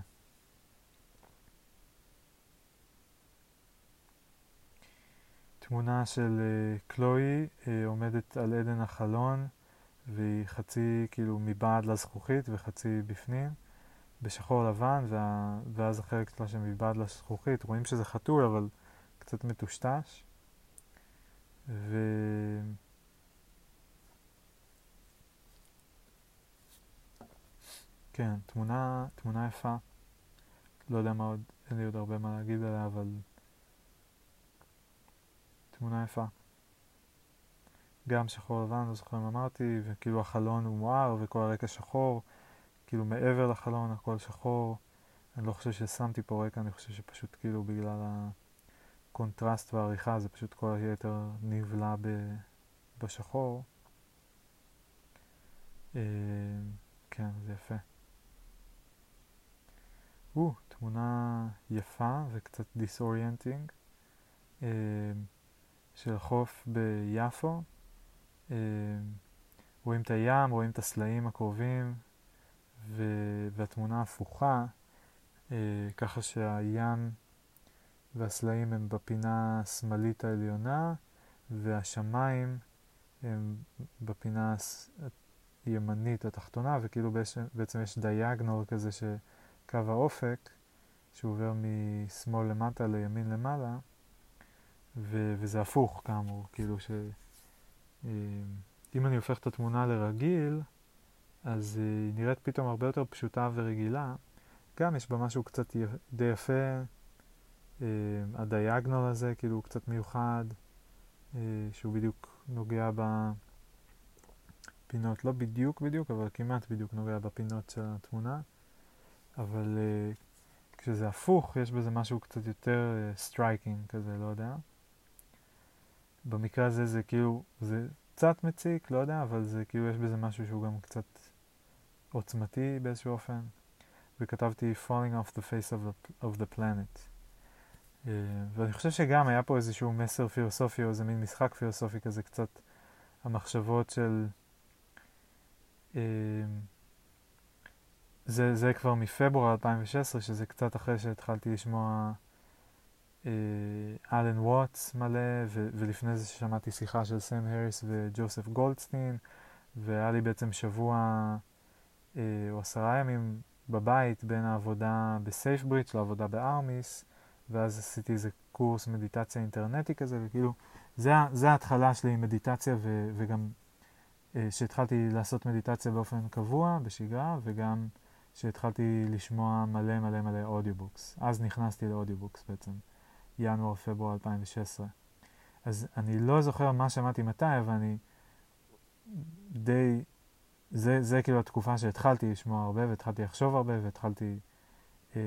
תמונה של uh, קלואי uh, עומדת על עדן החלון והיא חצי כאילו מבעד לזכוכית וחצי בפנים בשחור לבן, וה... ואז החלק שלה שמבעד לזכוכית רואים שזה חתול אבל קצת מטושטש. ו... כן, תמונה, תמונה יפה. לא יודע מה עוד, אין לי עוד הרבה מה להגיד עליה, אבל תמונה יפה. גם שחור לבן, לא זוכר אם אמרתי, וכאילו החלון הוא מואר וכל הרקע שחור, כאילו מעבר לחלון הכל שחור. אני לא חושב ששמתי פה רקע, אני חושב שפשוט כאילו בגלל הקונטרסט והעריכה זה פשוט כל היתר נבלע ב... בשחור. אה, כן, זה יפה. או, תמונה יפה וקצת דיסאוריינטינג אה, של חוף ביפו. אה, רואים את הים, רואים את הסלעים הקרובים, ו... והתמונה הפוכה, אה, ככה שהים והסלעים הם בפינה השמאלית העליונה, והשמיים הם בפינה הימנית התחתונה, וכאילו בעצם, בעצם יש דיאגנול כזה שקו האופק, שעובר משמאל למטה לימין למעלה, ו... וזה הפוך כאמור, כאילו ש... אה, אם אני הופך את התמונה לרגיל, אז היא נראית פתאום הרבה יותר פשוטה ורגילה. גם יש בה משהו קצת די יפה, אה, הדיאגנול הזה, כאילו הוא קצת מיוחד, אה, שהוא בדיוק נוגע בפינות, לא בדיוק בדיוק, אבל כמעט בדיוק נוגע בפינות של התמונה. אבל אה, כשזה הפוך, יש בזה משהו קצת יותר סטרייקינג כזה, לא יודע. במקרה הזה זה כאילו, זה קצת מציק, לא יודע, אבל זה כאילו יש בזה משהו שהוא גם קצת עוצמתי באיזשהו אופן. וכתבתי falling off the face of the, of the planet. Uh, ואני חושב שגם היה פה איזשהו מסר פילוסופי או איזה מין משחק פילוסופי כזה, קצת המחשבות של uh, זה, זה כבר מפברואר אלפיים ושש עשרה, שזה קצת אחרי שהתחלתי לשמוע אלן uh, ווטס מלא, ו- ולפני זה ששמעתי שיחה של סם הריס וג'וסף גולדסטין, והיה לי בעצם שבוע uh, או עשרה ימים בבית בין העבודה בסייפברידג' לעבודה בארמיס, ואז עשיתי איזה קורס מדיטציה אינטרנטי כזה, וכאילו זה, זה ההתחלה שלי עם מדיטציה, ו, וגם אה, שהתחלתי לעשות מדיטציה באופן קבוע, בשגרה, וגם שהתחלתי לשמוע מלא מלא מלא אודיובוקס. אז נכנסתי לאודיובוקס בעצם, ינואר, פברואר אלפיים ושש עשרה. אז אני לא זוכר מה שמעתי מתי, אבל אני די... זה, זה כאילו התקופה שהתחלתי לשמוע הרבה, והתחלתי לחשוב הרבה, והתחלתי... אה,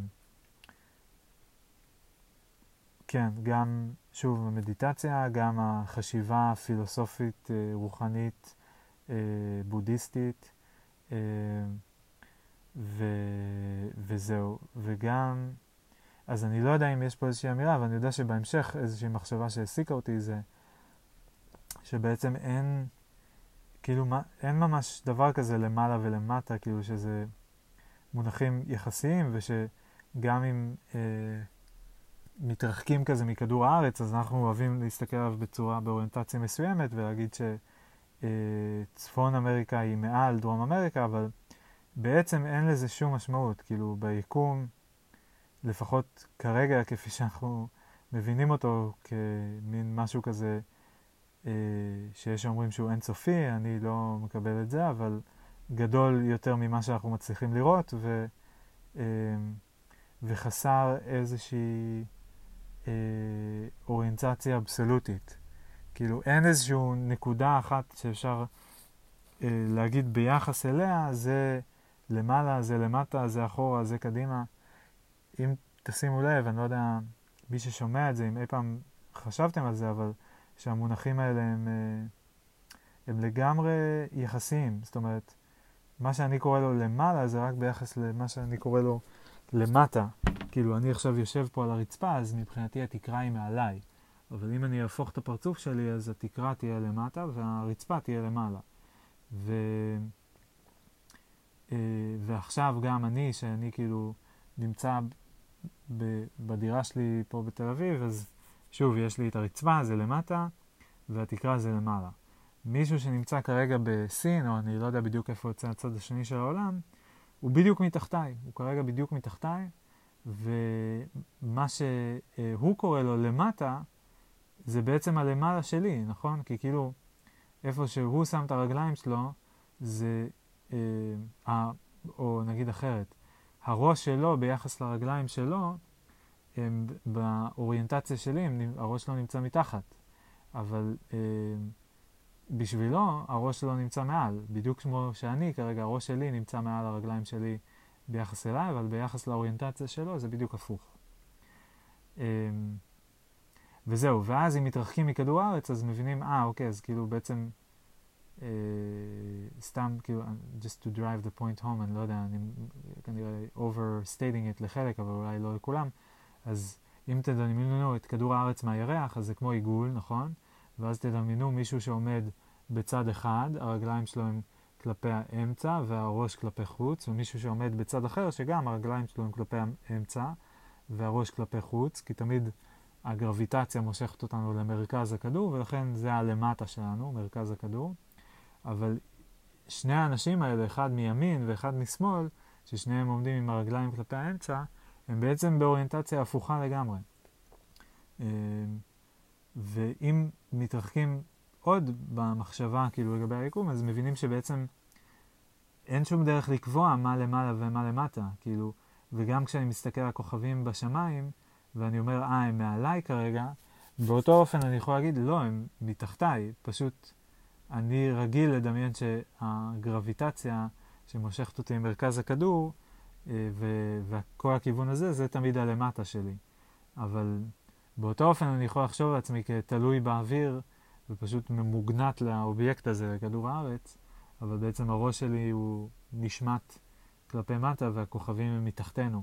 כן, גם, שוב, המדיטציה, גם החשיבה הפילוסופית, אה, רוחנית, אה, בודהיסטית, אה, ו, וזהו. וגם, אז אני לא יודע אם יש פה איזושהי אמירה, אבל אני יודע שבהמשך איזושהי מחשבה שהעסיקה אותי זה, שבעצם אין... כאילו, מה, אין ממש דבר כזה למעלה ולמטה, כאילו שזה מונחים יחסיים, ושגם אם אה, מתרחקים כזה מכדור הארץ, אז אנחנו אוהבים להסתכל עליו בצורה, באוריינטציה מסוימת, ולהגיד שצפון אמריקה היא מעל דרום אמריקה, אבל בעצם אין לזה שום משמעות, כאילו ביקום, לפחות כרגע, כפי שאנחנו מבינים אותו כמין משהו כזה, שיש שאומרים שהוא אינסופי, אני לא מקבל את זה, אבל גדול יותר ממה שאנחנו מצליחים לראות, ו, אה, וחסר איזושהי אה, אוריינטציה אבסולוטית. כאילו אין איזושהי נקודה אחת שאפשר אה, להגיד ביחס אליה, זה למעלה, זה למטה, זה אחורה, זה קדימה. אם תשימו לב, אני לא יודע מי ששומע את זה, אם אי פעם חשבתם על זה, אבל שהמונחים האלה הם, אה, הם לגמרי יחסיים. זאת אומרת, מה שאני קורא לו למעלה זה רק ביחס למה שאני קורא לו למטה. כאילו אני עכשיו יושב פה על הרצפה, אז מבחינתי התקרה היא מעליי. אבל אם אני אהפוך את הפרצוף שלי, אז התקרה תהיה למטה והרצפה תהיה למעלה. ו... ועכשיו גם אני, שאני כאילו נמצא ב... בדירה שלי פה בתל אביב, אז שוב, יש לי את הרצפה, זה למטה, והתקרה זה למעלה. מישהו שנמצא כרגע בסין, או אני לא יודע בדיוק איפה יוצא הצד השני של העולם, הוא בדיוק מתחתיי. הוא כרגע בדיוק מתחתיי, ומה שהוא קורא לו למטה, זה בעצם הלמעלה שלי, נכון? כי כאילו, איפה שהוא שם את הרגליים שלו, זה, אה, או נגיד אחרת, הראש שלו ביחס לרגליים שלו, הם, באוריינטציה שלי, הם, הראש שלו נמצא מתחת. אבל אה, בשבילו, הראש שלו נמצא מעל. בדיוק כמו שאני, כרגע הראש שלי נמצא מעל הרגליים שלי ביחס אליי, אבל ביחס לאוריינטציה שלו זה בדיוק הפוך. אה, וזהו, ואז אם מתרחקים מכדור הארץ, אז מבינים, אה, אוקיי, אז כאילו בעצם, אה, סתם, כאילו, just to drive the point home, אני לא יודע, אני כנראה overstating it לחלק, אבל אולי לא לכולם, אז אם תדמיינו את כדור הארץ מהירח, אז זה כמו עיגול, נכון? ואז תדמיינו מישהו שעומד בצד אחד, הרגליים שלו הם כלפי האמצע, והראש כלפי חוץ, ומישהו שעומד בצד אחר, שגם הרגליים שלו הם כלפי האמצע, והראש כלפי חוץ, כי תמיד הגרביטציה מושכת אותנו למרכז הכדור, ולכן זה הלמטה שלנו, מרכז הכדור. אבל שני האנשים האלה, אחד מימין ואחד משמאל, ששניהם עומדים עם הרגליים כלפי האמצע, הם בעצם באוריינטציה הפוכה לגמרי. ואם מתרחקים עוד במחשבה, כאילו לגבי היקום, אז מבינים שבעצם אין שום דרך לקבוע מה למעלה ומה למטה, כאילו, וגם כשאני מסתכל על הכוכבים בשמיים, ואני אומר, אה, הם מעליי כרגע, באותו אופן אני יכול להגיד, לא, הם מתחתיי. פשוט אני רגיל לדמיין שהגרביטציה שמושכת אותי ממרכז הכדור, וכל הכיוון הזה, זה תמיד הלמטה שלי. אבל באותו אופן אני יכול לחשוב לעצמי כתלוי באוויר, ופשוט ממוגנת לאובייקט הזה, לכדור הארץ, אבל בעצם הראש שלי הוא נשמט כלפי מטה, והכוכבים הם מתחתנו.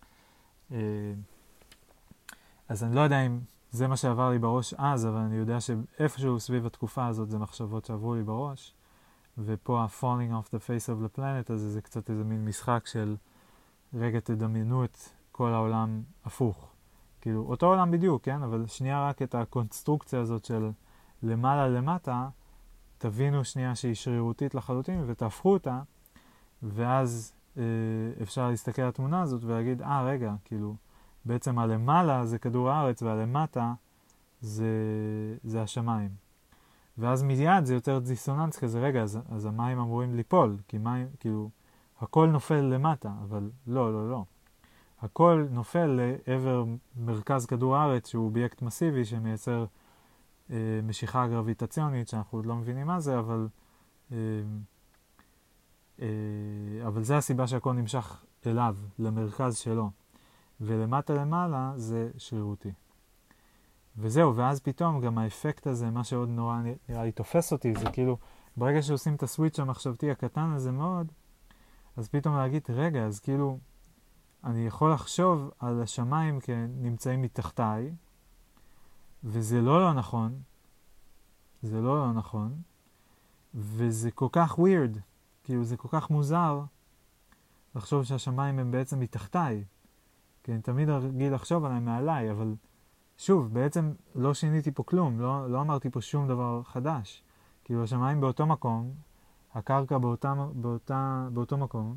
אז אני לא יודע אם זה מה שעבר לי בראש אז, אבל אני יודע שאיפשהו סביב התקופה הזאת זה מחשבות שעברו לי בראש, ופה ה-falling off the face of the planet הזה זה קצת איזה מין משחק של רגע תדמיינו את כל העולם הפוך. כאילו, אותו עולם בדיוק, כן? אבל שנייה רק את הקונסטרוקציה הזאת של למעלה למטה, תבינו שנייה שהיא שרירותית לחלוטין ותהפכו אותה, ואז אה, אפשר להסתכל על התמונה הזאת ולהגיד, אה, רגע, כאילו, בעצם הלמעלה זה כדור הארץ והלמטה זה, זה השמיים. ואז מיד זה יותר דיסוננס כזה, רגע, אז, אז המים אמורים ליפול, כי מים, כאילו, הכל נופל למטה, אבל לא, לא, לא. הכל נופל לעבר מרכז כדור הארץ, שהוא אובייקט מסיבי שמייצר אה, משיכה גרביטציונית, שאנחנו עוד לא מבינים מה זה, אבל, אה, אה, אבל זה הסיבה שהכל נמשך אליו, למרכז שלו. ולמטה למעלה זה שרירותי. וזהו, ואז פתאום גם האפקט הזה, מה שעוד נורא נראה לי תופס אותי, זה כאילו, ברגע שעושים את הסוויץ' המחשבתי הקטן הזה מאוד, אז פתאום להגיד, רגע, אז כאילו, אני יכול לחשוב על השמיים כנמצאים מתחתיי, וזה לא לא נכון, זה לא לא נכון, וזה כל כך weird, כאילו זה כל כך מוזר, לחשוב שהשמיים הם בעצם מתחתיי, כי אני תמיד רגיל לחשוב עליהם מעליי, אבל שוב, בעצם לא שיניתי פה כלום, לא, לא אמרתי פה שום דבר חדש. כאילו השמיים באותו מקום, הקרקע באותה, באותה, באותו מקום,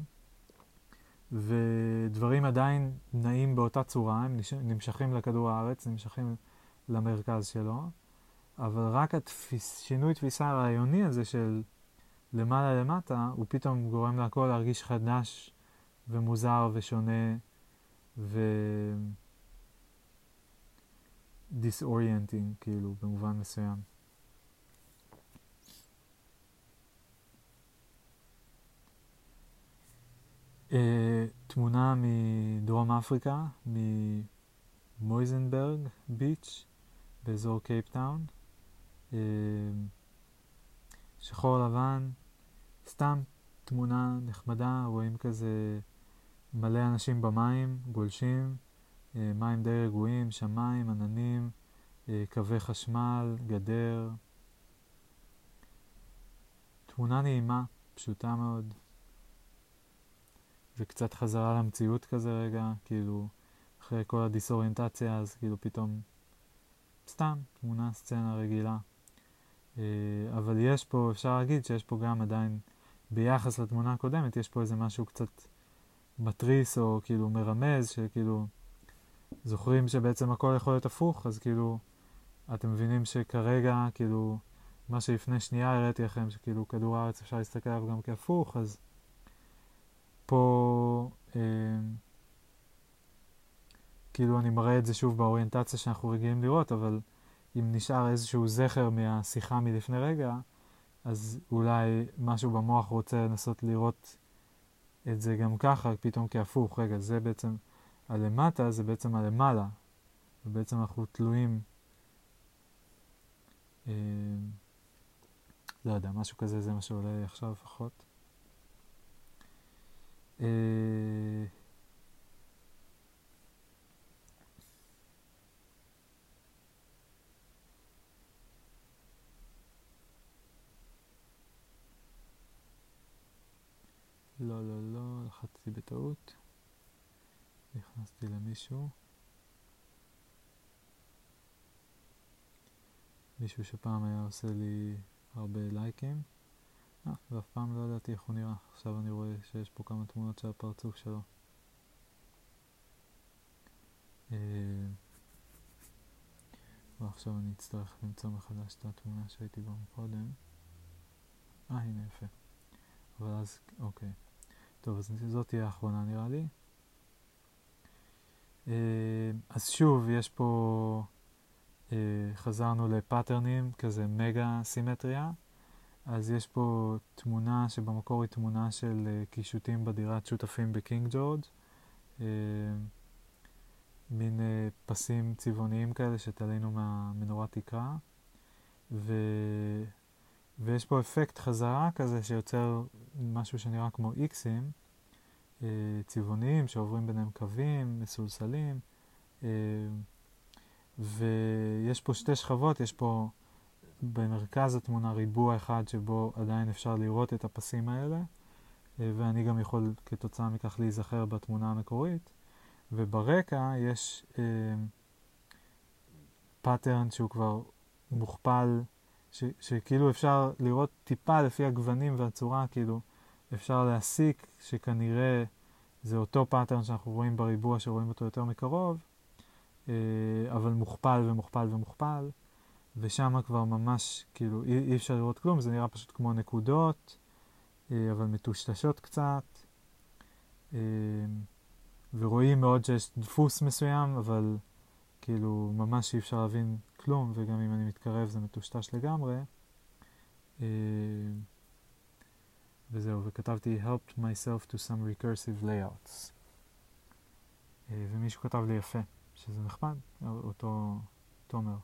ודברים עדיין נעים באותה צורה, הם נמשכים לכדור הארץ, נמשכים למרכז שלו, אבל רק התפיס, שינוי תפיסה הרעיוני הזה של למעלה למטה, הוא פתאום גורם להכל להרגיש חדש ומוזר ושונה ו... disorienting, כאילו, במובן מסוים. Uh, תמונה מדרום אפריקה, ממויזנברג ביץ' באזור קייפטאון. Uh, שחור לבן, סתם תמונה נחמדה, רואים כזה מלא אנשים במים, גולשים, uh, מים די רגועים, שמיים, עננים, uh, קווי חשמל, גדר. תמונה נעימה, פשוטה מאוד. וקצת חזרה למציאות כזה רגע, כאילו, אחרי כל הדיסאוריינטציה, אז כאילו פתאום, סתם, תמונה, סצנה רגילה. אבל יש פה, אפשר להגיד שיש פה גם עדיין, ביחס לתמונה הקודמת, יש פה איזה משהו קצת מטריס, או כאילו מרמז, שכאילו, זוכרים שבעצם הכל יכול להיות הפוך, אז כאילו, אתם מבינים שכרגע, כאילו, מה שלפני שנייה הראיתי לכם, שכאילו כדור הארץ אפשר להסתכל עליו גם כהפוך, אז פה אה, כאילו אני מראה את זה שוב באוריינטציה שאנחנו רגילים לראות, אבל אם נשאר איזשהו זכר מהשיחה מלפני רגע, אז אולי משהו במוח רוצה לנסות לראות את זה גם ככה, פתאום כהפוך. רגע, זה בעצם הלמטה, זה בעצם הלמעלה, ובעצם אנחנו תלויים, אה, לא יודע, משהו כזה, זה מה שעולה עכשיו לפחות. אה, לא, לא, לא, לחצתי בטעות. נכנסתי למישהו. מישהו שפעם היה עושה לי הרבה לייקים. אה, ואף פעם לא ידעתי איך הוא נראה. עכשיו אני רואה שיש פה כמה תמונות של הפרצוף שלו. אה, ועכשיו אני אצטרך למצוא מחדש את התמונה שהייתי בה קודם. אה, הנה יפה. אבל אז, אוקיי. טוב, אז זאת תהיה האחרונה נראה לי. אז שוב, יש פה, חזרנו לפאטרנים, כזה מגה סימטריה. אז יש פה תמונה שבמקור היא תמונה של קישוטים בדירת שותפים בקינג ג'ורג'. מין פסים צבעוניים כאלה שתלינו מהמנורת תקרה. ו... ויש פה אפקט חזרה כזה שיוצר משהו שנראה כמו איקסים, צבעוניים שעוברים ביניהם קווים, מסולסלים, ויש פה שתי שכבות, יש פה במרכז התמונה ריבוע אחד שבו עדיין אפשר לראות את הפסים האלה, ואני גם יכול כתוצאה מכך להיזכר בתמונה המקורית, וברקע יש פאטרן שהוא כבר מוכפל, ש, שכאילו אפשר לראות טיפה לפי הגוונים והצורה, כאילו אפשר להסיק שכנראה זה אותו פאטרן שאנחנו רואים בריבוע שרואים אותו יותר מקרוב, אבל מוכפל ומוכפל ומוכפל, ושם כבר ממש כאילו אי, אי אפשר לראות כלום, זה נראה פשוט כמו נקודות, אבל מטושטשות קצת, ורואים מאוד שיש דפוס מסוים, אבל כאילו ממש אי אפשר להבין כלום, וגם אם אני מתקרב זה מטושטש לגמרי. וזהו, וכתבתי helped myself to some recursive layouts. ומישהו כתב לי יפה, שזה נחמד, אותו תומר.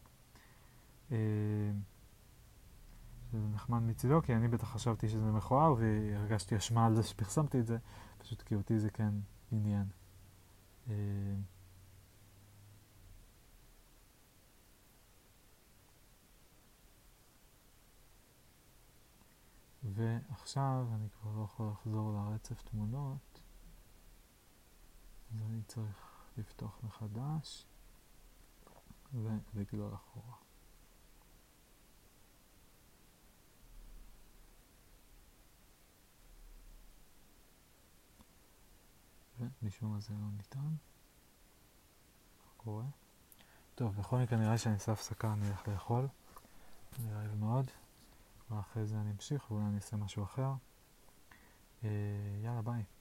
שזה נחמד מצידו, כי אני בטח חשבתי שזה מכוער, והרגשתי אשמה על זה שפרסמתי את זה, פשוט כי אותי זה כן עניין. ועכשיו אני כבר לא יכול לחזור לרצף תמונות, אז אני צריך לפתוח מחדש ולגלול אחורה. ומשום מה זה לא ניתן. מה קורה? טוב, בכל מקרה נראה שאני אעשה הפסקה, אני אלך לאכול. אני רעב מאוד. ואחרי זה אני אמשיך ואולי אני אעשה משהו אחר. יאללה ביי.